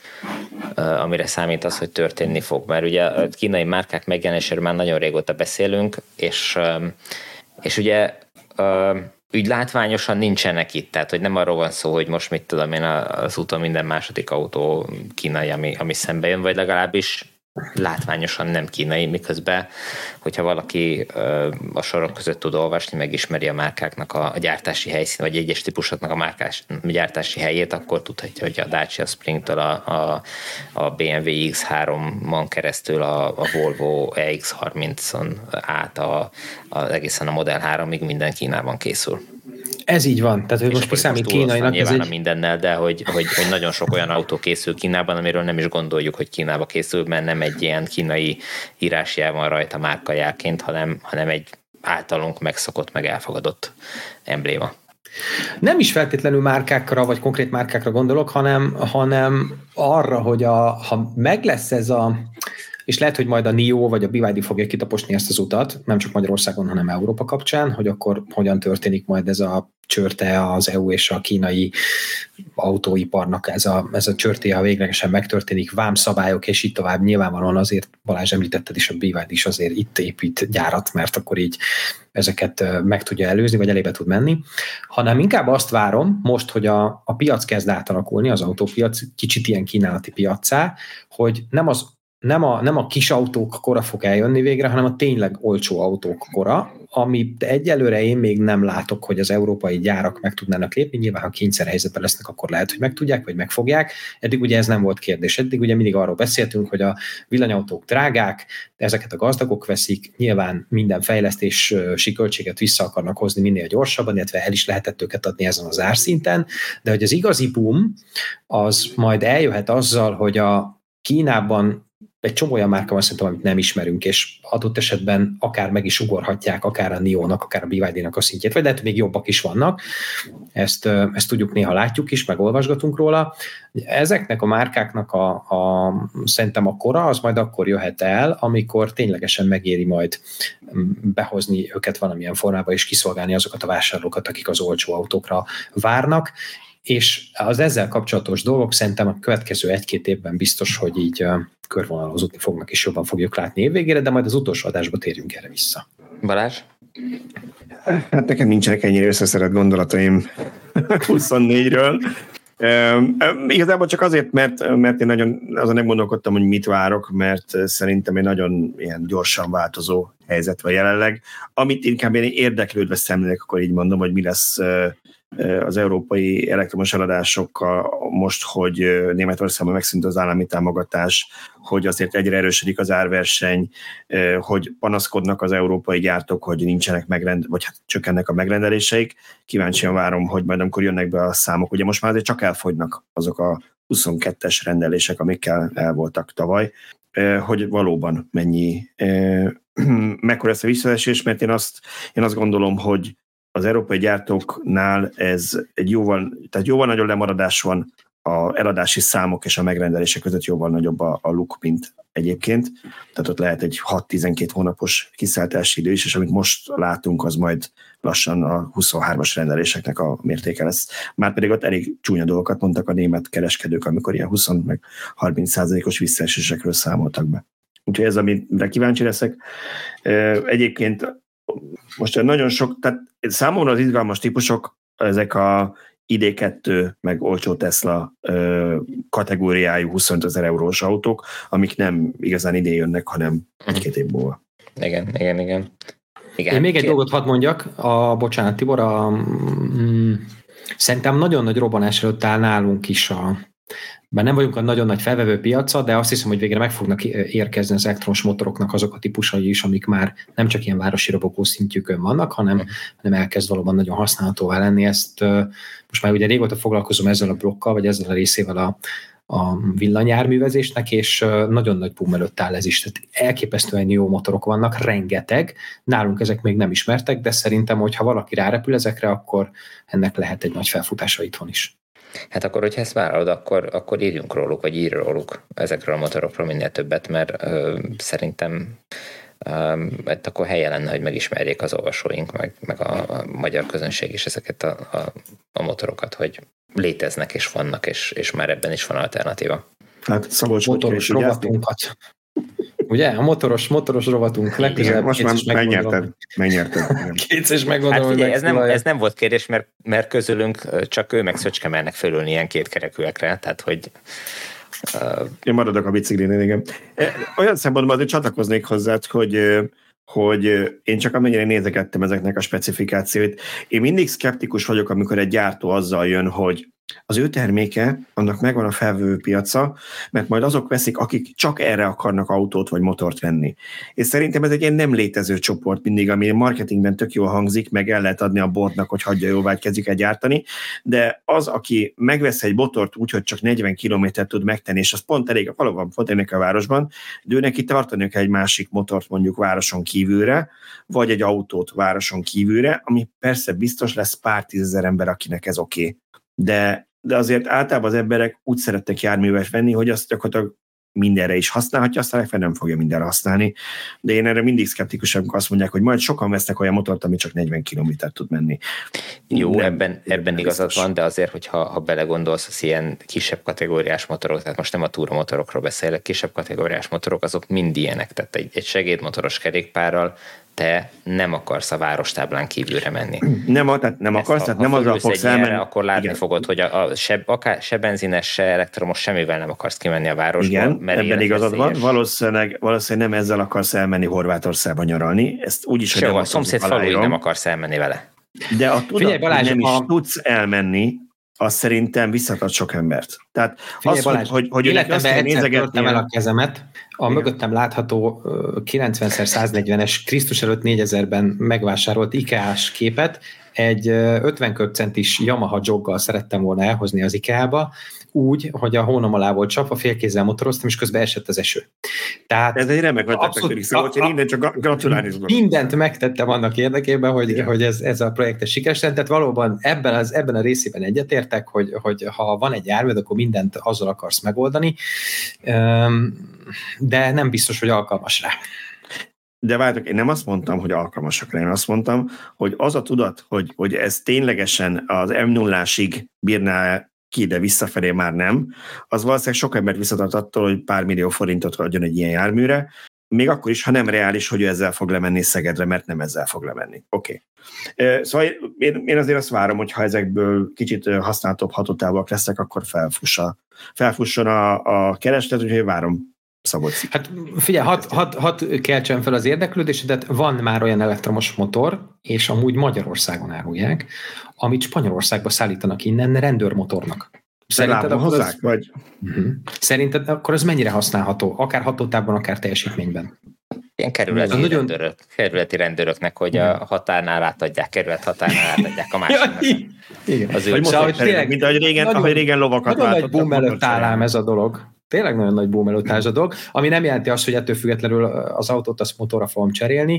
amire számítasz, hogy történni fog? Mert ugye a kínai márkák megjelenéséről már nagyon régóta beszélünk, és, és ugye úgy látványosan nincsenek itt, tehát hogy nem arról van szó, hogy most mit tudom én, az úton minden második autó kínai, ami, ami szembe jön, vagy legalábbis látványosan nem kínai, miközben, hogyha valaki a sorok között tud olvasni, megismeri a márkáknak a, a gyártási helyszín, vagy egyes típusoknak a márkás a gyártási helyét, akkor tudhatja, hogy a Dacia Springtől a, a, a bé em vé iksz háromon keresztül a, a Volvo e iksz harmincon át a, a, egészen a Model háromig minden Kínában készül. Ez így van, tehát hogy most kiszámít kínainak. Nyilván egy... mindennel, de hogy, hogy, hogy nagyon sok olyan autó készül Kínában, amiről nem is gondoljuk, hogy Kínába készül, mert nem egy ilyen kínai írásjel van rajta márkajelként, hanem, hanem egy általunk megszokott, meg elfogadott embléma. Nem is feltétlenül márkákra, vagy konkrét márkákra gondolok, hanem, hanem arra, hogy a, ha meg lesz ez a... és lehet, hogy majd a NIO vagy a bé vé dé fogja kitaposni ezt az utat, nem csak Magyarországon, hanem Európa kapcsán, hogy akkor hogyan történik majd ez a csörte az é u és a kínai autóiparnak, ez a, ez a csörté, ha véglegesen megtörténik, vámszabályok, és így tovább. Nyilvánvalóan azért, Balázs említetted is, a bé vé dé is azért itt épít gyárat, mert akkor így ezeket meg tudja előzni, vagy elébe tud menni, hanem inkább azt várom most, hogy a, a piac kezd átalakulni, az autópiac kicsit ilyen kínálati piaccá, hogy nem az Nem a, nem a kis autók kora fog eljönni végre, hanem a tényleg olcsó autók kora, amit egyelőre én még nem látok, hogy az európai gyárak meg tudnának lépni. Nyilván, ha kényszerhelyzetben lesznek, akkor lehet, hogy meg tudják, vagy megfogják. Eddig ugye ez nem volt kérdés. Eddig ugye mindig arról beszéltünk, hogy a villanyautók drágák, ezeket a gazdagok veszik, nyilván minden fejlesztési költséget vissza akarnak hozni minél gyorsabban, illetve el is lehetett őket adni ezen az árszinten, de hogy az igazi boom, az majd eljöhet azzal, hogy a Kínában egy csomó olyan márka van szerintem, amit nem ismerünk, és adott esetben akár meg is ugorhatják, akár a NIO-nak, akár a bé vé dé-nak a szintjét, vagy lehet, hogy még jobbak is vannak. Ezt, ezt tudjuk, néha látjuk is, meg olvasgatunk róla. Ezeknek a márkáknak a, a, szerintem a kora az majd akkor jöhet el, amikor ténylegesen megéri majd behozni őket valamilyen formába, és kiszolgálni azokat a vásárlókat, akik az olcsó autókra várnak. És az ezzel kapcsolatos dolgok szerintem a következő egy-két évben biztos, hogy így körvonalazódni fognak, és jobban fogjuk látni évvégére, de majd az utolsó adásba térjünk erre vissza. Balázs? Hát nekem nincsenek ennyire összeszedett gondolataim huszonnégyről. Um, igazából csak azért, mert, mert én nagyon azon nem gondolkodtam, hogy mit várok, mert szerintem egy nagyon ilyen gyorsan változó helyzet van jelenleg. Amit inkább én érdeklődve szemlélek, akkor így mondom, hogy mi lesz az európai elektromos eladásokkal most, hogy Németországban megszűnt az állami támogatás, hogy azért egyre erősödik az árverseny, hogy panaszkodnak az európai gyártók, hogy nincsenek megrend, vagy hát csökkennek a megrendeléseik. Kíváncsian várom, hogy majd amikor jönnek be a számok, ugye most már azért csak elfogynak azok a huszonkettes rendelések, amikkel el voltak tavaly, hogy valóban mennyi, mekkora lesz a visszaesés, mert én azt, én azt gondolom, hogy az európai gyártóknál ez egy jóval, tehát jóval nagyobb lemaradás van a eladási számok és a megrendelések között, jóval nagyobb a, a luk, mint egyébként, tehát ott lehet egy hat-tizenkét hónapos kiszálltási idő is, és amit most látunk, az majd lassan a huszonhármas rendeléseknek a mértéke lesz. Márpedig ott elég csúnya dolgokat mondtak a német kereskedők, amikor ilyen húsz meg harminc százalékos visszaesésekről számoltak be. Úgyhogy ez, amire kíváncsi leszek. Egyébként most nagyon sok, tehát számomra az izgalmas típusok, ezek a I D kettő, meg olcsó Tesla ö, kategóriájú huszonötezer eurós autók, amik nem igazán ide jönnek, hanem egy-két év múlva. Igen, igen, igen. igen. Én még egy dolgot hadd mondjak, a, bocsánat Tibor, a, mm, szerintem nagyon nagy robbanás előtt áll nálunk is a, bár nem vagyunk a nagyon nagy felvevő piaca, de azt hiszem, hogy végre meg fognak érkezni az elektromos motoroknak azok a típusai is, amik már nem csak ilyen városi robogó szintjükön vannak, hanem, hanem elkezd valóban nagyon használhatóvá lenni. Ezt most már ugye régóta foglalkozom ezzel a blokkal, vagy ezzel a részével a, a villanyjárművezésnek, és nagyon nagy boom előtt áll ez is. Tehát elképesztően jó motorok vannak, rengeteg. Nálunk ezek még nem ismertek, de szerintem, hogyha valaki rárepül ezekre, akkor ennek lehet egy nagy felfutása itthon is. Hát akkor, hogyha ezt vállalod, akkor, akkor írjunk róluk, vagy ír róluk ezekről a motorokról minél többet, mert ö, szerintem ö, hát akkor helye lenne, hogy megismerjék az olvasóink, meg, meg a, a magyar közönség is ezeket a, a, a motorokat, hogy léteznek és vannak, és, és már ebben is van alternatíva. Hát Szabolcs motoros rovatunkat. Ugye? A motoros, motoros rovatunk legközelebb. Most már megnyerted. megnyerted. Kétszer is megmondom, hát, hogy ez nem, ez nem volt kérdés, mert, mert közülünk csak ő meg Szöcske mernek fölülni ilyen kétkerekűekre, tehát hogy... Uh... Én maradok a biciklinél, igen. Olyan szempontból azért csatlakoznék hozzád, hogy hogy én csak amennyire nézegettem ezeknek a specifikációit. Én mindig szkeptikus vagyok, amikor egy gyártó azzal jön, hogy az ő terméke, annak megvan a felvevő piaca, mert majd azok veszik, akik csak erre akarnak autót vagy motort venni. És szerintem ez egy ilyen nem létező csoport mindig, ami marketingben tök jól hangzik, meg el lehet adni a boardnak, hogy hagyja jóvá, hogy kezdjük el gyártani, de az, aki megvesz egy motort úgy, hogy csak negyven kilométert tud megtenni, és az pont elég, valóban pont ennek a városban, de ő neki tartani kell egy másik motort mondjuk városon kívülre, vagy egy autót városon kívülre, ami persze biztos lesz pár tízezer ember, akinek ez oké. Okay. De, de azért általában az emberek úgy szerettek járművet venni, hogy azt gyakorlatilag mindenre is használhatja, aztán fel nem fogja mindenre használni. De én erre mindig szkeptikus, amikor azt mondják, hogy majd sokan vesznek olyan motort, ami csak negyven kilométert tud menni. Jó, nem, ebben, ebben igazad van, de azért, hogyha ha belegondolsz, az ilyen kisebb kategóriás motorok, tehát most nem a túramotorokról beszélek, kisebb kategóriás motorok, azok mind ilyenek, tehát egy, egy segédmotoros kerékpárral te nem akarsz a várostáblán kívülre menni. Nem, tehát nem akarsz, tehát nem azzal fogsz elmenni. Akkor látni igen. fogod, hogy a, a se, akár, se benzines, se elektromos, semmivel nem akarsz kimenni a városból. Igen, mert ebben igazad van. Valószínűleg, valószínűleg nem ezzel akarsz elmenni Horvátországba nyaralni. Ezt úgyis, hogy a szomszéd faluig nem akarsz elmenni vele. De a tudat, Figyelj, Balázs, hogy nem a... is tudsz elmenni, az szerintem visszatart sok embert. Tehát Figyelj, az, Balázs, hogy, hogy életemben egyszer törtem el a kezemet, a igen. mögöttem látható kilencven szer száznegyvenes Krisztus előtt négyezerben megvásárolt IKEA-s képet, egy ötven köbcentis Yamaha joggal szerettem volna elhozni az IKEA-ba, úgy, hogy a hónom alá volt csapva, félkézzel motoroztam, és közben esett az eső. Tehát ez egy remek vetettek, szóval én innen csak gratulálni szokott. Mindent megtettem annak érdekében, hogy, hogy ez, ez a projekt sikeres lett, tehát valóban ebben, az, ebben a részében egyetértek, hogy, hogy ha van egy járműd, akkor mindent azzal akarsz megoldani, de nem biztos, hogy alkalmas rá. De várjátok, én nem azt mondtam, hogy alkalmasak rá, én azt mondtam, hogy az a tudat, hogy, hogy ez ténylegesen az em nullásig bírná ki, de visszafelé már nem, az valószínűleg sok embert visszatart attól, hogy pár millió forintot adjon egy ilyen járműre, még akkor is, ha nem reális, hogy ő ezzel fog lemenni Szegedre, mert nem ezzel fog lemenni. Oké. Okay. Szóval én, én azért azt várom, hogy ha ezekből kicsit használhatóbb hatótávak lesznek, akkor felfussa, felfusson a, a kereslet, úgyhogy várom Szabolcs. Hát figyelj, hat, hat, hat keltsen fel az érdeklődésedet, van már olyan elektromos motor, és amúgy Magyarországon árulják, amit Spanyolországba szállítanak innen rendőrmotornak. Szerinted akkor, hozzák, az... vagy? Uh-huh. Szerinted akkor az mennyire használható? Akár hatótávban, akár teljesítményben? Ilyen kerületi, nagyon... rendőrök, kerületi rendőrök, hogy igen. a határnál átadják, kerület határnál átadják a másiknak. Igen. Az ő szóval, hogy tényleg, mint ahogy régen, nagyon, ahogy régen lovakat váltottak. Nagyon nagy boom előtt állám ez a dolog. tényleg nagyon nagy boom előtt házadok, ami nem jelenti azt, hogy ettől függetlenül az autót azt motorra fogom cserélni,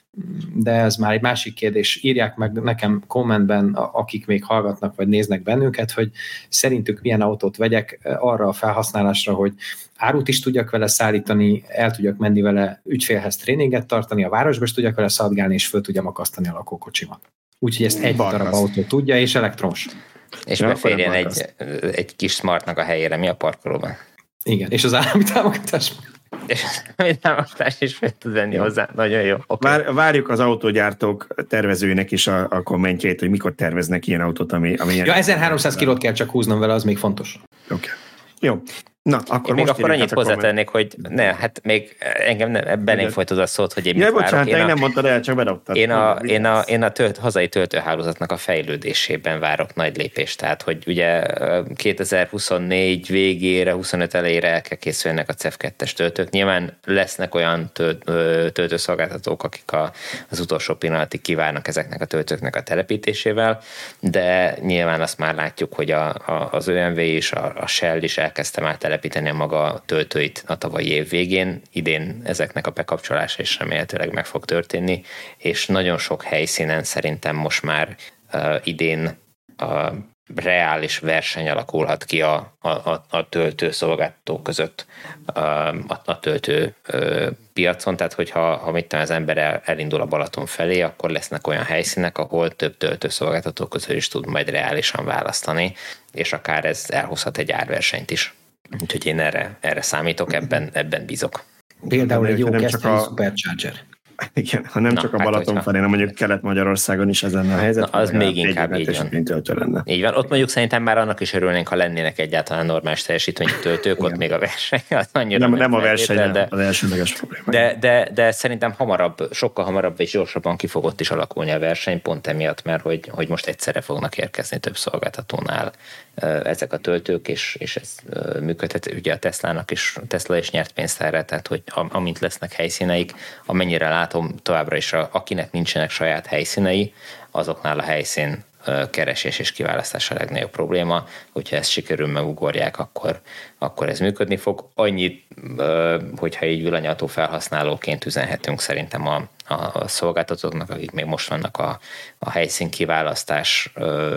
de ez már egy másik kérdés. Írják meg nekem kommentben, akik még hallgatnak vagy néznek bennünket, hogy szerintük milyen autót vegyek arra a felhasználásra, hogy árut is tudjak vele szállítani, el tudjak menni vele ügyfélhez tréninget tartani, a városba is tudjak vele szaladgálni, és föl tudjam akasztani a lakókocsimat. Úgyhogy ezt egy Barkasz. darab autó tudja, és elektromos. És Ja, beférjen akkor egy, egy kis smartnak a helyére, mi a parkolóban. Igen, és az állami támogatás. És a támogatás is fel tud venni hozzá. Nagyon jó. Okay. Vár, várjuk az autógyártók tervezőinek is a, a kommentjét, hogy mikor terveznek ilyen autót, ami... ami ja, ezerháromszáz kilót kell csak húznom vele, az még fontos. Oké. Okay. Jó. Na, akkor még most akkor annyit hozzátennék, hogy ne, hát még engem ne, beném folytod a szót, hogy én mit ja, várok. bocsánat, én, én a, nem mondtad el, csak bedobtad. Én a, én a, én a tölt, hazai töltőhálózatnak a fejlődésében várok nagy lépést. Tehát, hogy ugye kétezer-huszonnégy végére, huszonöt elejére el kell készülnek a cé e ef kettes töltők. Nyilván lesznek olyan tölt, töltőszolgáltatók, akik a, az utolsó pillanatig kivárnak ezeknek a töltőknek a telepítésével, de nyilván azt már látjuk, hogy a, a, az ö em vé is, a, a Shell is elkezdte már telepíteni a maga töltőit a tavalyi év végén. Idén ezeknek a bekapcsolása is remélhetőleg meg fog történni, és nagyon sok helyszínen szerintem most már uh, idén uh, reális verseny alakulhat ki a, a, a töltő szolgáltatók között uh, a, a töltő uh, piacon, tehát hogyha ha mit tudom, az ember el, elindul a Balaton felé, akkor lesznek olyan helyszínek, ahol több töltőszolgáltató közül is tud majd reálisan választani, és akár ez elhozhat egy árversenyt is. Úgyhogy én erre, erre számítok, ebben, ebben bízok. Például egy jó Kestrel a... Supercharger. Igen, ha nem Na, csak a Balaton hát, felé, hanem mondjuk Kelet-Magyarországon is ezen a helyzet. Na, az még inkább így van. Lenne. Így van. Ott mondjuk szerintem már annak is örülnénk, ha lennének egyáltalán normális teljesítményű töltők, ott még a verseny az annyira nem, nem a verseny, de, az elsődleges probléma. De, de, de szerintem hamarabb, sokkal hamarabb és gyorsabban ki fog ott is alakulni a verseny, pont emiatt, mert hogy, hogy most egyszerre fognak érkezni több szolgáltatónál ezek a töltők, és, és ez működhet. Ugye a Teslának is, Tesla is nyert pénzt erre, tehát hogy amint lesznek helyszíneik, amennyire látom továbbra is, a, akinek nincsenek saját helyszínei, azoknál a helyszín keresés és kiválasztás a legnagyobb probléma. Hogyha ezt sikerül megugorják, akkor, akkor ez működni fog. Annyit, hogyha így villanyautó felhasználóként üzenhetünk szerintem a, a szolgáltatóknak, akik még most vannak a, a helyszín kiválasztás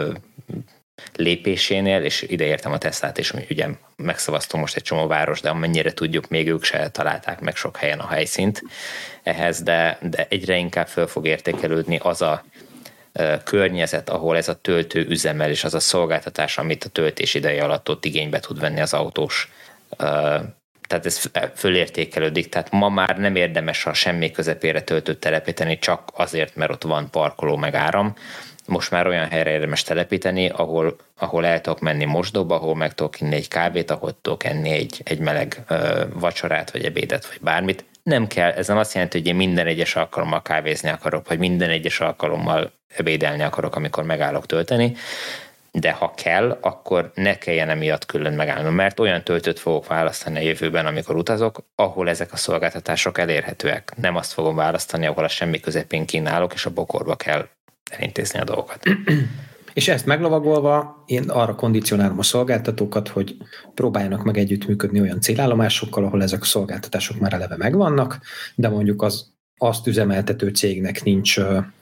lépésénél, és ideértem a Teslát, és ugye megszavaztunk most egy csomó város, de amennyire tudjuk, még ők se találták meg sok helyen a helyszínt ehhez, de, de egyre inkább föl fog értékelődni az a e, környezet, ahol ez a töltő üzemel, és az a szolgáltatás, amit a töltés ideje alatt ott igénybe tud venni az autós. E, tehát ez fölértékelődik, tehát ma már nem érdemes a semmi közepére töltőt telepíteni, csak azért, mert ott van parkoló meg áram. Most már olyan helyre érdemes telepíteni, ahol, ahol el tudok menni mosdóba, ahol meg tudok inni egy kávét, ahol tudok enni egy, egy meleg ö, vacsorát, vagy ebédet, vagy bármit. Nem kell, ez nem azt jelenti, hogy én minden egyes alkalommal kávézni akarok, vagy minden egyes alkalommal ebédelni akarok, amikor megállok tölteni, de ha kell, akkor ne kelljen emiatt külön megállnom, mert olyan töltőt fogok választani a jövőben, amikor utazok, ahol ezek a szolgáltatások elérhetőek. Nem azt fogom választani, ahol a semmi közepén kínálok, és a bokorba kell elintézni a dolgokat. És ezt meglovagolva, én arra kondicionálom a szolgáltatókat, hogy próbáljanak meg együttműködni olyan célállomásokkal, ahol ezek a szolgáltatások már eleve megvannak, de mondjuk az azt üzemeltető cégnek nincs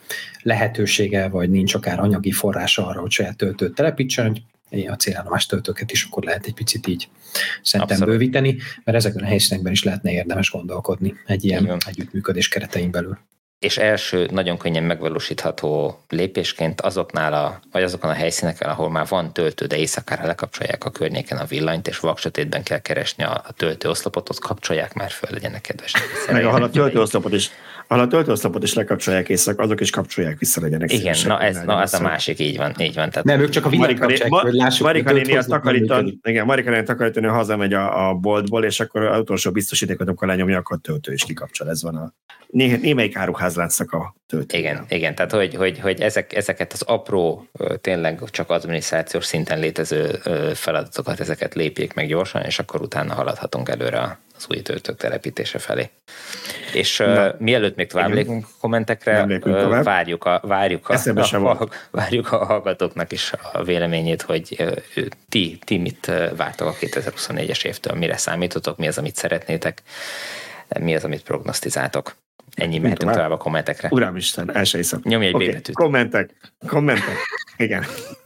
lehetősége, vagy nincs akár anyagi forrása arra, hogy saját töltőt telepítsen, a célállomás töltőket is akkor lehet egy picit így szerintem bővíteni, mert ezekben a helyszínekben is lehetne érdemes gondolkodni egy ilyen együttműködés keretein belül. És első nagyon könnyen megvalósítható lépésként azoknál a, vagy azokon a helyszíneken, ahol már van töltő, de éjszakára lekapcsolják a környéken a villanyt, és vaksötétben kell keresni a, a töltőoszlopot, ott kapcsolják már föl, legyenek kedvesek. Meg ahol a töltőoszlopot is, ahol a töltőoszlopot is lekapcsolják éjszaka, azok is kapcsolják vissza, legyenek. Igen, na ez, na ez a másik, így van. Így van tehát nem, ők csak a villanyt kapcsolják, ma, hogy lássuk. Marika néni a takarítani, igen, Marika néni a takarítani, hazamegy a, a boltból, és akkor az utolsó biztosítékot, amikor lenyomja, akkor a töltő is kikapcsol. Ez van a Né, némelyik áruházláncnak a töltő. Igen, igen, tehát hogy, hogy, hogy ezek, ezeket az apró, tényleg csak adminisztrációs szinten létező feladatokat, ezeket lépjék meg gyorsan, és akkor utána haladhatunk előre az új töltők telepítése felé. És Na, uh, mielőtt még tovább lépünk kommentekre, uh, várjuk, a, várjuk, a, a, a, várjuk a hallgatóknak is a véleményét, hogy uh, ti, ti mit vártok a kétezer-huszonnégyes évtől, mire számítotok, mi az, amit szeretnétek, mi az, amit prognosztizáltok. Ennyi, mehetünk tovább a kommentekre. Uramisten, el se hiszem. Nyomj egy okay. B-betűt. Kommentek, kommentek, igen.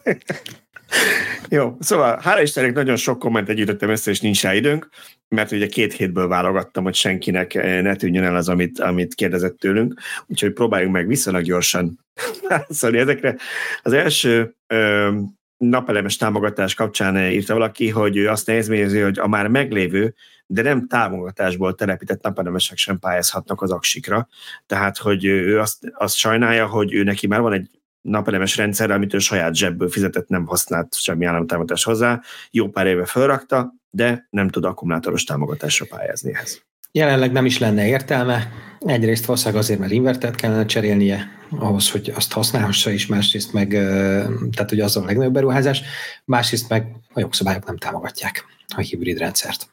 Jó, szóval hála Istennek nagyon sok kommentet gyűjtöttem össze, és nincs rá időnk, mert ugye két hétből válogattam, hogy senkinek ne tűnjön el az, amit, amit kérdezett tőlünk, úgyhogy próbáljunk meg viszonylag gyorsan válaszolni ezekre. Az első ö, napelemes támogatás kapcsán írta valaki, hogy ő azt nézményezi, hogy a már meglévő, de nem támogatásból telepített napelemesek sem pályázhatnak az aksikra. Tehát, hogy ő azt, azt sajnálja, hogy ő neki már van egy napelemes rendszerre, amit ő saját zsebből fizetett, nem használt semmi államtámogatást hozzá, jó pár éve felrakta, de nem tud akkumulátoros támogatásra pályázni ehhez. Jelenleg nem is lenne értelme. Egyrészt valószínűleg azért, mert invertert kellene cserélnie ahhoz, hogy azt használhassa is, másrészt meg, tehát ugye az a legnagyobb beruházás, másrészt meg a jogszabályok nem támogatják a hibrid rendszert.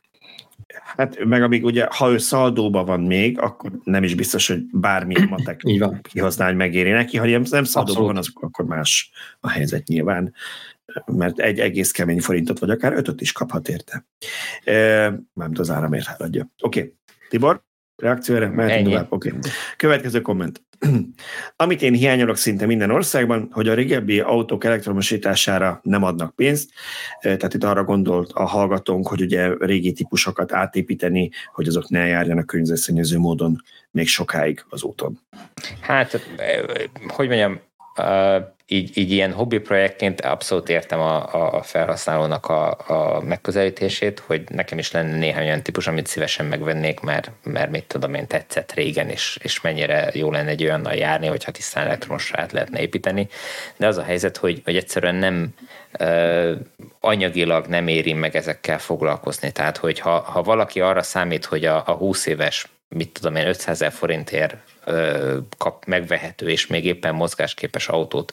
Hát meg amíg ugye, ha ő szaldóban van még, akkor nem is biztos, hogy bármilyen matek kihozná, hogy megéri neki, ha nem szaldóban van, az, akkor más a helyzet nyilván, mert egy egész kemény forintot, vagy akár ötöt is kaphat érte. Mármint az áramért háladja. Oké, okay. Tibor, reakció erre? Mehetünk tovább. Oké. Okay. Következő komment. Amit én hiányolok szinte minden országban, hogy a régebbi autók elektromosítására nem adnak pénzt, tehát itt arra gondolt a hallgatónk, hogy ugye régi típusokat átépíteni, hogy azok ne járjanak környezetszennyező módon még sokáig az úton. Hát, hogy mondjam, Uh, így, így ilyen hobbi projektként abszolút értem a, a felhasználónak a, a megközelítését, hogy nekem is lenne néhány olyan típus, amit szívesen megvennék, mert, mert mit tudom én, tetszett régen, és, és mennyire jó lenne egy olyannal járni, hogyha tisztán elektromosra át lehetne építeni. De az a helyzet, hogy, hogy egyszerűen nem uh, anyagilag nem éri meg ezekkel foglalkozni. Tehát, hogy ha, ha valaki arra számít, hogy a, a húsz éves, mit tudom én, ötszázezer forintért kap megvehető és még éppen mozgásképes autót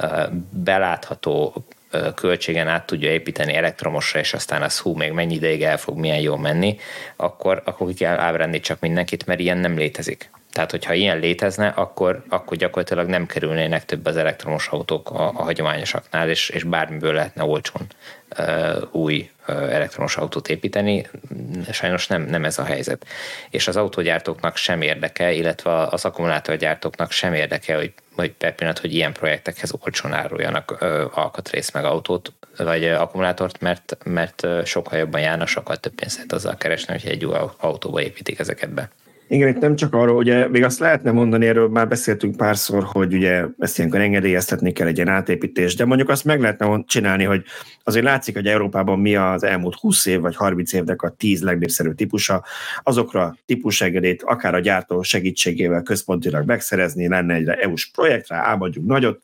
belátható költségen át tudja építeni elektromosra, és aztán az hú, még mennyi ideig el fog milyen jól menni, akkor, akkor ki kell ábránni csak mindenkit, mert ilyen nem létezik. Tehát, hogyha ilyen létezne, akkor, akkor gyakorlatilag nem kerülnének több az elektromos autók a, a hagyományosaknál, és, és bármiből lehetne olcsón uh, új uh, elektromos autót építeni. Sajnos nem, nem ez a helyzet. És az autógyártóknak sem érdeke, illetve az akkumulátorgyártóknak sem érdeke, hogy, hogy per pillanat, hogy ilyen projektekhez olcsón áruljanak uh, alkatrészt meg autót, vagy uh, akkumulátort, mert, mert uh, sokkal jobban járnak, sokkal több pénzt lehet azzal keresni, hogyha egy új autóba építik ezeket be. Igen, itt nem csak arról, ugye még azt lehetne mondani, erről már beszéltünk párszor, hogy ugye ezt ilyenkor engedélyeztetni kell egy ilyen átépítés, de mondjuk azt meg lehetne csinálni, hogy azért látszik, hogy Európában mi az elmúlt húsz év vagy harminc évnek a tíz legnépszerűbb típusa, azokra típusengedélyt akár a gyártó segítségével központilag megszerezni, lenne egy é u-s projektre, álmodjunk nagyot,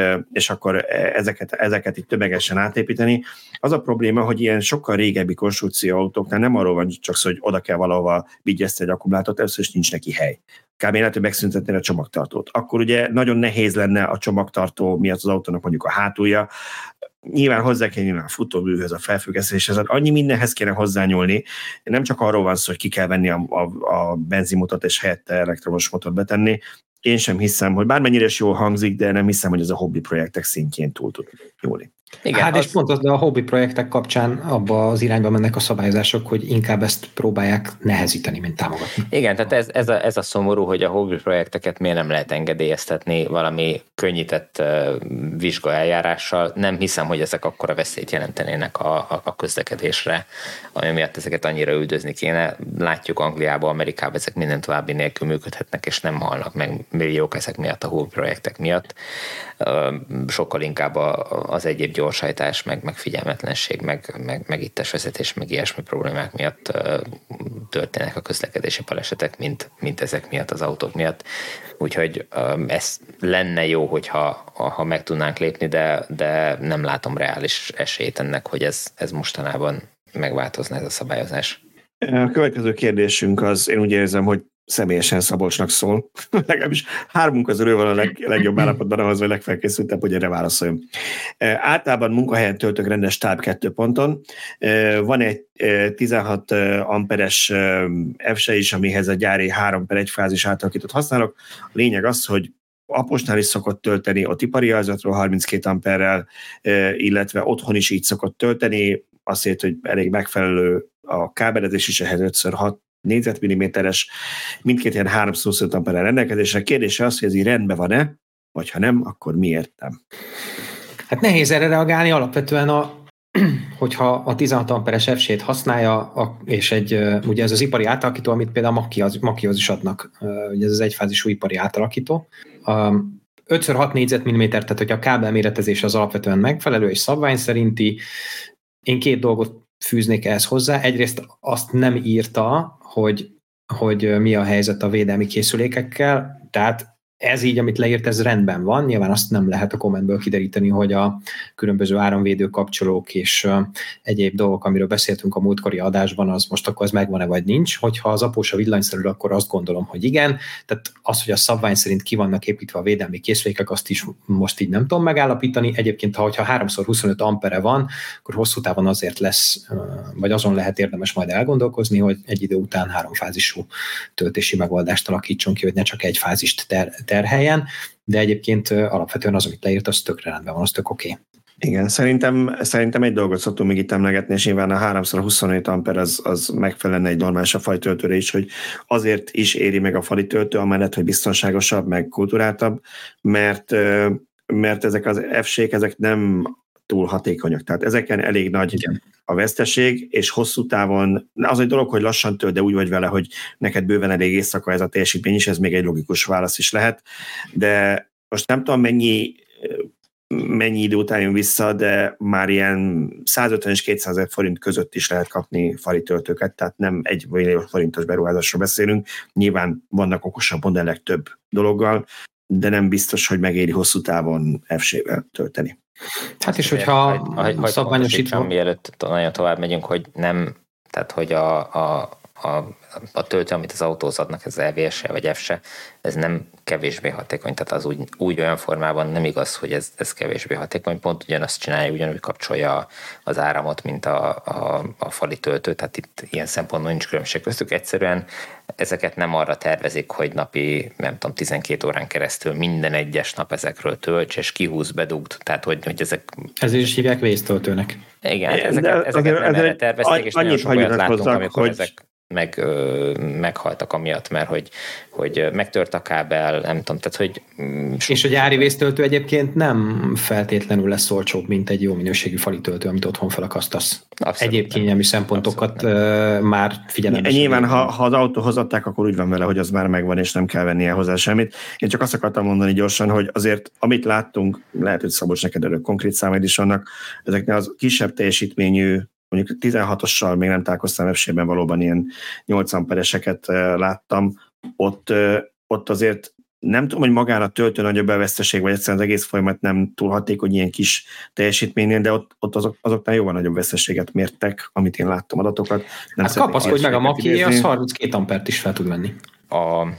és akkor ezeket, ezeket itt tömegesen átépíteni. Az a probléma, hogy ilyen sokkal régebbi konstrukció autóknál nem arról van csak szó, hogy oda kell valahova vigyezteni egy akkumulátort, először is nincs neki hely. Kb. Lehet, hogy megszüntetni a csomagtartót. Akkor ugye nagyon nehéz lenne a csomagtartó miatt az autónak mondjuk a hátulja. Nyilván hozzá kell nyilván a futóműhöz, a felfüggesztéshez, annyi mindenhez kéne hozzányúlni. Nem csak arról van szó, hogy ki kell venni a, a, a benzinmotort és helyette elektromos motort betenni. Én sem hiszem, hogy bármennyire is jól hangzik, de nem hiszem, hogy ez a hobbi projektek szintjén túl tud jólni. Igen, hát az... és pont az, de a hobbi projektek kapcsán abba az irányba mennek a szabályozások, hogy inkább ezt próbálják nehezíteni, mint támogatni. Igen, tehát ez, ez, a, ez a szomorú, hogy a hobbi projekteket miért nem lehet engedélyeztetni valami könnyített uh, vizsgaeljárással. Nem hiszem, hogy ezek akkora veszélyt jelentenének a, a, a közlekedésre, ami miatt ezeket annyira üldözni kéne. Látjuk Angliában, Amerikában ezek minden további nélkül működhetnek, és nem halnak meg milliók ezek miatt a hobbi projektek miatt. Uh, sokkal inkább a, az egyéb gyorsajtás, meg, meg figyelmetlenség, meg, meg, meg ittes vezetés, meg ilyesmi problémák miatt uh, történnek a közlekedési balesetek, mint, mint ezek miatt, az autók miatt. Úgyhogy um, ez lenne jó, hogyha ha meg tudnánk lépni, de, de nem látom reális esélyt ennek, hogy ez, ez mostanában megváltozna ez a szabályozás. A következő kérdésünk az, én úgy érzem, hogy személyesen Szabolcsnak szól. Legalábbis hármunk közül ő van a leg, legjobb állapotban ahhoz, vagy legfelkészültebb, hogy erre válaszoljon. E, általában munkahelyen töltök rendes stáb kettő ponton. E, van egy e, tizenhat amperes ef es e is, amihez a gyári három per egy fázis átalakítót használok. A lényeg az, hogy Aposnál is szokott tölteni, ott ipari alzatról harminckét amperrel, e, illetve otthon is így szokott tölteni, azért, hogy elég megfelelő a kábelezés is, ehhez öt hat négyzetmilliméteres, mindkét ilyen háromszázhuszonöt amperrel rendelkezésre. Kérdése az, hogy ez így rendben van-e, vagy ha nem, akkor miért nem? Hát nehéz erre reagálni, alapvetően a, hogyha a tizenhat amperes ef es é-t használja, a, és egy, ugye ez az ipari átalakító, amit például a Makihoz, Makihoz is adnak, ugye ez az egyfázisú ipari átalakító. öt hat négyzetmilliméter, tehát hogyha a kábelméretezés az alapvetően megfelelő és szabvány szerinti, én két dolgot fűznék ehhez hozzá. Egyrészt azt nem írta, hogy, hogy mi a helyzet a védelmi készülékekkel, tehát ez így, amit leírt, ez rendben van. Nyilván azt nem lehet a kommentből kideríteni, hogy a különböző áramvédő kapcsolók és egyéb dolgok, amiről beszéltünk a múltkori adásban, az most akkor az megvan-e vagy nincs. Hogyha az após a villanyszerű, akkor azt gondolom, hogy igen. Tehát az, hogy a szabvány szerint ki vannak építve a védelmi készülékek, azt is most így nem tudom megállapítani. Egyébként, ha hogyha háromszor huszonöt ampere van, akkor hosszú távon azért lesz, vagy azon lehet érdemes majd elgondolkozni, hogy egy idő után háromfázisú töltési megoldást alakítson ki, hogy ne csak egy fázist ter- terheljen, de egyébként alapvetően az, amit leírt, az tökre rendben van, az tök oké. Okay. Igen, szerintem, szerintem egy dolgot szoktunk még itt emlegetni, és nyilván a háromszor huszonöt amper az, az megfelelne egy normálisabb fajtöltőre is, hogy azért is éri meg a fali töltő, amellett, hogy biztonságosabb, meg kulturáltabb, mert, mert ezek az ef es é-k, ezek nem túl hatékonyak. Tehát ezeken elég nagy igen. a veszteség, és hosszú távon, az egy dolog, hogy lassan tölt, de úgy vagy vele, hogy neked bőven elég éjszaka ez a teljesítmény is, ez még egy logikus válasz is lehet, de most nem tudom mennyi, mennyi idő után jön vissza, de már ilyen százötven és kétszáz forint között is lehet kapni fali töltőket, tehát nem egy millió forintos beruházásról beszélünk, nyilván vannak okosabb modellek több dologgal, de nem biztos, hogy megéri hosszú távon ef es é-vel tölteni. Hát és hogyha szabványosítva... Mielőtt nagyon tovább megyünk, hogy nem, tehát hogy a, a, a, a töltő, amit az autóhoz adnak, ez el vé es-e vagy ef es e, ez nem kevésbé hatékony, tehát az úgy, úgy olyan formában nem igaz, hogy ez, ez kevésbé hatékony, pont ugyanazt csinálja, ugyanúgy kapcsolja az áramot, mint a, a, a fali töltő, tehát itt ilyen szempontból nincs különbség köztük, egyszerűen ezeket nem arra tervezik, hogy napi, nem tudom, tizenkét órán keresztül minden egyes nap ezekről tölts, és kihúz, bedugd, tehát hogy, hogy ezek... Ezért is hívják vésztöltőnek. Igen, hát ezeket, ezeket nem erre tervezték, és nagyon sok olyat láttunk, amikor hogy... ezek meg, ö, meghaltak amiatt, mert hogy, hogy megtört a kábel, nem tudom, tehát hogy... So... És a gyári vésztöltő egyébként nem feltétlenül lesz olcsóbb, mint egy jó minőségű fali töltő, amit otthon felakasztasz. Abszolút egyéb kényelmi szempontokat uh, már figyelembe. Nyilván, ha, ha az autóhoz adták, akkor úgy van vele, hogy az már megvan, és nem kell vennie hozzá semmit. Én csak azt akartam mondani gyorsan, hogy azért, amit láttunk, lehet, hogy Szabolcs, neked erről konkrét számaid is vannak, ezeknél az kisebb teljesítményű, mondjuk tizenhatossal még nem találkoztam ef es é-ben, valóban ilyen nyolc ampereseket láttam, ott, ott azért nem tudom, hogy magán a töltő nagyobb elveszteség, vagy egyszerűen az egész folyamat nem túl hatékony ilyen kis teljesítménynél, de ott, ott azok, azoknál jóval nagyobb veszteséget mértek, amit én láttam adatokat. Nem hát kapaszkodj meg a Maki, az harminckét ampert is fel tud venni. A...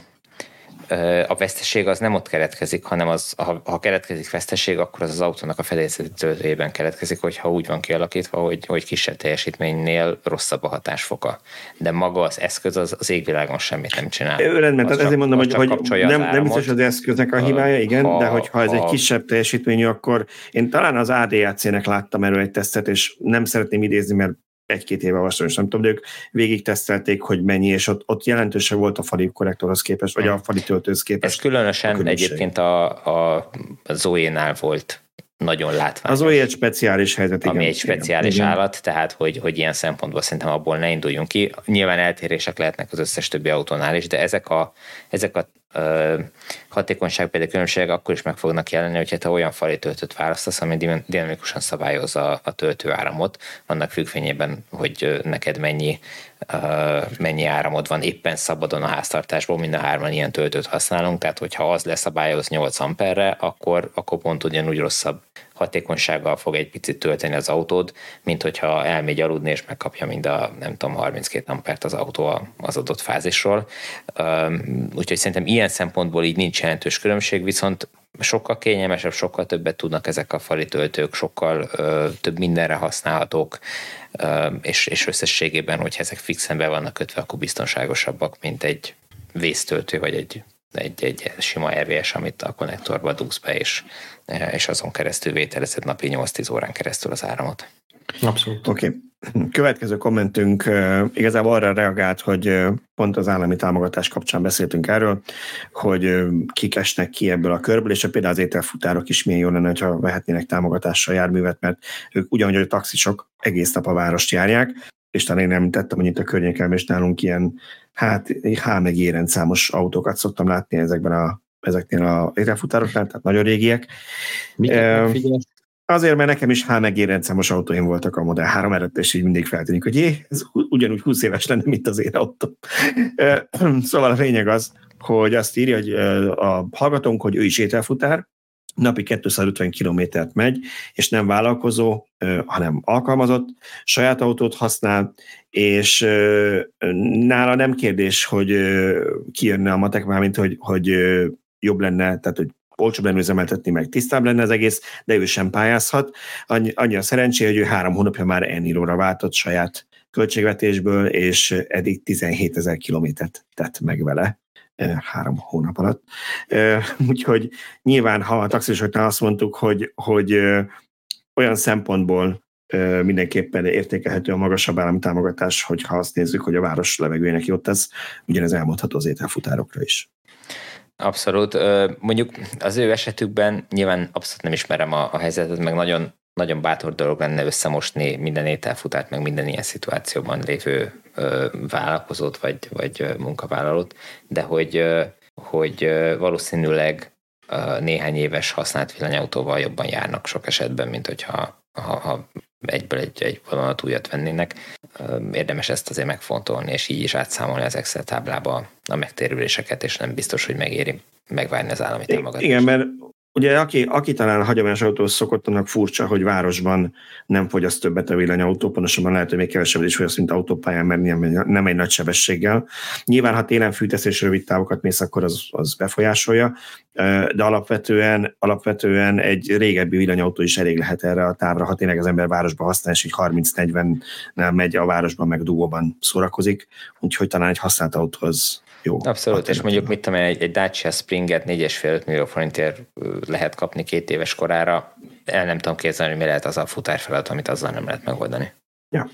A veszteség az nem ott keletkezik, hanem az, ha, ha keletkezik veszteség, akkor az az autónak a fedélzeti töltőjében keletkezik, hogyha úgy van kialakítva, hogy, hogy kisebb teljesítménynél rosszabb a hatásfoka. De maga az eszköz az, az égvilágon semmit nem csinál. Rendben, tehát ezért mondom, hogy, hogy nem, nem biztos az eszköznek a hibája, igen, ha, de hogyha ez ha, egy kisebb teljesítményű, akkor én talán az á dé á cé-nek láttam erről egy tesztet, és nem szeretném idézni, mert egy-két éve vasra, és nem tudom, de ők végig tesztelték, hogy mennyi, és ott, ott jelentősebb volt a fali konnektorhoz képest, vagy a fali töltőhöz képest. Ez különösen egyébként a, a, a Zoe-nál volt nagyon látványos. Az Zoe egy speciális helyzet, ami igen. egy speciális igen. állat, tehát hogy, hogy ilyen szempontból szerintem abból ne induljunk ki. Nyilván eltérések lehetnek az összes többi autónál is, de ezek a, ezek a uh, hatékonyságbeli különbségek akkor is meg fognak jelenni, hogyha te olyan fali töltőt választasz, ami dinamikusan szabályozza a töltőáramot, annak függvényében, hogy neked mennyi, uh, mennyi áramod van éppen szabadon a háztartásból, mind a hárman ilyen töltőt használunk, tehát hogyha az leszabályoz nyolc amperre, akkor, akkor pont ugyanúgy rosszabb hatékonysággal fog egy picit tölteni az autód, mint hogyha elmegy aludni, és megkapja mind a, nem tudom, harminckét ampert az autó az adott fázisról. Úgyhogy szerintem ilyen szempontból így nincs jelentős különbség, viszont sokkal kényelmesebb, sokkal többet tudnak ezek a fali töltők, sokkal ö, több mindenre használhatók, ö, és, és összességében, hogyha ezek fixen be vannak kötve, akkor biztonságosabbak, mint egy vésztöltő, vagy egy, egy, egy sima er vé es, amit a konnektorba dugsz be, és, és azon keresztül vételezed napi nyolc-tíz órán keresztül az áramot. Abszolút. Oké. Okay. Következő kommentünk uh, igazából arra reagált, hogy uh, pont az állami támogatás kapcsán beszéltünk erről, hogy uh, kik esnek ki ebből a körből, és például az ételfutárok is milyen jó lenne, ha vehetnének támogatással járművet, mert ők ugyanúgy, hogy a taxisok egész nap a várost járják, és talán én nem tettem, hogy itt a környéken, és nálunk ilyen hát H meg J rendszámos autókat szoktam látni ezekben a, ezeknél a ételfutároknál, tehát nagyon régiek. Miket megfigyelsz? Azért, mert nekem is H meg J rendszámos autóim voltak a Model három előtt, és így mindig feltűnik, hogy jé, ez ugyanúgy húsz éves lenne, mint az én autóm. Szóval a lényeg az, hogy azt írja, hogy a hallgatónk, hogy ő is ételfutár, napi kétszázötven kilométert megy, és nem vállalkozó, hanem alkalmazott, saját autót használ, és nála nem kérdés, hogy kijönne a matek, mármint, hogy, hogy jobb lenne, tehát hogy olcsóbb lenne üzemeltetni, meg tisztább lenne az egész, de ő sem pályázhat. Annyi, annyi a szerencsé, hogy ő három hónapja már Enniróra váltott saját költségvetésből, és eddig tizenhétezer kilométert tett meg vele három hónap alatt. Úgyhogy nyilván, ha a taxisoknál azt mondtuk, hogy, hogy olyan szempontból mindenképpen értékelhető a magasabb állami támogatás, hogyha azt nézzük, hogy a város levegőjének jót tesz, ugyanez elmondható az ételfutárokra is. Abszolút. Mondjuk az ő esetükben nyilván abszolút nem ismerem a, a helyzetet, meg nagyon, nagyon bátor dolog lenne összemosni minden ételfutárt, meg minden ilyen szituációban lévő vállalkozót, vagy, vagy munkavállalót, de hogy, hogy valószínűleg néhány éves használt villanyautóval jobban járnak sok esetben, mint hogyha ha, ha egyből egy, egy vonalat újat vennének. Érdemes ezt azért megfontolni, és így is átszámolni az Excel táblába a megtérüléseket, és nem biztos, hogy megéri megvárni az állami támogatást. Igen, mert ugye aki, aki talán hagyományos autóhoz szokott, annak furcsa, hogy városban nem fogyaszt többet a villanyautó, pontosabban lehet, hogy még kevesebbet is fogyaszt, mint autópályán, mert nem egy nagy sebességgel. Nyilván, ha télen fűtesz és rövid távokat mész, akkor az, az befolyásolja, de alapvetően, alapvetően egy régebbi villanyautó is elég lehet erre a távra, ha tényleg az ember városban használ, és így harminc-negyvennel megy a városban, meg dugóban szórakozik, úgyhogy talán egy használt autóhoz jó. Abszolút, és mondjuk mit tudom, egy, egy Dacia Springet négy egész öt millió forintért lehet kapni két éves korára, el nem tudom képzelni, mi lehet az a futárfeladat, amit azzal nem lehet megoldani. Ja.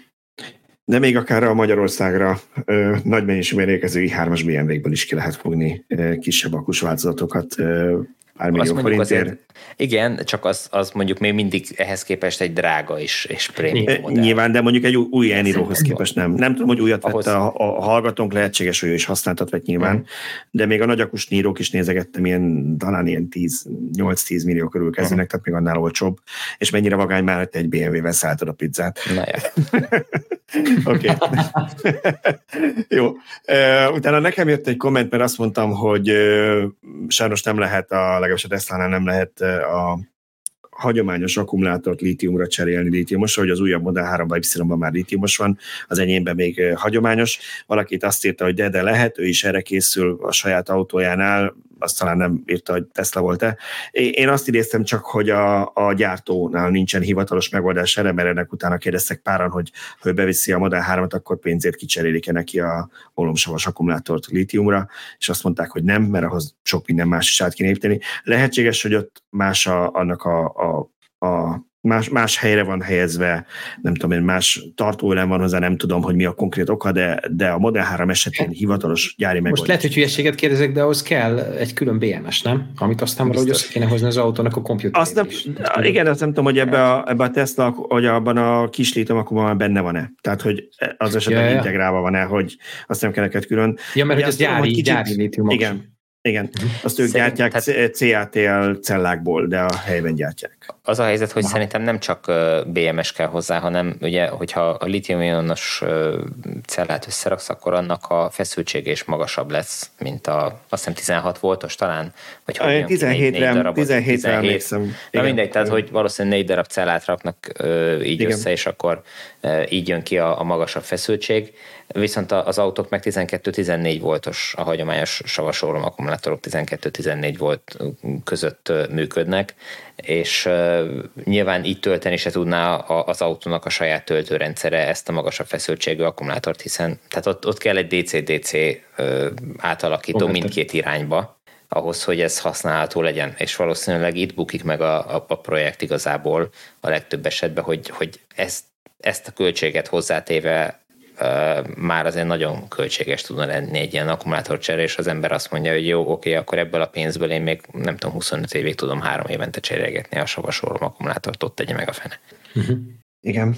De még akár a Magyarországra ö, nagy mennyiségben érkező i hármas bé em vé-kből is ki lehet fogni ö, kisebb akus változatokat ö, pár millió forintért. Azért, igen, csak az, az mondjuk még mindig ehhez képest egy drága és, és prémium modell. Nyilván, de mondjuk egy új Enirohoz képest nem. Nem tudom, hogy újat ahhoz... vette a, a hallgatónk, lehetséges, hogy ő is használtat vett nyilván, hmm. de még a nagyakus Nírók is nézegettem, ilyen, talán ilyen nyolc-tíz millió körül kezdenek, hmm. tehát még annál olcsóbb, és mennyire vagány már, hogy te egy bé em vé-vel szálltad a pizzát. Na ja. Oké. Jó. Uh, utána nekem jött egy komment, mert azt mondtam, hogy uh, sajnos nem lehet, a, legalábbis a Tesla-nál nem lehet uh, a hagyományos akkumulátort lítiumra cserélni lítiumosra, hogy az újabb Model háromban, Y-ban már lítiumos van, az enyémben még uh, hagyományos. Valakit azt írta, hogy de, de lehet, ő is erre készül a saját autójánál, azt talán nem írta, hogy Tesla volt-e. Én azt idéztem csak, hogy a, a gyártónál nincsen hivatalos megoldás erre, mert ennek utána kérdeztek páran, hogy ha ő beviszi a Model hármat, akkor pénzért kicserélik-e neki a ólomsavas akkumulátort lítiumra, és azt mondták, hogy nem, mert ahhoz sok minden más is át kéne építeni. Lehetséges, hogy ott más a, annak a, a, a Más, más helyre van helyezve, nem tudom én, más tartóelem van hozzá, nem tudom, hogy mi a konkrét oka, de, de a Model három esetén hivatalos gyári megoldás. Most lehet, hogy hülyeséget kérdezek, de ahhoz kell egy külön bé em es, nem? Amit aztán valahogy össze kéne hozni az autónak a kompjúterét azt is. Igen, azt nem tudom, hogy ebbe a, ebbe a Tesla, hogy abban a kis lítium-akkumban már benne van-e. Tehát, hogy az esetben ja, ja. integrálva van-e, hogy azt nem kell neked külön. Ja, mert hogy ez gyári, kicsit, gyári lítium. Igen, igen. Azt ők gyártják cé á té el cellákból, de a helyben gyártják. Az a helyzet, hogy Aha. szerintem nem csak bé em es kell hozzá, hanem ugye, hogyha a litium-ionos cellát összeraksz, akkor annak a feszültsége is magasabb lesz, mint a, azt hiszem tizenhat voltos talán, vagy hogy tizenhétre, tizenhétre emlékszem. Na mindegy, tehát hogy valószínűleg négy darab cellát raknak így Igen. össze, és akkor így jön ki a, a magasabb feszültség. Viszont az autók meg tizenkettő-tizennégy voltos, a hagyományos savasórom akkumulátorok tizenkettő-tizennégy volt között működnek, és nyilván így tölteni se tudná az autónak a saját töltőrendszere ezt a magasabb feszültségű akkumulátort, hiszen tehát ott, ott kell egy dé cé-dé cé átalakító mindkét irányba, ahhoz, hogy ez használható legyen, és valószínűleg itt bukik meg a, a, a projekt igazából a legtöbb esetben, hogy, hogy ezt, ezt a költséget hozzátéve Uh, már azért nagyon költséges tudna lenni egy ilyen akkumulátorcsere, és az ember azt mondja, hogy jó, oké, akkor ebből a pénzből én még nem tudom, huszonöt évig tudom három évente cserélgetni a savasórom akkumulátort, ott tegye meg a fene. Uh-huh. Igen.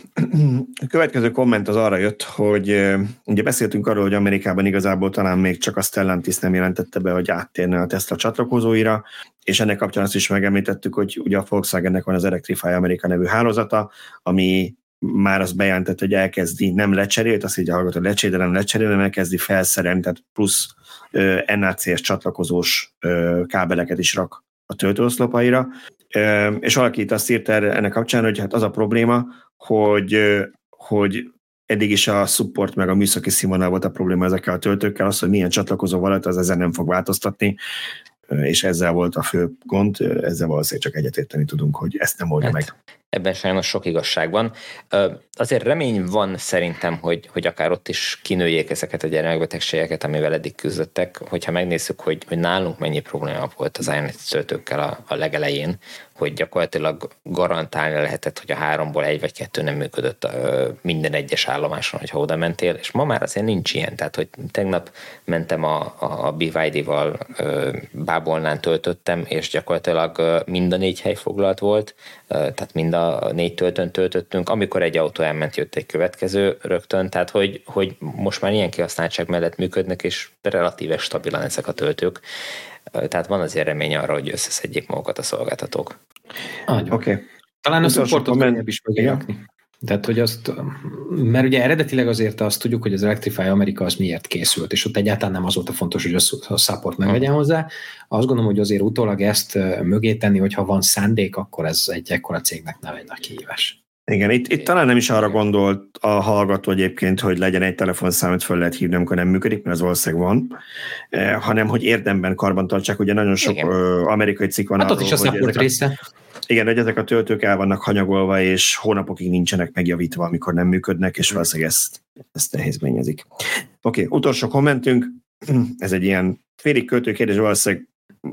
A következő komment az arra jött, hogy uh, ugye beszéltünk arról, hogy Amerikában igazából talán még csak a Stellantis nem jelentette be, hogy áttérne a Tesla csatlakozóira, és ennek kapcsán azt is megemlítettük, hogy ugye a Volkswagennek van az Electrify America nevű hálózata, ami már azt bejelentett, hogy elkezdi nem lecserélt, azt így hallgatod, lecserél, de nem lecserél, hanem elkezdi felszerelni, tehát plusz ö, en á cé es csatlakozós ö, kábeleket is rak a töltőoszlopaira. Ö, és valaki itt azt írta ennek kapcsán, hogy hát az a probléma, hogy, ö, hogy eddig is a support meg a műszaki színvonal volt a probléma ezekkel a töltőkkel, az, hogy milyen csatlakozó valatt, az ezzel nem fog változtatni, és ezzel volt a fő gond, ezzel valószínűleg csak egyetérteni tudunk, hogy ezt nem oldja hát, meg. Ebben sajnos sok igazság van. Azért remény van szerintem, hogy, hogy akár ott is kinőjék ezeket a gyermekbetegségeket, amivel eddig küzdöttek. Hogyha megnézzük, hogy, hogy nálunk mennyi probléma volt az Ionity töltőkkel a, a legelején, hogy gyakorlatilag garantálni lehetett, hogy a háromból egy vagy kettő nem működött minden egyes állomáson, hogyha oda mentél, és ma már azért nincs ilyen. Tehát, hogy tegnap mentem a, a bé vé dé-val Bábolnán töltöttem, és gyakorlatilag mind a négy hely foglalt volt, tehát mind a négy töltőn töltöttünk, amikor egy autó elment, jött egy következő rögtön, tehát hogy, hogy most már ilyen kihasználtság mellett működnek, és relatíve stabilan ezek a töltők. Tehát van azért remény arra, hogy összeszedjék magukat a szolgáltatók. Oké. Okay. Talán a supportot könnyebb is megrakni. Tehát, hogy azt, mert ugye eredetileg azért azt tudjuk, hogy az Electrify America az miért készült, és ott egyáltalán nem az volt a fontos, hogy a support meglegyen hozzá. Azt gondolom, hogy azért utólag ezt mögé tenni, hogyha van szándék, akkor ez egy ekkora cégnek nem egy nagy kihívás. Igen, itt, itt talán nem is arra gondolt a hallgató egyébként, hogy legyen egy telefonszám, amit föl lehet hívni, amikor nem működik, mert az valószínűleg van, eh, hanem hogy érdemben karbantartsák. Ugye nagyon sok uh, amerikai cikk van. Hát ott is a support része. Igen, hogy ezek a töltők el vannak hanyagolva, és hónapokig nincsenek megjavítva, amikor nem működnek, és valószínűleg ezt, ezt nehézményezik. Oké, okay, utolsó kommentünk, ez egy ilyen félig költő kérdés, valószínűleg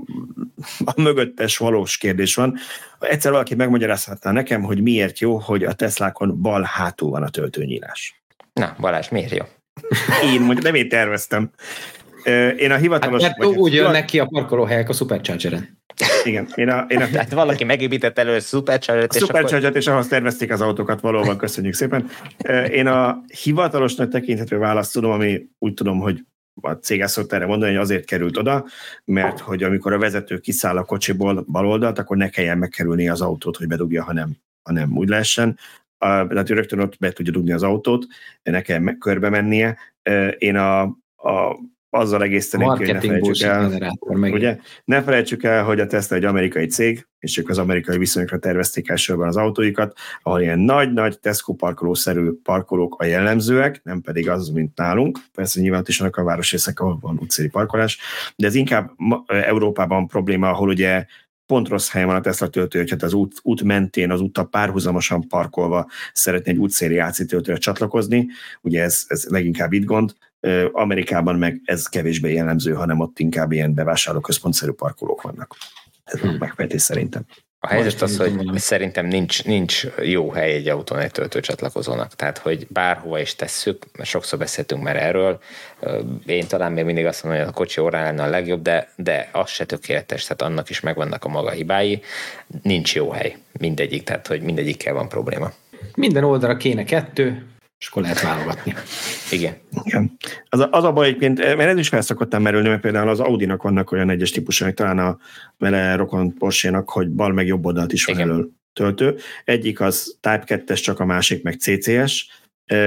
a mögöttes valós kérdés van. Egyszer valaki megmagyarázhatná nekem, hogy miért jó, hogy a Teslákon bal hátul van a töltőnyílás. Na, Balázs, miért jó? Én mondjuk nem én terveztem. Én a hivatalos... Hát, mert úgy jönnek ki a parkolóhelyek a Superchargeren. Igen. Én a, én a, Tehát valaki megépített elő a Superchargert, és Superchargert, akkor... és ahhoz tervezték az autókat, valóban köszönjük szépen. Én a hivatalosnak tekinthető választ tudom, ami úgy tudom, hogy a cég ezt szokta erre mondani, hogy azért került oda, mert hogy amikor a vezető kiszáll a kocsiból baloldalt, akkor ne kelljen megkerülni az autót, hogy bedugja, hanem, hanem úgy lehessen. Tehát rögtön ott be tudja dugni az autót, ne kell körbe mennie. Én a, a azzal egésztenénk ki, hogy ne felejtsük el, ugye? Ne felejtsük el, hogy a Tesla egy amerikai cég, és ők az amerikai viszonyokra tervezték elsősorban az autóikat, ahol ilyen nagy-nagy Tesco parkolószerű parkolók a jellemzőek, nem pedig az, mint nálunk. Persze nyilván is vannak a városrészek, ahol van utcai parkolás, de ez inkább Európában probléma, ahol ugye pont rossz helyen van a Tesla töltő, hogy hát az út, út mentén, az úttal párhuzamosan parkolva szeretné egy útszéli á cé töltőre csatlakozni. Ugye ez, ez leginkább itt gond. Amerikában meg ez kevésbé jellemző, hanem ott inkább ilyen bevásárlóközpontszerű parkolók vannak. Ez hmm. megfejtés szerintem. A helyzet az, hogy szerintem nincs, nincs jó hely egy autón egy töltőcsatlakozónak. Tehát, hogy bárhova is tesszük, mert sokszor beszéltünk már erről, én talán még mindig azt mondom, hogy a kocsi órán lenne a legjobb, de, de az se tökéletes, tehát annak is megvannak a maga hibái. Nincs jó hely, mindegyik, tehát, hogy mindegyikkel van probléma. Minden oldalra kéne kettő, és akkor lehet válogatni. Igen. Igen. Az a, az a baj egyébként, mert ez is felszokottam merülni, mert például az Audinak vannak olyan egyes típusai, talán a vele rokon Porsche-nak, hogy bal meg jobb oldalt is van elől töltő. Egyik az Type kettes, csak a másik meg cé cé es,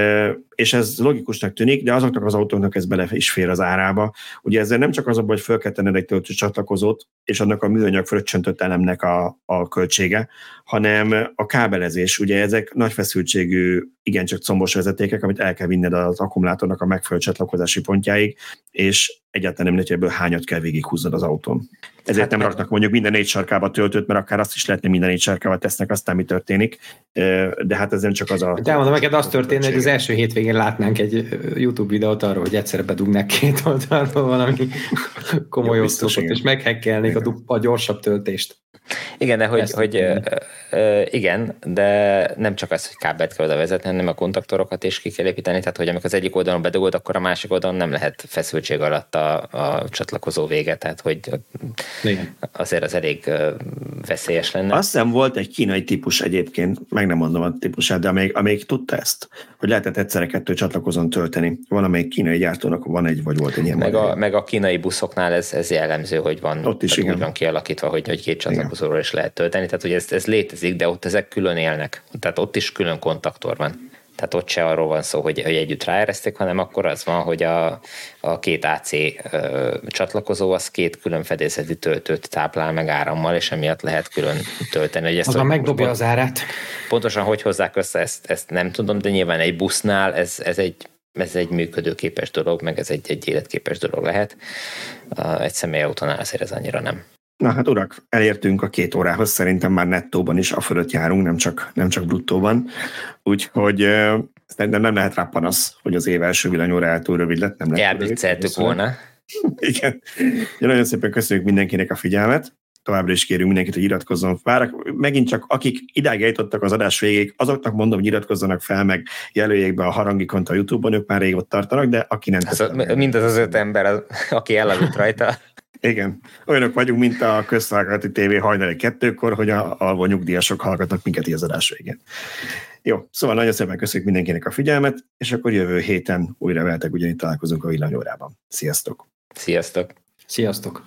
és ez logikusnak tűnik, de azoknak az autóknak ez bele is fér az árába. Ugye ezzel nem csak az, hogy föl kell tenned egy töltő csatlakozót, és annak a műanyag fröccsöntött elemnek a, a költsége, hanem a kábelezés. Ugye ezek nagy feszültségű, igencsak combos vezetékek, amit el kell vinned az akkumulátornak a megfelelő csatlakozási pontjáig, és egyáltalán nem mindegy, ebből hányat kell végighúznod az autón. Ezért hát nem raknak mondjuk minden négy sarkába töltőt, mert akár azt is lehetne minden négy sarkába tesznek, aztán mi történik. De hát ez nem csak az a... De mondom, neked az történt, hogy az első hétvégén látnánk egy YouTube videót arról, hogy egyszerre bedugnák két oldalról valami komoly oszlopot, és meghekkelnék a, a gyorsabb töltést. Igen, de hogy, hogy ö, ö, igen, de nem csak az, hogy kábelt kell oda vezetni, hanem a kontaktorokat is ki kell építeni, tehát hogy amikor az egyik oldalon bedugod, akkor a másik oldalon nem lehet feszültség alatt a, a csatlakozó vége, tehát hogy igen. Azért az elég ö, veszélyes lenne. Azt hiszem volt egy kínai típus egyébként, meg nem mondom a típusát, de amelyik, amelyik tudta ezt, hogy lehetett egyszerre kettő csatlakozón tölteni. Van, amelyik kínai gyártónak van egy, vagy volt egy ilyen. Meg, a, meg a kínai buszoknál ez, ez jellemző, hogy van, ott is, úgy van kialakítva, hogy, hogy két csatlakozóról is lehet tölteni, tehát hogy ez, ez létezik, de ott ezek külön élnek, tehát ott is külön kontaktor van. Tehát ott se arról van szó, hogy, hogy együtt ráereszték, hanem akkor az van, hogy a, a két á cé ö, csatlakozó az két külön fedélzeti töltőt táplál meg árammal, és emiatt lehet külön tölteni. Hogy ezt azon megdobja pont, az árát. Pontosan hogy hozzák össze, ezt, ezt nem tudom, de nyilván egy busznál ez, ez egy ez egy működőképes dolog, meg ez egy, egy életképes dolog lehet. Egy személyautónál azért ez annyira nem. Na hát urak, elértünk a két órához, szerintem már nettóban is a fölött járunk, nem csak, nem csak bruttóban. Úgyhogy uh, szerintem nem lehet rá panasz, hogy az év első villanyórája túl rövid lett. Nem elbicceltük volna. Igen. Ja, nagyon szépen köszönjük mindenkinek a figyelmet. Továbbra is kérünk mindenkit, hogy iratkozzon fel. Megint csak akik idáig eljutottak az adás végéig, azoknak mondom, hogy iratkozzanak fel, meg jelöljék be a Harangikont a YouTube-on, ők már rég ott tartanak, de aki nem... Az, mindaz az öt ember, az, aki elaludt rajta. Igen. Olyanok vagyunk, mint a közszolgálati tévé hajnali kettőkor, hogy a alvó nyugdíjasok hallgatnak minket így az adás végén. Jó, szóval nagyon szépen köszönjük mindenkinek a figyelmet, és akkor jövő héten újra veletek ugyanígy találkozunk a villanyórában. Sziasztok! Sziasztok! Sziasztok!